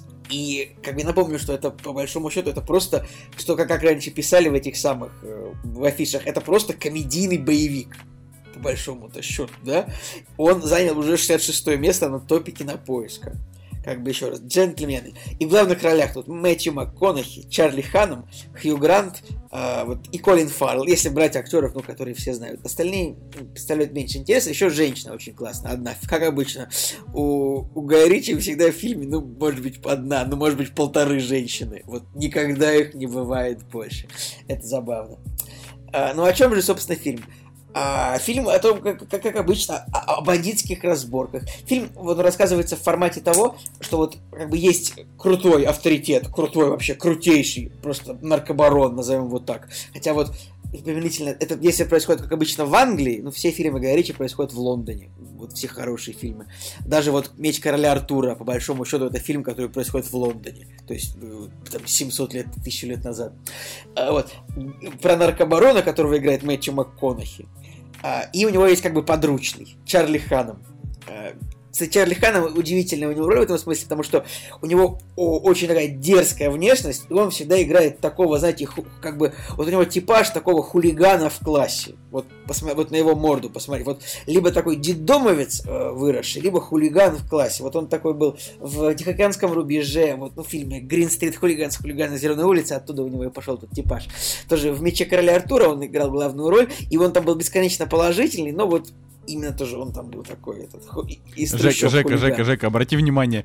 C: И как бы напомню, что это по большому счету это просто, что как, как раньше писали в этих самых э, в афишах, это просто комедийный боевик, по большому-то счету, да? Он занял уже шестьдесят шестое место на топе Кинопоиска. Как бы еще раз, «Джентльмены». И в главных ролях тут Мэтью МакКонахи, Чарли Ханнам, Хью Грант, э, вот, и Колин Фаррелл, если брать актеров, ну, которые все знают. Остальные ну, представляют меньше интереса. Еще женщина очень классная, одна. Как обычно, у, у Гая Ричи всегда в фильме, ну, может быть, одна, ну, может быть, полторы женщины. Вот никогда их не бывает больше. Это забавно. А, ну, о чем же, собственно, фильм? А, фильм о том, как, как, как обычно, о, о бандитских разборках. Фильм вот рассказывается в формате того, что вот как бы есть крутой авторитет, крутой вообще, крутейший, просто наркобарон, назовем вот так. Хотя вот применительно, это если происходит, как обычно, в Англии, ну, все фильмы Гая Ричи происходят в Лондоне. Вот все хорошие фильмы. Даже вот «Меч короля Артура», по большому счету, это фильм, который происходит в Лондоне. То есть, там, семьсот лет, тысячу лет назад. А, вот. Про наркобарона, которого играет Мэтью МакКонахи. А, и у него есть как бы подручный, Чарли Ханнам. А, кстати, Чарли Ханнам удивительная у него роль в этом смысле, потому что у него о, очень такая дерзкая внешность, и он всегда играет такого, знаете, ху, как бы, вот у него типаж такого хулигана в классе. Вот, посмотри, вот на его морду посмотри. Вот либо такой детдомовец э, выросший, либо хулиган в классе. Вот он такой был в «Тихоокеанском рубеже», вот, ну, в фильме «Грин-стрит хулиганс», «Хулиган на Зеленой улице», оттуда у него и пошел тот типаж. Тоже в «Мече короля Артура» он играл главную роль, и он там был бесконечно положительный, но вот именно тоже он там был такой этот,
A: Жека, Жека, Жека, Жека, обрати внимание,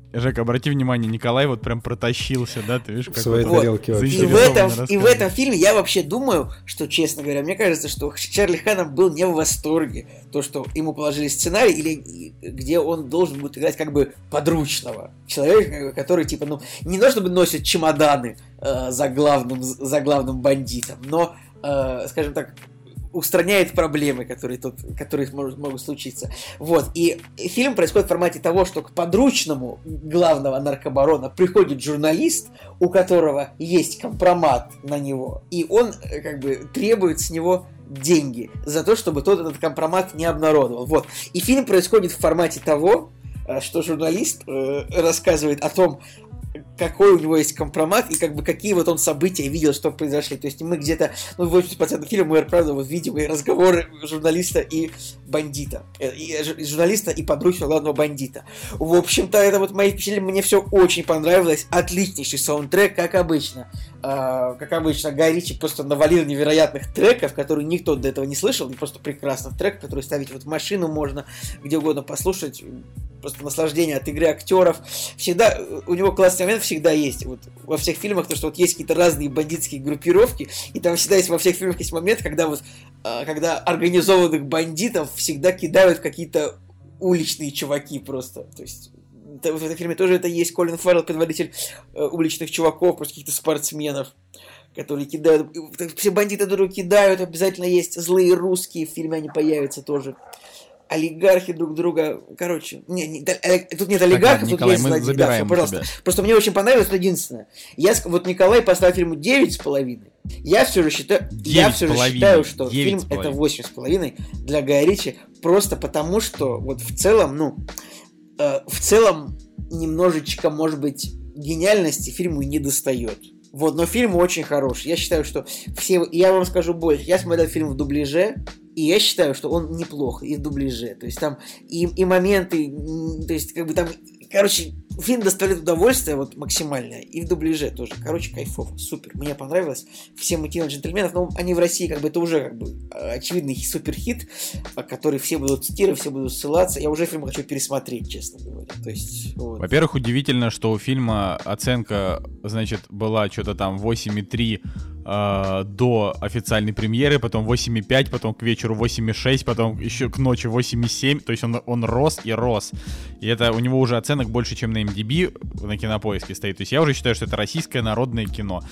A: Жек, обрати внимание, Николай вот прям протащился, да, ты видишь, как
B: в своей
A: вот
B: тарелке вообще.
C: И в, этом, и в этом фильме я вообще думаю, что, честно говоря, мне кажется, что Чарли Ханнам был не в восторге. То, что ему положили сценарий, или где он должен будет играть как бы подручного человека, который, типа, ну, не то чтобы носит чемоданы э, за, главным, за главным бандитом, но, э, скажем так, устраняет проблемы, которые, тут, которые могут, могут случиться. Вот. И фильм происходит в формате того, что к подручному главного наркобарона приходит журналист, у которого есть компромат на него, и он как бы требует с него деньги за то, чтобы тот этот компромат не обнародовал. Вот. И фильм происходит в формате того, что журналист э, рассказывает о том, какой у него есть компромат и как бы какие вот он события видел, что произошли. То есть мы где-то, ну, восемьдесят процентов фильма мы, правда, вот видим и разговоры журналиста и бандита. И, и журналиста и подручного главного бандита. В общем-то, это вот мои впечатления. Мне все очень понравилось. Отличнейший саундтрек, как обычно. А, как обычно, Гай Ричи просто навалил невероятных треков, которые никто до этого не слышал. И просто прекрасных треков, которые ставить вот в машину можно, где угодно послушать. Просто наслаждение от игры актеров. Всегда, у него классный момент всегда есть. Вот во всех фильмах, то, что вот есть какие-то разные бандитские группировки, и там всегда есть, во всех фильмах есть момент, когда вот, когда организованных бандитов всегда кидают какие-то уличные чуваки просто. То есть в этом фильме тоже это есть. Колин Фаррелл, предводитель э, уличных чуваков, просто каких-то спортсменов, которые кидают. Все бандиты друг друга кидают, обязательно есть злые русские, в фильме они появятся тоже. Олигархи друг друга, короче, не, не, тут нет олигархов, тут
A: Николай,
C: есть злодеи. Да, все, пожалуйста. Тебя. Просто мне очень понравилось, но единственное. Я, вот Николай поставил фильму девять с половиной. Я все же считаю, я все же считаю, что фильм это восемь с половиной для Гая Ричи, просто потому что вот в целом, ну, э, в целом немножечко, может быть, гениальности фильму не достает. Вот, но фильм очень хороший. Я считаю, что все... Я вам скажу больше. Я смотрел фильм в дубляже, и я считаю, что он неплох и в дубляже. То есть там и, и моменты... То есть как бы там... Короче, фильм доставляет удовольствие вот максимальное. И в дубляже тоже. Короче, кайфово. Супер. Мне понравилось. Все мы кино джентльменов. Но они в России как бы это уже как бы очевидный суперхит, который все будут цитировать, все будут ссылаться. Я уже фильм хочу пересмотреть, честно говоря. То есть... Вот.
A: Во-первых, удивительно, что у фильма оценка, значит, была что-то там восемь и три э, до официальной премьеры, потом восемь и пять, потом к вечеру восемь и шесть, потом еще к ночи восемь и семь. То есть он, он рос и рос. И это у него уже оценок больше, чем на эм ди би на Кинопоиске стоит. То есть я уже считаю, что это российское народное кино.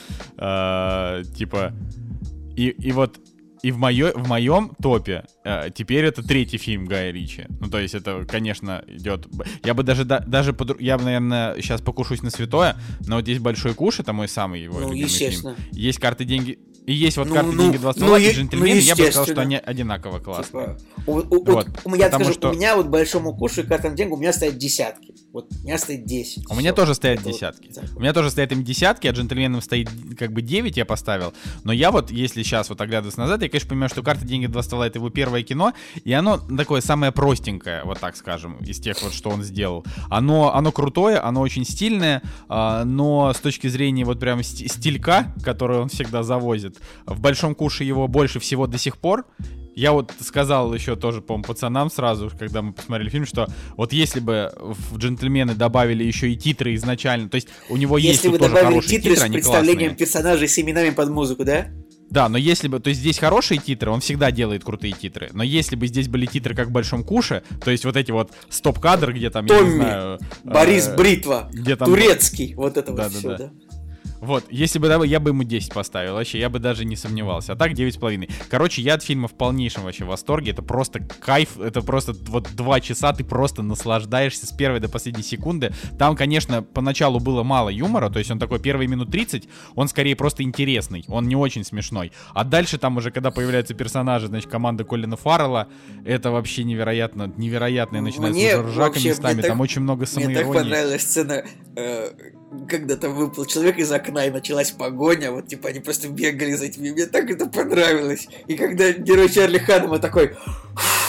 A: Э, типа... И, и вот... И в, моё, в моем топе э, теперь это третий фильм Гая Ричи. Ну, то есть это, конечно, идет... Я бы даже... Да, даже под... Я бы, наверное, сейчас покушусь на святое, но вот есть «Большой куш», это мой самый его
C: ну,
A: любимый
C: фильм.
A: Есть «Карты, деньги...» И есть вот
C: ну,
A: «Карты,
C: ну,
A: деньги, два ствола»
C: ну,
A: и «Джентльмены».
C: Ну,
A: я бы сказал, что они одинаково классные.
C: Типа, у, у,
A: вот,
C: у, я скажу,
A: что...
C: у меня вот «Большому кушу» и «Картам деньги» у меня стоят десятки. Вот у меня стоит десять.
A: У меня тоже стоят
C: это
A: десятки.
C: Вот,
A: у меня тоже стоят им десятки, а «Джентльменам» стоит как бы девять я поставил. Но я вот, если сейчас вот оглядываться назад, я, конечно, понимаю, что «Карты, деньги, два ствола» — это его первое кино, и оно такое самое простенькое, вот так скажем, из тех вот, что он сделал. Оно, оно крутое, оно очень стильное, но с точки зрения вот прям стилька, который он всегда завозит, в «Большом куше» его больше всего до сих пор. Я вот сказал еще тоже, по-моему, пацанам сразу, когда мы посмотрели фильм, что вот если бы в «Джентльмены» добавили еще и титры изначально, то есть у него
C: если
A: есть
C: тут
A: вы
C: тоже
A: добавили
C: хорошие
A: титры,
C: титры с представлением
A: классные.
C: Персонажей с именами под музыку, да?
A: Да, но если бы... То есть здесь хорошие титры, он всегда делает крутые титры. Но если бы здесь были титры, как в «Большом куше», то есть вот эти вот стоп-кадры, где там,
C: Томми,
A: я не знаю...
C: Борис
A: э,
C: Бритва,
A: где там...
C: турецкий, вот это
A: да,
C: вот
A: да,
C: все,
A: да.
C: да?
A: Вот, если бы я бы ему десять поставил, вообще, я бы даже не сомневался. А так девять с половиной. Короче, я от фильма в полнейшем вообще восторге. Это просто кайф, это просто вот два часа ты просто наслаждаешься с первой до последней секунды. Там, конечно, поначалу было мало юмора, то есть он такой первые минут тридцать, он скорее просто интересный, он не очень смешной. А дальше там уже, когда появляются персонажи, значит, команда Колина Фаррелла, это вообще невероятно, невероятно, начинается уже ржака местами, там очень много самоиронии.
C: Мне так понравилась сцена, э, когда там выпал человек из окна, и началась погоня, вот типа они просто бегали за этими, мне так это понравилось. И когда герой Чарли Ханнама такой...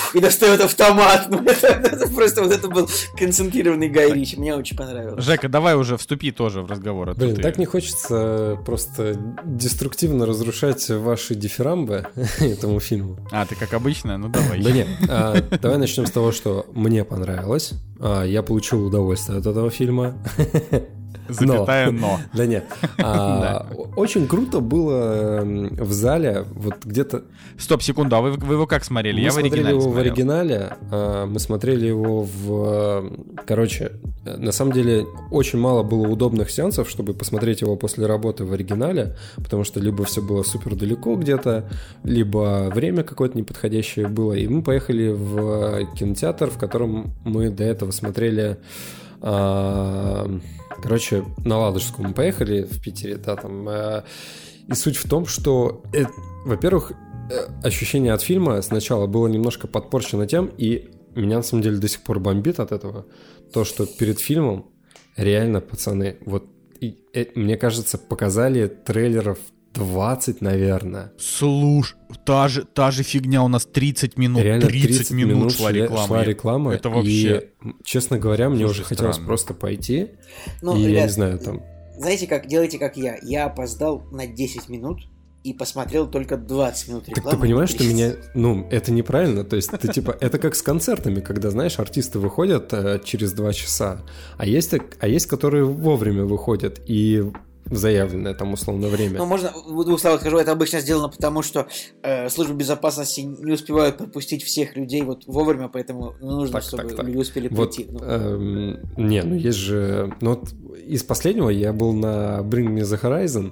C: и достает автомат. Ну, это, это просто вот это был концентрированный Гай Ричи. Мне очень понравилось.
A: Жека, давай уже вступи тоже в разговор.
B: Блин,
A: ты...
B: так не хочется просто деструктивно разрушать ваши дифирамбы этому фильму.
A: А, ты как обычно? Ну давай.
B: Да нет, а, давай начнем с того, что мне понравилось. А, я получил удовольствие от этого фильма.
A: Запятая но.
B: Да нет. А, да. Очень круто было в зале, вот где-то...
A: Стоп, секунду, а вы, вы его как смотрели?
B: Мы
A: Я
B: смотрели
A: в оригинале
B: его
A: смотрел.
B: в оригинале, а, мы смотрели его в... Короче, на самом деле очень мало было удобных сеансов, чтобы посмотреть его после работы в оригинале, потому что либо все было супер далеко где-то, либо время какое-то неподходящее было, и мы поехали в кинотеатр, в котором мы до этого смотрели... Короче, на Ладожскую мы поехали в Питере, да, там. И суть в том, что, это, во-первых, ощущение от фильма сначала было немножко подпорчено тем, и меня на самом деле до сих пор бомбит от этого, то, что перед фильмом реально, пацаны, вот, и, и, мне кажется, показали трейлеров двадцать, наверное.
A: Слушай, та же, та же фигня у нас тридцать минут.
B: Реально
A: тридцать,
B: тридцать
A: минут,
B: минут
A: шла реклама.
B: Шла реклама.
A: Это вообще...
B: И, честно говоря, мне
A: Слушай,
B: уже хотелось
A: странно.
B: просто пойти.
C: Ну,
B: и
C: ребят,
B: я не знаю, там...
C: Знаете как, делайте как я. Я опоздал на десять минут и посмотрел только двадцать минут рекламы.
B: Так ты понимаешь, что
C: тридцать.
B: меня... Ну, это неправильно. То есть, ты типа... Это как с концертами, когда, знаешь, артисты выходят э, через два часа, а есть, а есть, которые вовремя выходят и в заявленное там условно время.
C: Ну, можно, в двух словах скажу, это обычно сделано потому, что э, службы безопасности не успевают пропустить всех людей вот вовремя, поэтому нужно,
B: Так,
C: чтобы
B: так, так.
C: люди успели
B: Вот,
C: прийти. Ну.
B: эм, не, ну есть же... Ну вот из последнего я был на Bring Me The Horizon,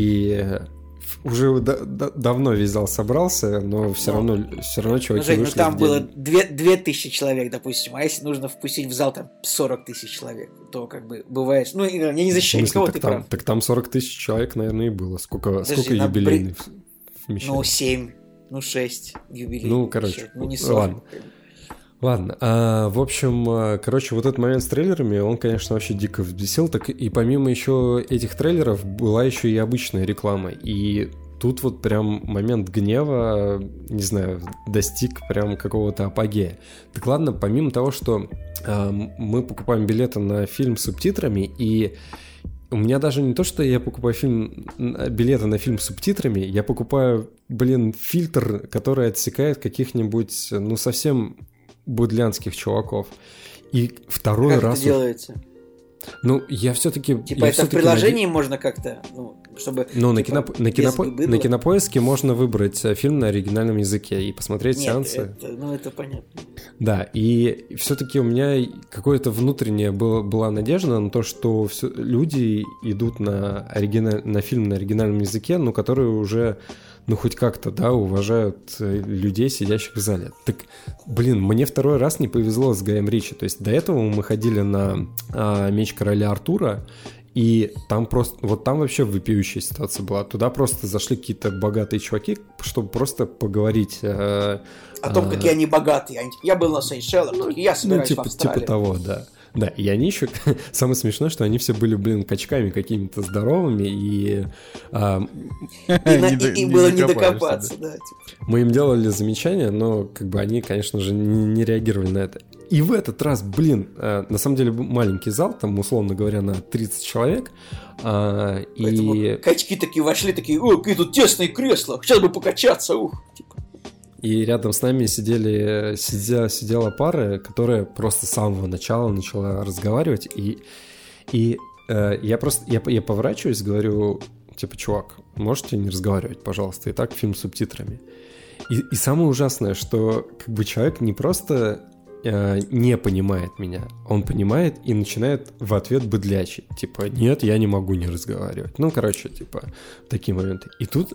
B: и уже да- да- давно весь зал собрался, но все
C: Ну,
B: равно, все равно
C: Ну,
B: чуваки
C: Жень, ну
B: вышли
C: там
B: в
C: было
B: день.
C: две, две тысячи человек, допустим, а если нужно впустить в зал там сорок тысяч человек, то как бы бывает... Ну, я не
B: В
C: защищаю
B: смысле,
C: никого,
B: так
C: ты
B: там,
C: прав.
B: так там сорок тысяч человек, наверное, и было. Сколько,
C: Подожди,
B: сколько
C: на
B: юбилейный
C: Bring-
B: вмещает?
C: Ну, семь, ну, шесть юбилей.
B: Ну, короче,
C: ну, не
B: ладно.
C: сорок.
B: Ладно, а, в общем, а, короче, вот этот момент с трейлерами, он, конечно, вообще дико взбесил, так и помимо еще этих трейлеров была еще и обычная реклама, и тут вот прям момент гнева, не знаю, достиг прям какого-то апогея. Так ладно, помимо того, что а, мы покупаем билеты на фильм с субтитрами, и у меня даже не то, что я покупаю фильм, билеты на фильм с субтитрами, я покупаю, блин, фильтр, который отсекает каких-нибудь, ну, совсем будлянских чуваков. И второй
C: Как
B: раз...
C: это делается?
B: Ну, я все-таки...
C: Типа
B: я
C: это в
B: все-таки
C: приложении
B: наде-
C: можно как-то, ну, чтобы...
B: Ну, на,
C: типа,
B: кино... на,
C: без
B: кинопо...
C: быдла?
B: на кинопоиске можно выбрать э, фильм на оригинальном языке и посмотреть
C: Нет,
B: сеансы.
C: это, ну это понятно.
B: Да, и все-таки у меня какое-то внутреннее было, была надежда на то, что все, люди идут на, оригиналь... на фильм на оригинальном языке, но которые уже, ну, хоть как-то, да, уважают э, людей, сидящих в зале. Так, блин, мне второй раз не повезло с Гаем Ричи. То есть до этого мы ходили на а, «Меч короля Артура», и там просто, вот там вообще вопиющая ситуация была. Туда просто зашли какие-то богатые чуваки, чтобы просто поговорить. Э,
C: О том,
B: а,
C: какие они богатые. Они, типа, я был на Сейшелах, я
B: ну,
C: собираюсь
B: типа,
C: в Австралию.
B: типа того, да. Да, и они еще... Самое смешное, что они все были, блин, качками какими-то здоровыми, и... а,
C: И, на-
A: Не до-
C: и- и
A: не
C: было не
A: докопаешься,
C: докопаться, да. типа.
B: мы им делали замечания, но как бы они, конечно же, не, не реагировали на это. И в этот раз, блин, а, на самом деле маленький зал, там, условно говоря, на тридцать человек, а,
C: Поэтому
B: и...
C: качки такие вошли, такие, о, какие тут тесные кресла, сейчас бы покачаться, ух. Типа.
B: И рядом с нами сидели, сидя, сидела пара, которая просто с самого начала начала разговаривать. И, и э, я просто я, я поворачиваюсь, говорю, типа, чувак, можете не разговаривать, пожалуйста? И так фильм с субтитрами. И, и самое ужасное, что как бы человек не просто э, не понимает меня, он понимает и начинает в ответ быдлячить. Типа, нет, я не могу не разговаривать. Ну, короче, типа, такие моменты. И тут...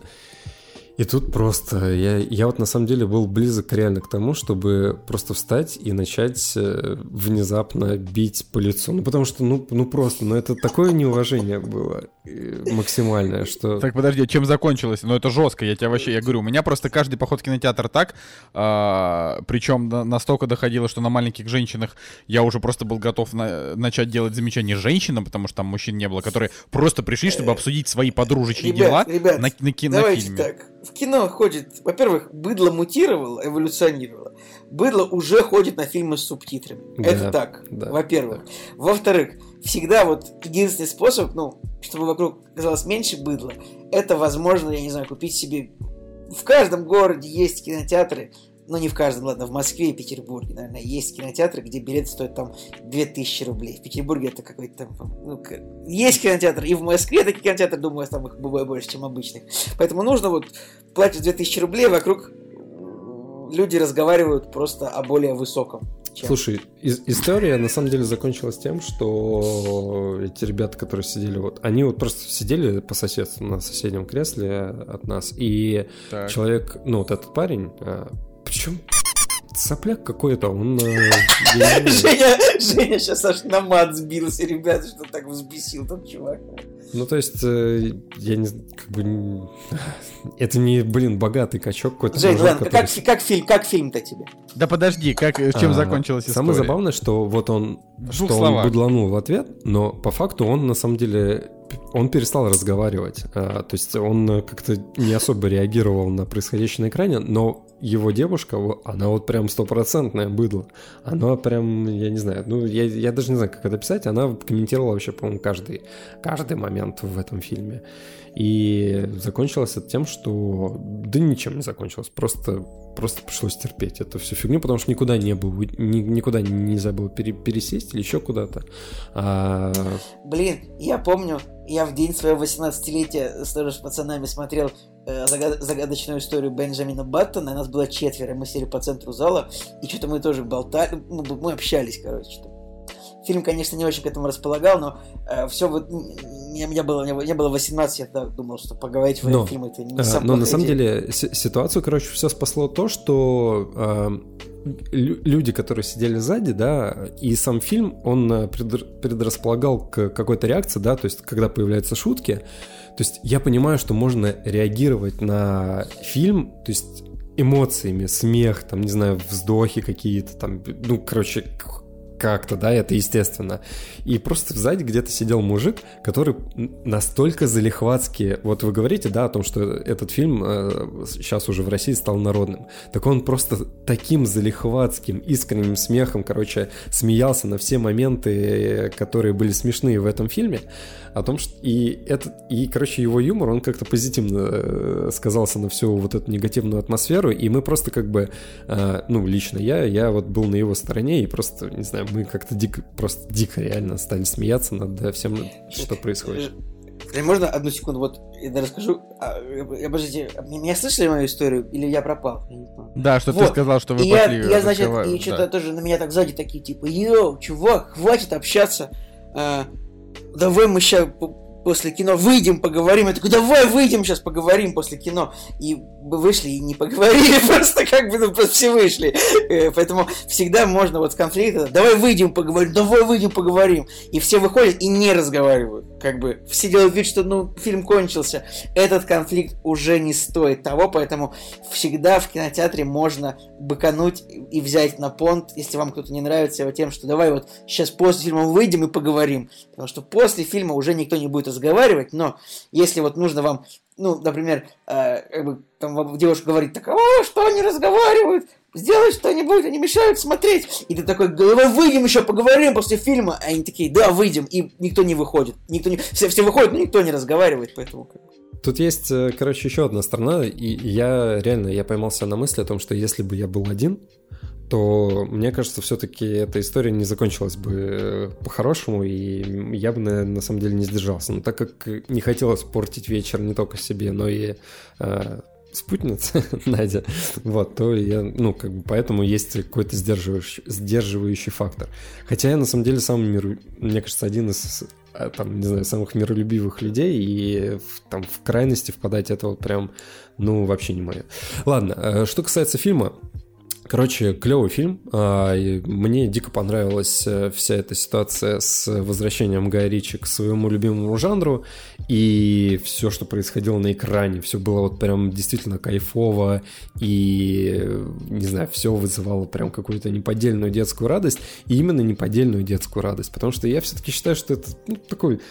B: И тут просто, я, я вот на самом деле был близок реально к тому, чтобы просто встать и начать э, внезапно бить по лицу. Ну, потому что, ну, ну просто, ну это такое неуважение было э, максимальное, что...
A: Так, подожди, чем закончилось? Ну, это жестко, я тебя вообще, я говорю, у меня просто каждый поход в кинотеатр так, а, причем на- настолько доходило, что на маленьких женщинах я уже просто был готов на- начать делать замечания женщинам, потому что там мужчин не было, которые просто пришли, чтобы обсудить свои подружечьи дела
C: Ребят, ребят,
A: на, на, ки- на
C: давайте
A: фильме.
C: так. В кино ходит, во-первых, быдло мутировало, эволюционировало. Быдло уже ходит на фильмы с субтитрами.
B: Да,
C: это так,
B: да,
C: во-первых.
B: да.
C: Во-вторых, всегда вот единственный способ, ну, чтобы вокруг оказалось меньше быдла, это возможно, я не знаю, купить себе... В каждом городе есть кинотеатры, ну не в каждом, ладно, в Москве и Петербурге, наверное, есть кинотеатры, где билет стоит там две тысячи рублей. В Петербурге это какой-то там... Ну, есть кинотеатр, и в Москве такие кинотеатры, думаю, там их бывает больше, чем обычных. Поэтому нужно вот платить две тысячи рублей, вокруг люди разговаривают просто о более высоком. Чем...
B: Слушай, из- история на самом деле закончилась тем, что эти ребята, которые сидели вот, они вот просто сидели по соседству на соседнем кресле от нас, и
A: Так.
B: человек, ну вот этот парень, а, причем сопляк какой-то, он... э, я не знаю.
C: Женя, Женя сейчас аж на мат сбился, ребята, что так взбесил тот чувак.
B: Ну, то есть, э, я не знаю, как бы... не- Это не, блин, богатый качок какой-то.
C: Жень,
B: мужик,
C: ладно,
B: который-
C: как, фи- как, фильм, как фильм-то тебе?
A: Да подожди, как, чем
B: А,
A: закончилась история?
B: Самое забавное, что вот он,
A: В
B: что
A: двух
B: он
A: словах.
B: быдланул в ответ, но по факту он на самом деле, он перестал разговаривать. А, то есть он как-то не особо реагировал на происходящее на экране, но его девушка, во- она вот прям стопроцентное быдло. Она прям, я не знаю, ну я, я даже не знаю, как это писать, она комментировала вообще, по-моему, каждый, каждый момент в этом фильме. И закончилось это тем, что... Да ничем не закончилось, просто, просто пришлось терпеть эту всю фигню, потому что никуда не был, ни- никуда нельзя было пере- пересесть или еще куда-то. А,
C: Блин, я помню, я в день своего восемнадцатилетия с тоже с пацанами смотрел э, загад- загадочную историю Бенджамина Баттона, и нас было четверо, мы сели по центру зала, и что-то мы тоже болтали, ну, мы общались, короче, что фильм, конечно, не очень к этому располагал, но э, все вот... Мне, мне, было, мне было восемнадцать, я тогда думал, что поговорить в
B: Но,
C: этом фильме это не
B: а,
C: самая
B: но на
C: плохая
B: самом
C: идея.
B: деле си- ситуацию, короче, все спасло то, что а, лю- люди, которые сидели сзади, да, и сам фильм, он а, предр- предрасполагал к какой-то реакции, да, то есть когда появляются шутки, то есть я понимаю, что можно реагировать на фильм, то есть эмоциями, смех, там, не знаю, вздохи какие-то, там, ну, короче, как-то, да, это естественно. И просто сзади где-то сидел мужик, который настолько залихватски... Вот вы говорите, да, о том, что этот фильм э, сейчас уже в России стал народным. Так он просто таким залихватским, искренним смехом, короче, смеялся на все моменты, которые были смешные в этом фильме. О том, что... И, этот, и короче, его юмор, он как-то позитивно э, сказался на всю вот эту негативную атмосферу, и мы просто как бы... Э, ну, лично я, я вот был на его стороне, и просто, не знаю, мы как-то дико, просто дико реально стали смеяться над всем, что происходит.
C: Скажи, можно одну секунду, вот я расскажу. А, э, подождите, меня слышали мою историю или я пропал? Я не понял.
A: Да, что
C: Вот.
A: ты сказал, что вы
C: И я,
A: пошли
C: я, значит,
A: разговаривать,
C: и
A: да.
C: что-то тоже на меня так сзади такие, типа, йоу, чувак, хватит общаться, а, давай мы сейчас после кино выйдем, поговорим. Я такой, давай выйдем сейчас, поговорим после кино. И мы вышли и не поговорили, просто как бы, ну, просто все вышли. Э, Поэтому всегда можно вот с конфликта, давай выйдем, поговорим, давай выйдем, поговорим. И все выходят и не разговаривают. Как бы все делают вид, что, ну, фильм кончился. Этот конфликт уже не стоит того, поэтому всегда в кинотеатре можно быкануть и взять на понт, если вам кто-то не нравится, его тем, что давай вот сейчас после фильма выйдем и поговорим. Потому что после фильма уже никто не будет разговаривать, но если вот нужно вам, ну, например, э, как бы там девушка говорит, так, о, что они разговаривают? Сделай что-нибудь, они мешают смотреть. И ты такой, давай выйдем еще, поговорим после фильма. А они такие, да, выйдем. И никто не выходит. Никто не... Все, все выходят, но никто не разговаривает, поэтому...
B: Тут есть, короче, еще одна сторона, и я реально, я поймался на мысли о том, что если бы я был один, то, мне кажется, все-таки эта история не закончилась бы по-хорошему, и я бы, на, на самом деле, не сдержался. Но так как не хотелось портить вечер не только себе, но и э, спутнице Надя, вот, то я, ну, как бы, поэтому есть какой-то сдерживающий, сдерживающий фактор. Хотя я, на самом деле, сам, миру, мне кажется, один из, там, не знаю, самых миролюбивых людей, и в, там в крайности впадать это вот прям, ну, вообще не мое. Ладно, что касается фильма, короче, клевый фильм. Мне дико понравилась вся эта ситуация с возвращением Гая Ричи к своему любимому жанру. И все, что происходило на экране, все было вот прям действительно кайфово. И, не знаю, все вызывало прям какую-то неподдельную детскую радость. И именно неподдельную детскую радость. Потому что я все-таки считаю, что это, ну, такой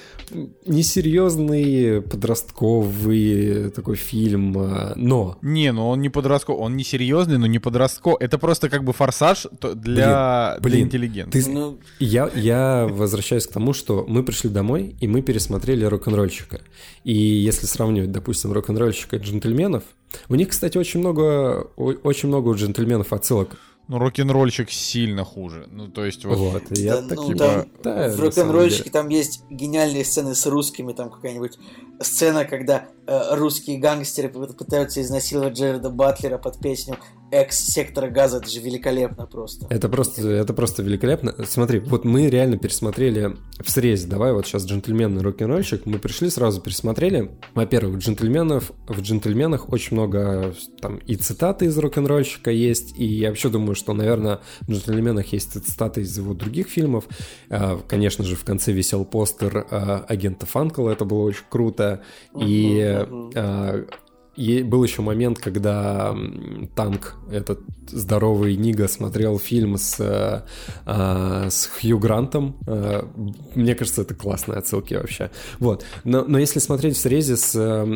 B: несерьезный подростковый такой фильм. Но...
A: Не, ну он не подростковый, он не серьезный, но не подростковый. Это просто как бы форсаж для,
B: блин,
A: для интеллигента.
B: Ты... Ну... Я, я возвращаюсь к тому, что мы пришли домой, и мы пересмотрели «Рок-н-ролльщика». И если сравнивать, допустим, «Рок-н-ролльщика» и «Джентльменов», у них, кстати, очень много, очень много у «Джентльменов» отсылок.
A: Ну, рок-н-ролльщик сильно хуже. Ну, то есть вот...
B: вот я
C: да,
B: так,
C: ну,
B: типа,
C: там,
B: да,
C: в рок-н-ролльщике там есть гениальные сцены с русскими, там какая-нибудь сцена, когда э, русские гангстеры пытаются изнасиловать Джерарда Батлера под песню «Экс-сектора газа». Это же великолепно просто.
B: Это просто, это просто великолепно. Смотри, вот мы реально пересмотрели в срезе. Давай вот сейчас «Джентльмены» и «Рок-н-ролльщик». Мы пришли, сразу пересмотрели. Во-первых, в «Джентльменов», в «Джентльменах» очень много там и цитаты из «Рок-н-ролльщика» есть, и я вообще думаю, что, наверное, в «Джентльменах» есть цитаты из его других фильмов. Конечно же, в конце висел постер агента Фанкела, это было очень круто. Uh-huh, и uh-huh. И был еще момент, когда Танк, этот здоровый Нига, смотрел фильм с, а, с Хью Грантом. А, мне кажется, это классные отсылки вообще. Вот. Но, но если смотреть в срезе с,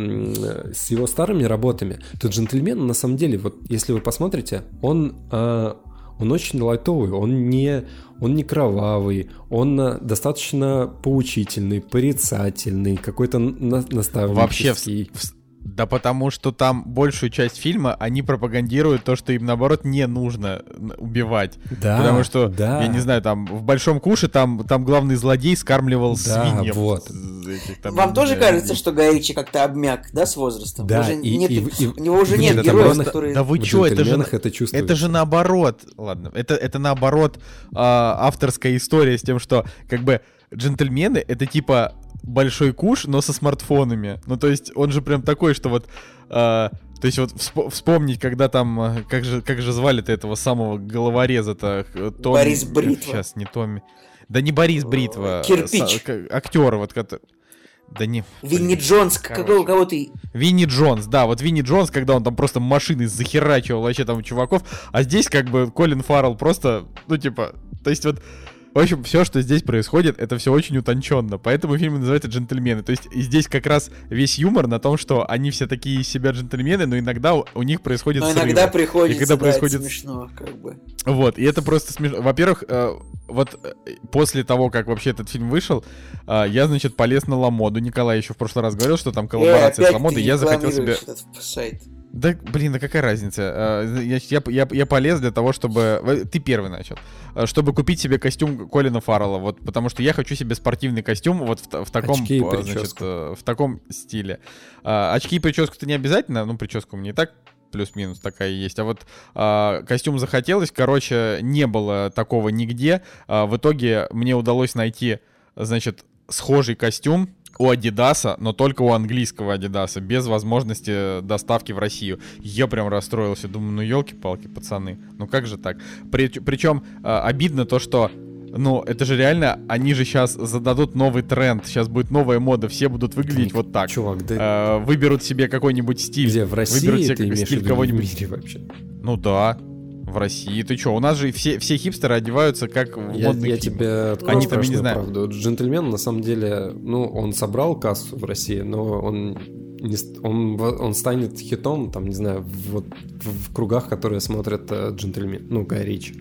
B: с его старыми работами, то «Джентльмен», на самом деле, вот если вы посмотрите, он... А, он очень лайтовый, он не, он не кровавый, он достаточно поучительный, порицательный, какой-то на, наставнический.
A: Вообще, в... Да потому что там большую часть фильма они пропагандируют то, что им, наоборот, не нужно убивать.
B: Да,
A: потому что,
B: да.
A: я не знаю, там в «Большом куше» там, там главный злодей скармливал
B: да,
A: свиньям.
B: Вот.
C: Этих, там, Вам тоже знаю, кажется, что Гай Ричи как-то обмяк, да, с возрастом?
B: Да,
C: уже
B: и,
C: нет,
B: и, и,
C: у него уже нет героев, которые...
A: Да вы чё, это же,
B: это,
A: это же наоборот. Ладно, это, это наоборот а, авторская история с тем, что как бы «Джентльмены» — это типа... Большой куш, но со смартфонами. Ну, то есть, он же прям такой, что вот... Э, то есть, вот всп- вспомнить, когда там... Как же, как же звали-то этого самого головореза-то? Томми...
C: Борис Бритва.
A: Сейчас, не Томми. Да не Борис Бритва.
C: Кирпич.
A: С, актер вот, который... Да не...
C: Винни Джонс, какого, кого ты...
A: Винни Джонс, да, вот Винни Джонс, когда он там просто машиной захерачивал вообще там чуваков, а здесь как бы Колин Фаррелл просто, ну, типа... То есть, вот... В общем, все, что здесь происходит, это все очень утонченно. Поэтому фильм называется «Джентльмены». То есть и здесь как раз весь юмор на том, что они все такие из себя джентльмены, но иногда у, у них происходит
C: срывы.
A: Но
C: иногда приходится,
A: и когда
C: да,
A: происходит...
C: это смешно, как бы.
A: Вот, и это просто смешно. Во-первых, э, вот э, после того, как вообще этот фильм вышел, э, я, значит, полез на Ламоду. Николай еще в прошлый раз говорил, что там коллаборация
C: э,
A: с Ламодой. Я захотел себе...
C: Сайт.
A: Да, блин, да какая разница? Я, я, я, я полез для того, чтобы... Ты первый начал. Чтобы купить себе костюм Колина Фаррелла. Вот, потому что я хочу себе спортивный костюм вот в, в таком...
B: Очки и
A: значит, в таком стиле. Очки и прическу-то не обязательно. Ну, прическа у меня и так плюс-минус такая есть. А вот а, костюм захотелось. Короче, не было такого нигде. А, в итоге мне удалось найти, значит, схожий костюм у Адидаса, но только у английского Адидаса, без возможности доставки в Россию. Я прям расстроился, думаю, ну елки-палки, пацаны, ну как же так? При, причем э, обидно то, что, ну это же реально, они же сейчас зададут новый тренд, сейчас будет новая мода, все будут выглядеть
B: так,
A: вот так.
B: Чувак, да...
A: Э, выберут себе какой-нибудь стиль.
B: Где, в России
A: выберут себе
B: ты имеешь
A: стиль
B: в виду
A: кого-нибудь.
B: в мире вообще?
A: Ну да. В России. Ты что, у нас же все, все хипстеры одеваются как в
B: я,
A: модных
B: я
A: фильмах.
B: тебе открою
A: Они там, я не знаю.
B: правду. «Джентльмен» на самом деле, ну, он собрал кассу в России, но он, не, он, он станет хитом, там, не знаю, вот в, в кругах, которые смотрят «Джентльмен», ну, Гай Ричи.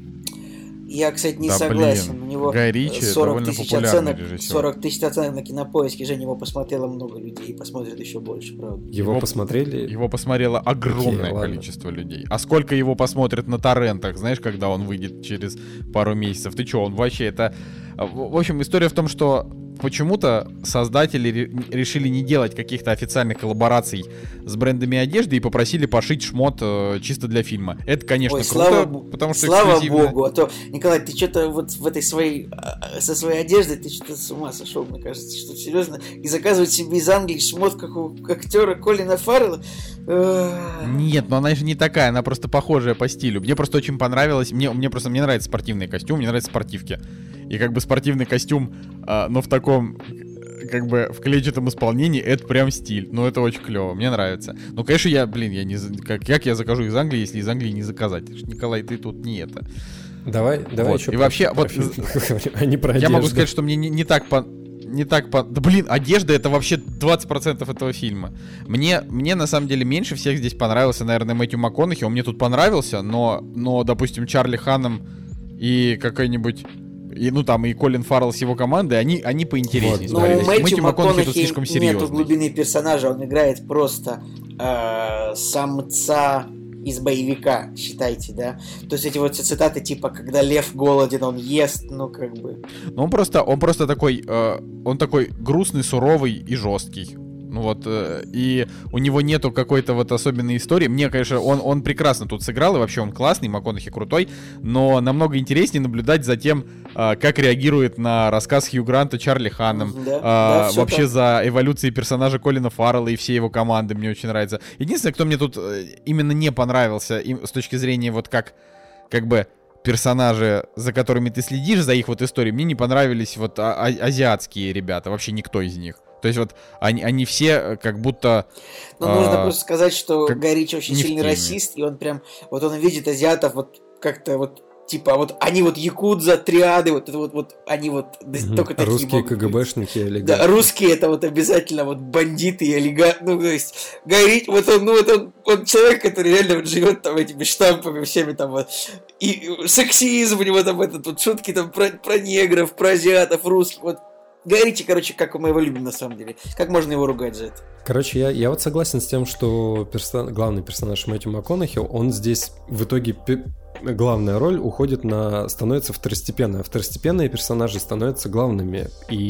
C: Я, кстати, не
A: да,
C: согласен.
A: Блин.
C: У него
A: Гай Ричи
C: сорок тысяч оценок,
A: режиссер.
C: сорок тысяч оценок на Кинопоиске, Женя, его посмотрело много людей и посмотрит еще больше, правда.
B: Его, его посмотрели?
A: Его посмотрело огромное Окей, количество ладно. людей. А сколько его посмотрят на торрентах, знаешь, когда он выйдет через пару месяцев? Ты что, он вообще это... В общем, история в том, что почему-то создатели решили не делать каких-то официальных коллабораций с брендами одежды и попросили пошить шмот э, чисто для фильма. Это, конечно,
C: Ой,
A: круто,
C: слава,
A: потому что
C: слава
A: эксклюзивно...
C: богу, а то, Николай, ты что-то вот в этой своей, со своей одеждой, ты что-то с ума сошел, мне кажется, что серьезно, и заказывать себе из Англии шмот, как у актера Колина Фаррелла.
A: Нет, но она же не такая, она просто похожая по стилю. Мне просто очень понравилось, мне, мне просто мне нравится спортивный костюм, мне нравятся спортивки. И как бы спортивный костюм, а, но в таком, как бы, в клетчатом исполнении, это прям стиль. Ну, это очень клево, мне нравится. Ну, конечно, я, блин, я не... Как, как я закажу из Англии, если из Англии не заказать? Николай, ты тут не это.
B: Давай, давай
A: вот.
B: еще
A: И вообще,
B: про
A: вот,
B: а не про
A: я могу сказать, что мне не, не так по... не так... По... Да блин, одежда — это вообще двадцать процентов этого фильма. Мне, мне на самом деле меньше всех здесь понравился, наверное, Мэтью МакКонахи. Он мне тут понравился, но, но допустим, Чарли Ханнам и какой-нибудь... И, ну там и Колин Фаррелл с его командой, они, они поинтереснее
C: вот.
A: смотрелись.
C: Ну,
A: Мэтью МакКонахи тут слишком серьезный.
C: Нету глубины персонажа, он играет просто э, самца из боевика, считайте, да? То есть эти вот цитаты типа «когда лев голоден, он ест», ну как бы...
A: Ну он просто, он просто такой, э, он такой грустный, суровый и жесткий. Ну вот, э, и у него нету какой-то вот особенной истории. Мне, конечно, он, он прекрасно тут сыграл, и вообще он классный, МакКонахи крутой, но намного интереснее наблюдать за тем, э, как реагирует на рассказ Хью Гранта Чарли Ханнам,
C: да,
A: э,
C: да,
A: вообще
C: так.
A: за эволюцией персонажа Колина Фаррелла и всей его команды мне очень нравится. Единственное, кто мне тут э, именно не понравился им, с точки зрения вот как, как бы, персонажи, за которыми ты следишь, за их вот историей, мне не понравились вот а- а- азиатские ребята, вообще никто из них. То есть вот они, они все как будто...
C: Ну,
A: а,
C: нужно просто сказать, что
A: как...
C: Гай Ричи очень сильный расист, и он прям, вот он видит азиатов вот как-то вот, типа, вот они вот якудза, триады, вот это вот, вот они вот
B: угу.
C: только такие
B: русские
C: могут
B: КГБшники и олигархи.
C: Да, русские это вот обязательно вот бандиты и олигархи, ну, то есть Гай Ричи, вот он, ну, вот он, он человек, который реально вот живет там этими штампами всеми там вот, и сексизм у него там этот, вот шутки там про, про негров, про азиатов, русских, вот. Гай Ричи, короче, как мы его любим на самом деле. Как можно его ругать за это?
B: Короче, я, я вот согласен с тем, что персон... главный персонаж Мэтью МакКонахи, он здесь в итоге пи... главная роль уходит на... становится второстепенной. А второстепенные персонажи становятся главными.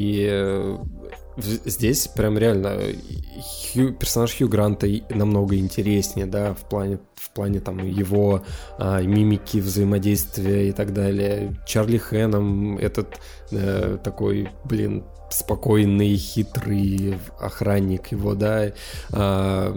B: И здесь прям реально Хью... персонаж Хью Гранта намного интереснее, да, в плане, в плане там его а, мимики, взаимодействия и так далее. Чарли Хэннам этот э, такой, блин, спокойный, хитрый охранник его, да, а,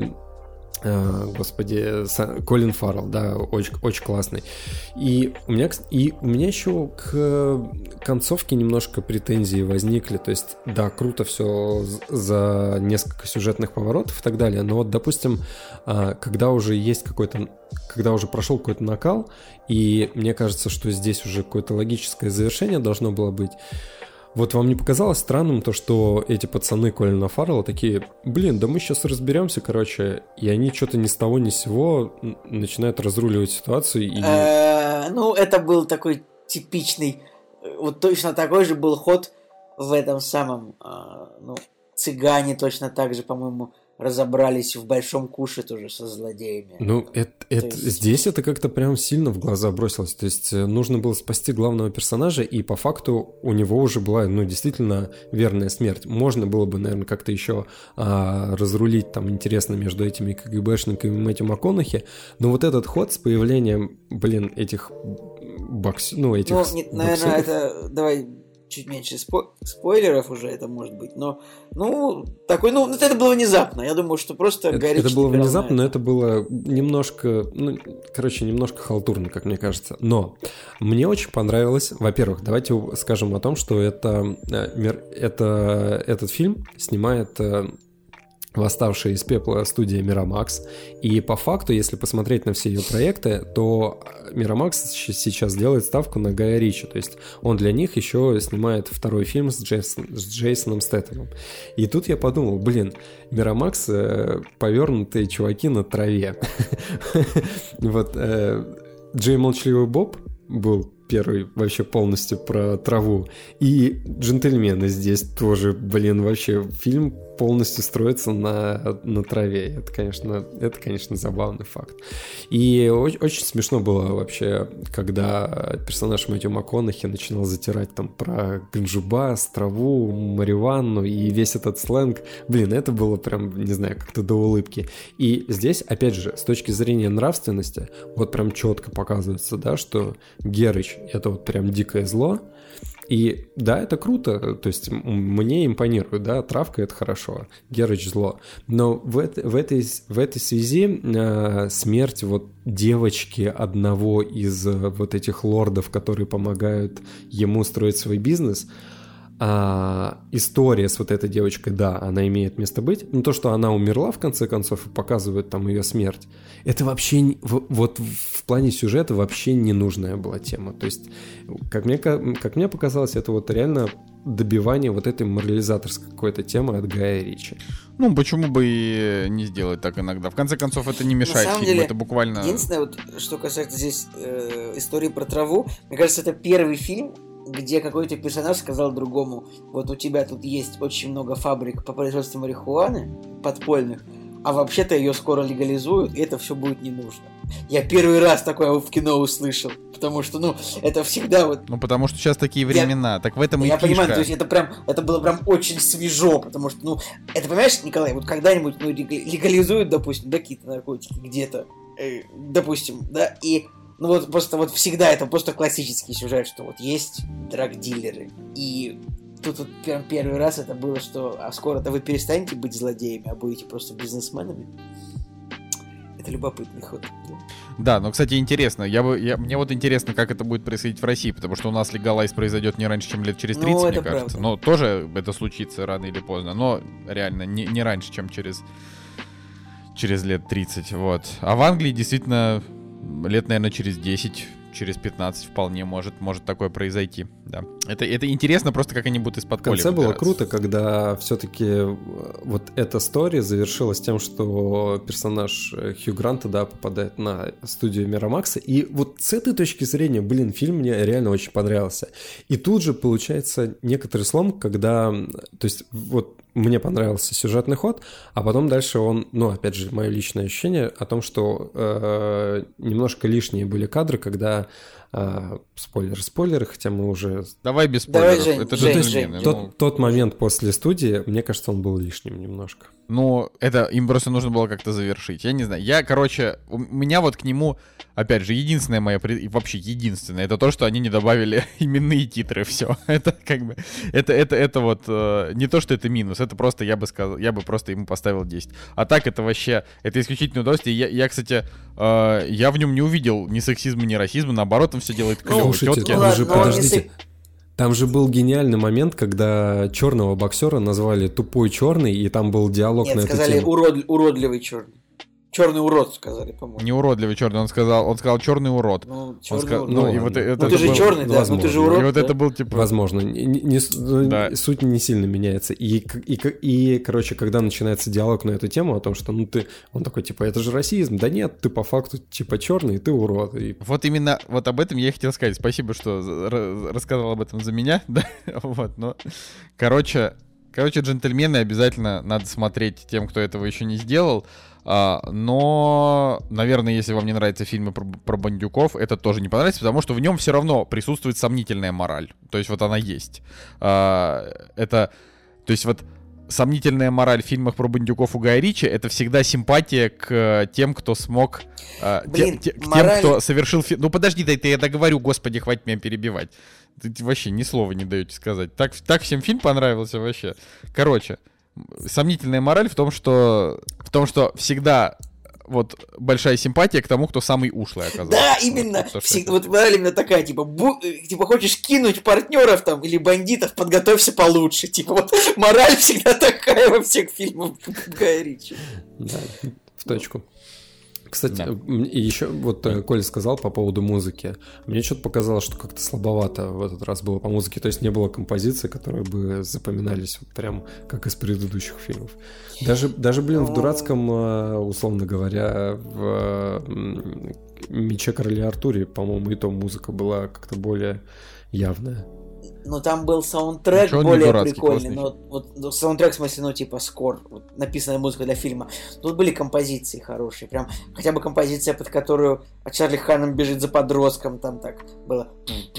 B: а, господи, Колин Фаррелл, да, очень, очень классный. И у меня, и у меня еще к концовке немножко претензии возникли, то есть, да, круто все за несколько сюжетных поворотов и так далее, но вот, допустим, когда уже есть какой-то, когда уже прошел какой-то накал, и мне кажется, что здесь уже какое-то логическое завершение должно было быть. Вот вам не показалось странным то, что эти пацаны Колина Фаррелла такие, блин, да мы сейчас разберемся, короче, и они что-то ни с того ни с сего начинают разруливать ситуацию и...
C: Ну, это был такой типичный, вот точно такой же был ход в этом самом, ну, «Цыгане» точно так же, по-моему, разобрались в большом куше тоже со злодеями.
B: Ну, это, это,
C: есть...
B: здесь это как-то прям сильно в глаза бросилось. То есть нужно было спасти главного персонажа, и по факту у него уже была, ну, действительно верная смерть. Можно было бы, наверное, как-то еще а, разрулить там интересно между этими КГБшниками и Мэтью МакКонахи, но вот этот ход с появлением, блин, этих бокс... ну, этих
C: Ну, не, наверное, это... Давай... чуть меньше спо- спойлеров уже это может быть, но, ну, такой, ну, это было внезапно, я думаю, что просто
B: это,
C: Гай Ричи
B: это было
C: играл
B: внезапно,
C: на
B: но это было немножко, ну, короче, немножко халтурно, как мне кажется, но мне очень понравилось, во-первых, давайте скажем о том, что это, это этот фильм снимает восставшая из пепла студия Miramax, и по факту, если посмотреть на все ее проекты, то Miramax сейчас делает ставку на Гая Ричи, то есть он для них еще снимает второй фильм с, Джейсон, с Джейсоном Стэтхэмом. И тут я подумал, блин, Miramax э, повернутые чуваки на траве. Вот Джей Молчаливый Боб был первый вообще полностью про траву. И «Джентльмены» здесь тоже, блин, вообще фильм полностью строится на, на траве. Это, конечно, это, конечно, забавный факт. И очень, очень смешно было вообще, когда персонаж Мэтью МакКонахи начинал затирать там про ганджубас, траву, марихуану и весь этот сленг. Блин, это было прям, не знаю, как-то до улыбки. И здесь, опять же, с точки зрения нравственности, вот прям четко показывается, да, что Герыч — это вот прям дикое зло. И да, это круто, то есть мне импонирует, да, травка — это хорошо, Герыч — зло. Но в, это, в, этой, в этой связи э, смерть вот девочки одного из э, вот этих лордов, которые помогают ему строить свой бизнес, А история с вот этой девочкой, да, она имеет место быть. Но то, что она умерла в конце концов и показывают там ее смерть, это вообще не, вот в плане сюжета вообще ненужная была тема. То есть, как мне, как мне показалось, это вот реально добивание вот этой морализаторской какой-то темы от Гая Ричи.
A: Ну, почему бы и не сделать так иногда? В конце концов, это не мешает фильму, деле, это буквально...
C: Единственное, вот, что касается здесь э, истории про траву, мне кажется, это первый фильм, где какой-то персонаж сказал другому: вот у тебя тут есть очень много фабрик по производству марихуаны подпольных, а вообще-то ее скоро легализуют, и это все будет не нужно. Я первый раз такое в кино услышал, потому что, ну, это всегда вот...
A: Ну, потому что сейчас такие времена, я... так в этом и
C: Я
A: фишка.
C: понимаю, то есть это прям, это было прям очень свежо, потому что, ну, это, понимаешь, Николай, вот когда-нибудь, ну, легализуют, допустим, да, какие-то наркотики где-то, э, допустим, да, и... Ну вот просто вот всегда это просто классический сюжет, что вот есть драг-дилеры. И тут вот прям первый раз это было, что а скоро-то вы перестанете быть злодеями, а будете просто бизнесменами. Это любопытный ход. Да,
A: да, но, кстати, интересно. Я бы, я, мне вот интересно, как это будет происходить в России, потому что у нас легалайз произойдет не раньше, чем лет через тридцать, ну, мне кажется. Правда. Но тоже это случится рано или поздно. Но реально не, не раньше, чем через, через лет тридцать. Вот. А в Англии действительно... Лет, наверное, через десять, через пятнадцать вполне может, может такое произойти. Да. Это, это интересно просто, как они будут из-под поля.
B: В конце было круто, когда все-таки вот эта история завершилась тем, что персонаж Хью Гранта, да, попадает на студию Мирамакса. И вот с этой точки зрения, блин, фильм мне реально очень понравился. И тут же получается некоторый слом, когда... То есть вот мне понравился сюжетный ход, а потом дальше он, ну, опять же, мое личное ощущение о том, что э, немножко лишние были кадры, когда э, спойлер, спойлеры, хотя мы уже...
A: Давай без спойлеров.
C: Давай, Жень,
A: это
C: Жень,
A: же
C: Жень, Жень.
B: Тот, ну... тот момент после студии, мне кажется, он был лишним немножко.
A: Ну, это им просто нужно было как-то завершить. Я не знаю. Я, короче, у меня вот к нему, опять же, единственная моя, вообще единственное, это то, что они не добавили именные титры. Все. Это как бы, это, это, это вот, э, не то, что это минус, это просто, я бы сказал, я бы просто ему поставил десять. А так это вообще, это исключительное удовольствие. Я, я кстати, э, я в нем не увидел ни сексизма, ни расизма, наоборот, он все делает клево.
B: Слушайте,
A: тетки.
B: Ну, ладно, подождите. Там же был гениальный момент, когда черного боксера назвали тупой черный, и там был диалог
C: Нет,
B: на эту
C: сказали
B: тему.
C: урод, уродливый черный. Черный урод сказали, по-моему.
A: Не уродливый черный, он сказал, он сказал черный урод.
C: Ну, черный
A: он сказал,
C: урод.
A: Ну, и вот это,
C: ну
A: это
C: ты же
A: был...
C: черный, да, ну ты же урод.
A: И вот
C: да?
A: это был типа...
B: Возможно, не, не, да. Суть не сильно меняется. И, и, и, короче, когда начинается диалог на эту тему о том, что, ну, ты... Он такой, типа, это же расизм. Да нет, ты по факту, типа, черный, ты урод. И...
A: Вот именно, вот об этом я и хотел сказать. Спасибо, что рассказал об этом за меня. Да, вот, но... Короче... Короче, «Джентльмены» обязательно надо смотреть тем, кто этого еще не сделал. А, но, наверное, если вам не нравятся фильмы про, про бандюков, это тоже не понравится, потому что в нем все равно присутствует сомнительная мораль. То есть вот она есть. А, это, то есть вот сомнительная мораль в фильмах про бандюков у Гая Ричи — это всегда симпатия к тем, кто смог...
C: Блин,
A: те, к
C: мораль...
A: тем, кто совершил... Фи... Ну подожди, да я договорю, господи, хватит меня перебивать. Ты вообще ни слова не даете сказать. Так, так всем фильм понравился вообще. Короче, сомнительная мораль в том, что в том, что всегда вот большая симпатия к тому, кто самый ушлый оказался.
C: Да, именно. Вот, Всегда, вот мораль именно такая, типа, бу, типа, хочешь кинуть партнеров там или бандитов, подготовься получше. Типа, вот мораль всегда такая во всех фильмах Гая Ричи.
B: Да, в точку. Кстати, да. И еще вот Коля сказал по поводу музыки. Мне что-то показалось, что как-то слабовато в этот раз было по музыке. То есть не было композиций, которые бы запоминались вот прям как из предыдущих фильмов. Даже, даже блин, в дурацком, условно говоря, в «Мече короля Артуре», по-моему, и то музыка была как-то более явная.
C: Ну, там был саундтрек Ничего более прикольный, но вот ну, саундтрек, в смысле, ну, типа, скор, вот, написанная музыка для фильма. Тут были композиции хорошие, прям, хотя бы композиция, под которую Чарли Ханнем бежит за подростком, там так было.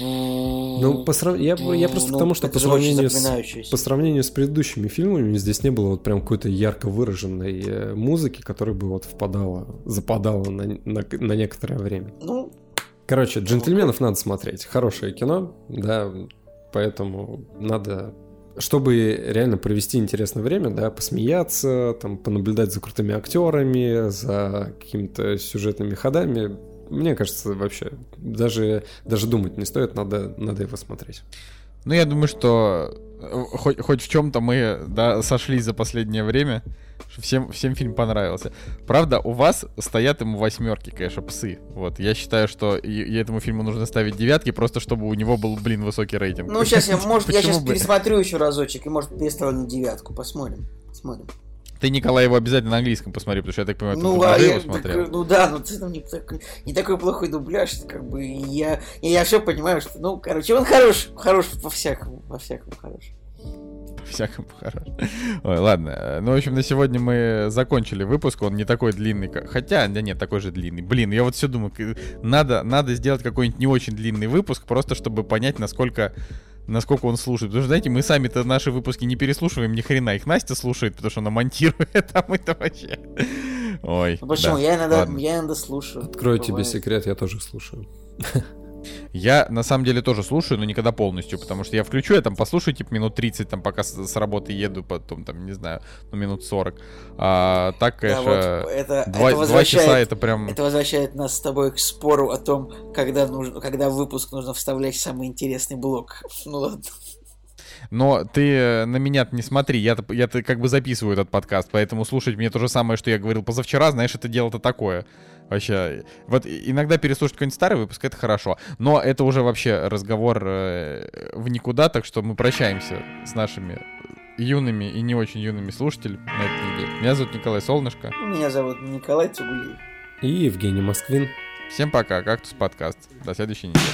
B: Ну, по срав... я, я просто ну, к тому, что по сравнению, с, по сравнению с предыдущими фильмами здесь не было вот прям какой-то ярко выраженной музыки, которая бы вот впадала, западала на, на, на некоторое время.
C: Ну...
B: Короче, «Джентльменов» надо смотреть. Хорошее кино, да, поэтому надо, чтобы реально провести интересное время, да, посмеяться, там, понаблюдать за крутыми актерами, за какими-то сюжетными ходами. Мне кажется, вообще, даже, даже думать не стоит, надо, надо его смотреть.
A: Ну, я думаю, что хоть, хоть в чем-то мы, да, сошлись за последнее время, что всем, всем фильм понравился. Правда, у вас стоят ему восьмерки, конечно, псы. Вот, я считаю, что и, и этому фильму нужно ставить девятки, просто чтобы у него был, блин, высокий рейтинг.
C: Ну, сейчас я, может, я сейчас пересмотрю еще разочек, и, может, переставлю на девятку. Посмотрим. Посмотрим.
A: Ты, Николай, его обязательно на английском посмотри, потому что я так понимаю,
C: ну,
A: ты
C: а я,
A: его смотрел.
C: Так, ну да, ну ты там не такой, не такой плохой дубляж, как бы, я, я, я все понимаю, что, ну, короче, он хорош, хорош по-всякому, по-всякому хорош.
A: По-всякому хорош. Ой, ладно, ну, в общем, на сегодня мы закончили выпуск, он не такой длинный, как... хотя, да нет, такой же длинный. Блин, я вот все думаю, надо, надо сделать какой-нибудь не очень длинный выпуск, просто чтобы понять, насколько... насколько он слушает. Потому что, знаете, мы сами-то наши выпуски не переслушиваем, ни хрена. Их Настя слушает, потому что она монтирует, а мы-то вообще... Ой,
C: ну, почему?
A: Да.
C: Я, иногда,
A: Ладно.
C: я иногда слушаю.
B: Открою
C: Бывает.
B: тебе секрет, я тоже слушаю.
A: Я, на самом деле, тоже слушаю, но никогда полностью, потому что я включу, я там послушаю, типа, минут тридцать, там, пока с, с работы еду, потом, там, не знаю, ну, минут сорок. А так, конечно,
C: да, вот это,
A: два,
C: это
A: два часа это прям...
C: Это возвращает нас с тобой к спору о том, когда, нужно, когда в выпуск нужно вставлять самый интересный блок. Ну ладно.
A: Но ты на меня не смотри, я-то, я-то как бы записываю этот подкаст, поэтому слушать мне то же самое, что я говорил позавчера, знаешь, это дело-то такое. Вообще, вот иногда переслушать какой-нибудь старый выпуск, это хорошо, но это уже вообще разговор э, в никуда, так что мы прощаемся с нашими юными и не очень юными слушателями на этой неделе. Меня зовут Николай Солнышко.
C: Меня зовут Николай Цугулиев.
B: И Евгений Москвин.
A: Всем пока, Кактус подкаст. До следующей недели.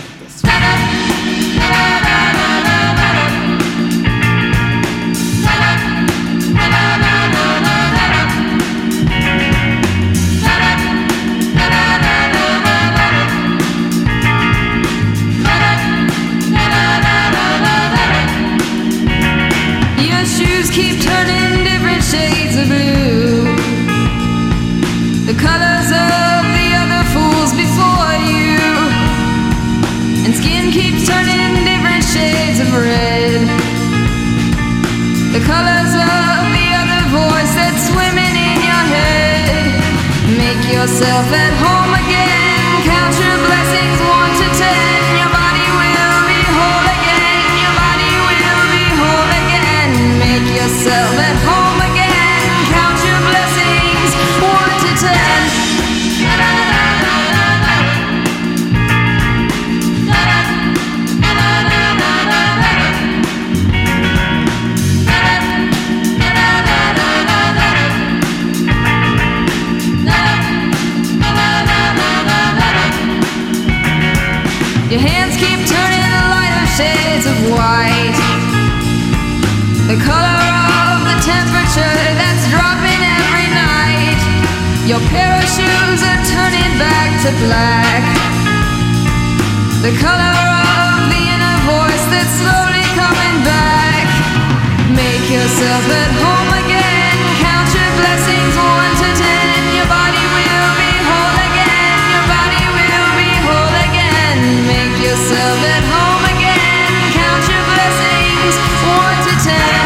E: Your shoes keep turning different shades of blue, the colors of the other fools before you, and skin keeps turning different shades of red, the colors of the other voice that's swimming in your head. Make yourself at home again, count your blessings one to ten. Your body will be whole again, your body will be whole again. Make yourself at home again, count your blessings one to ten. Your hands keep turning lighter shades of white, the color of the temperature that's dropping every night. Your pair of shoes are turning back to black, the color of the inner voice that's slowly coming back. Make yourself at home again, count your blessings one to ten. Your body will be whole again, your body will be whole again. Make yourself at home again, count your blessings one to ten.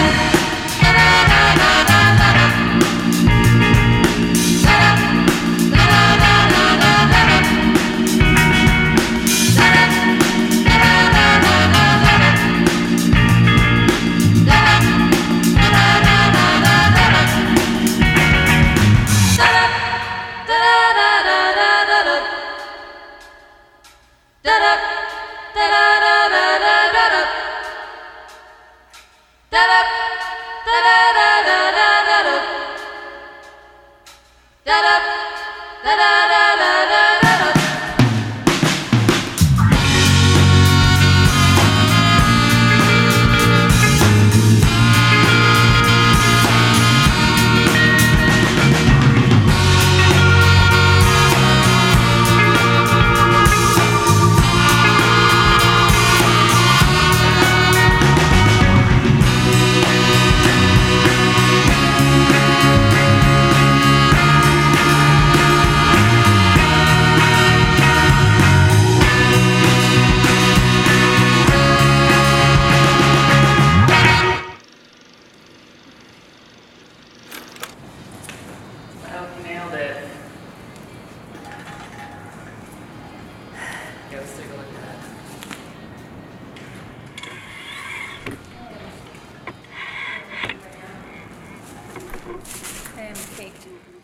F: Um, cake.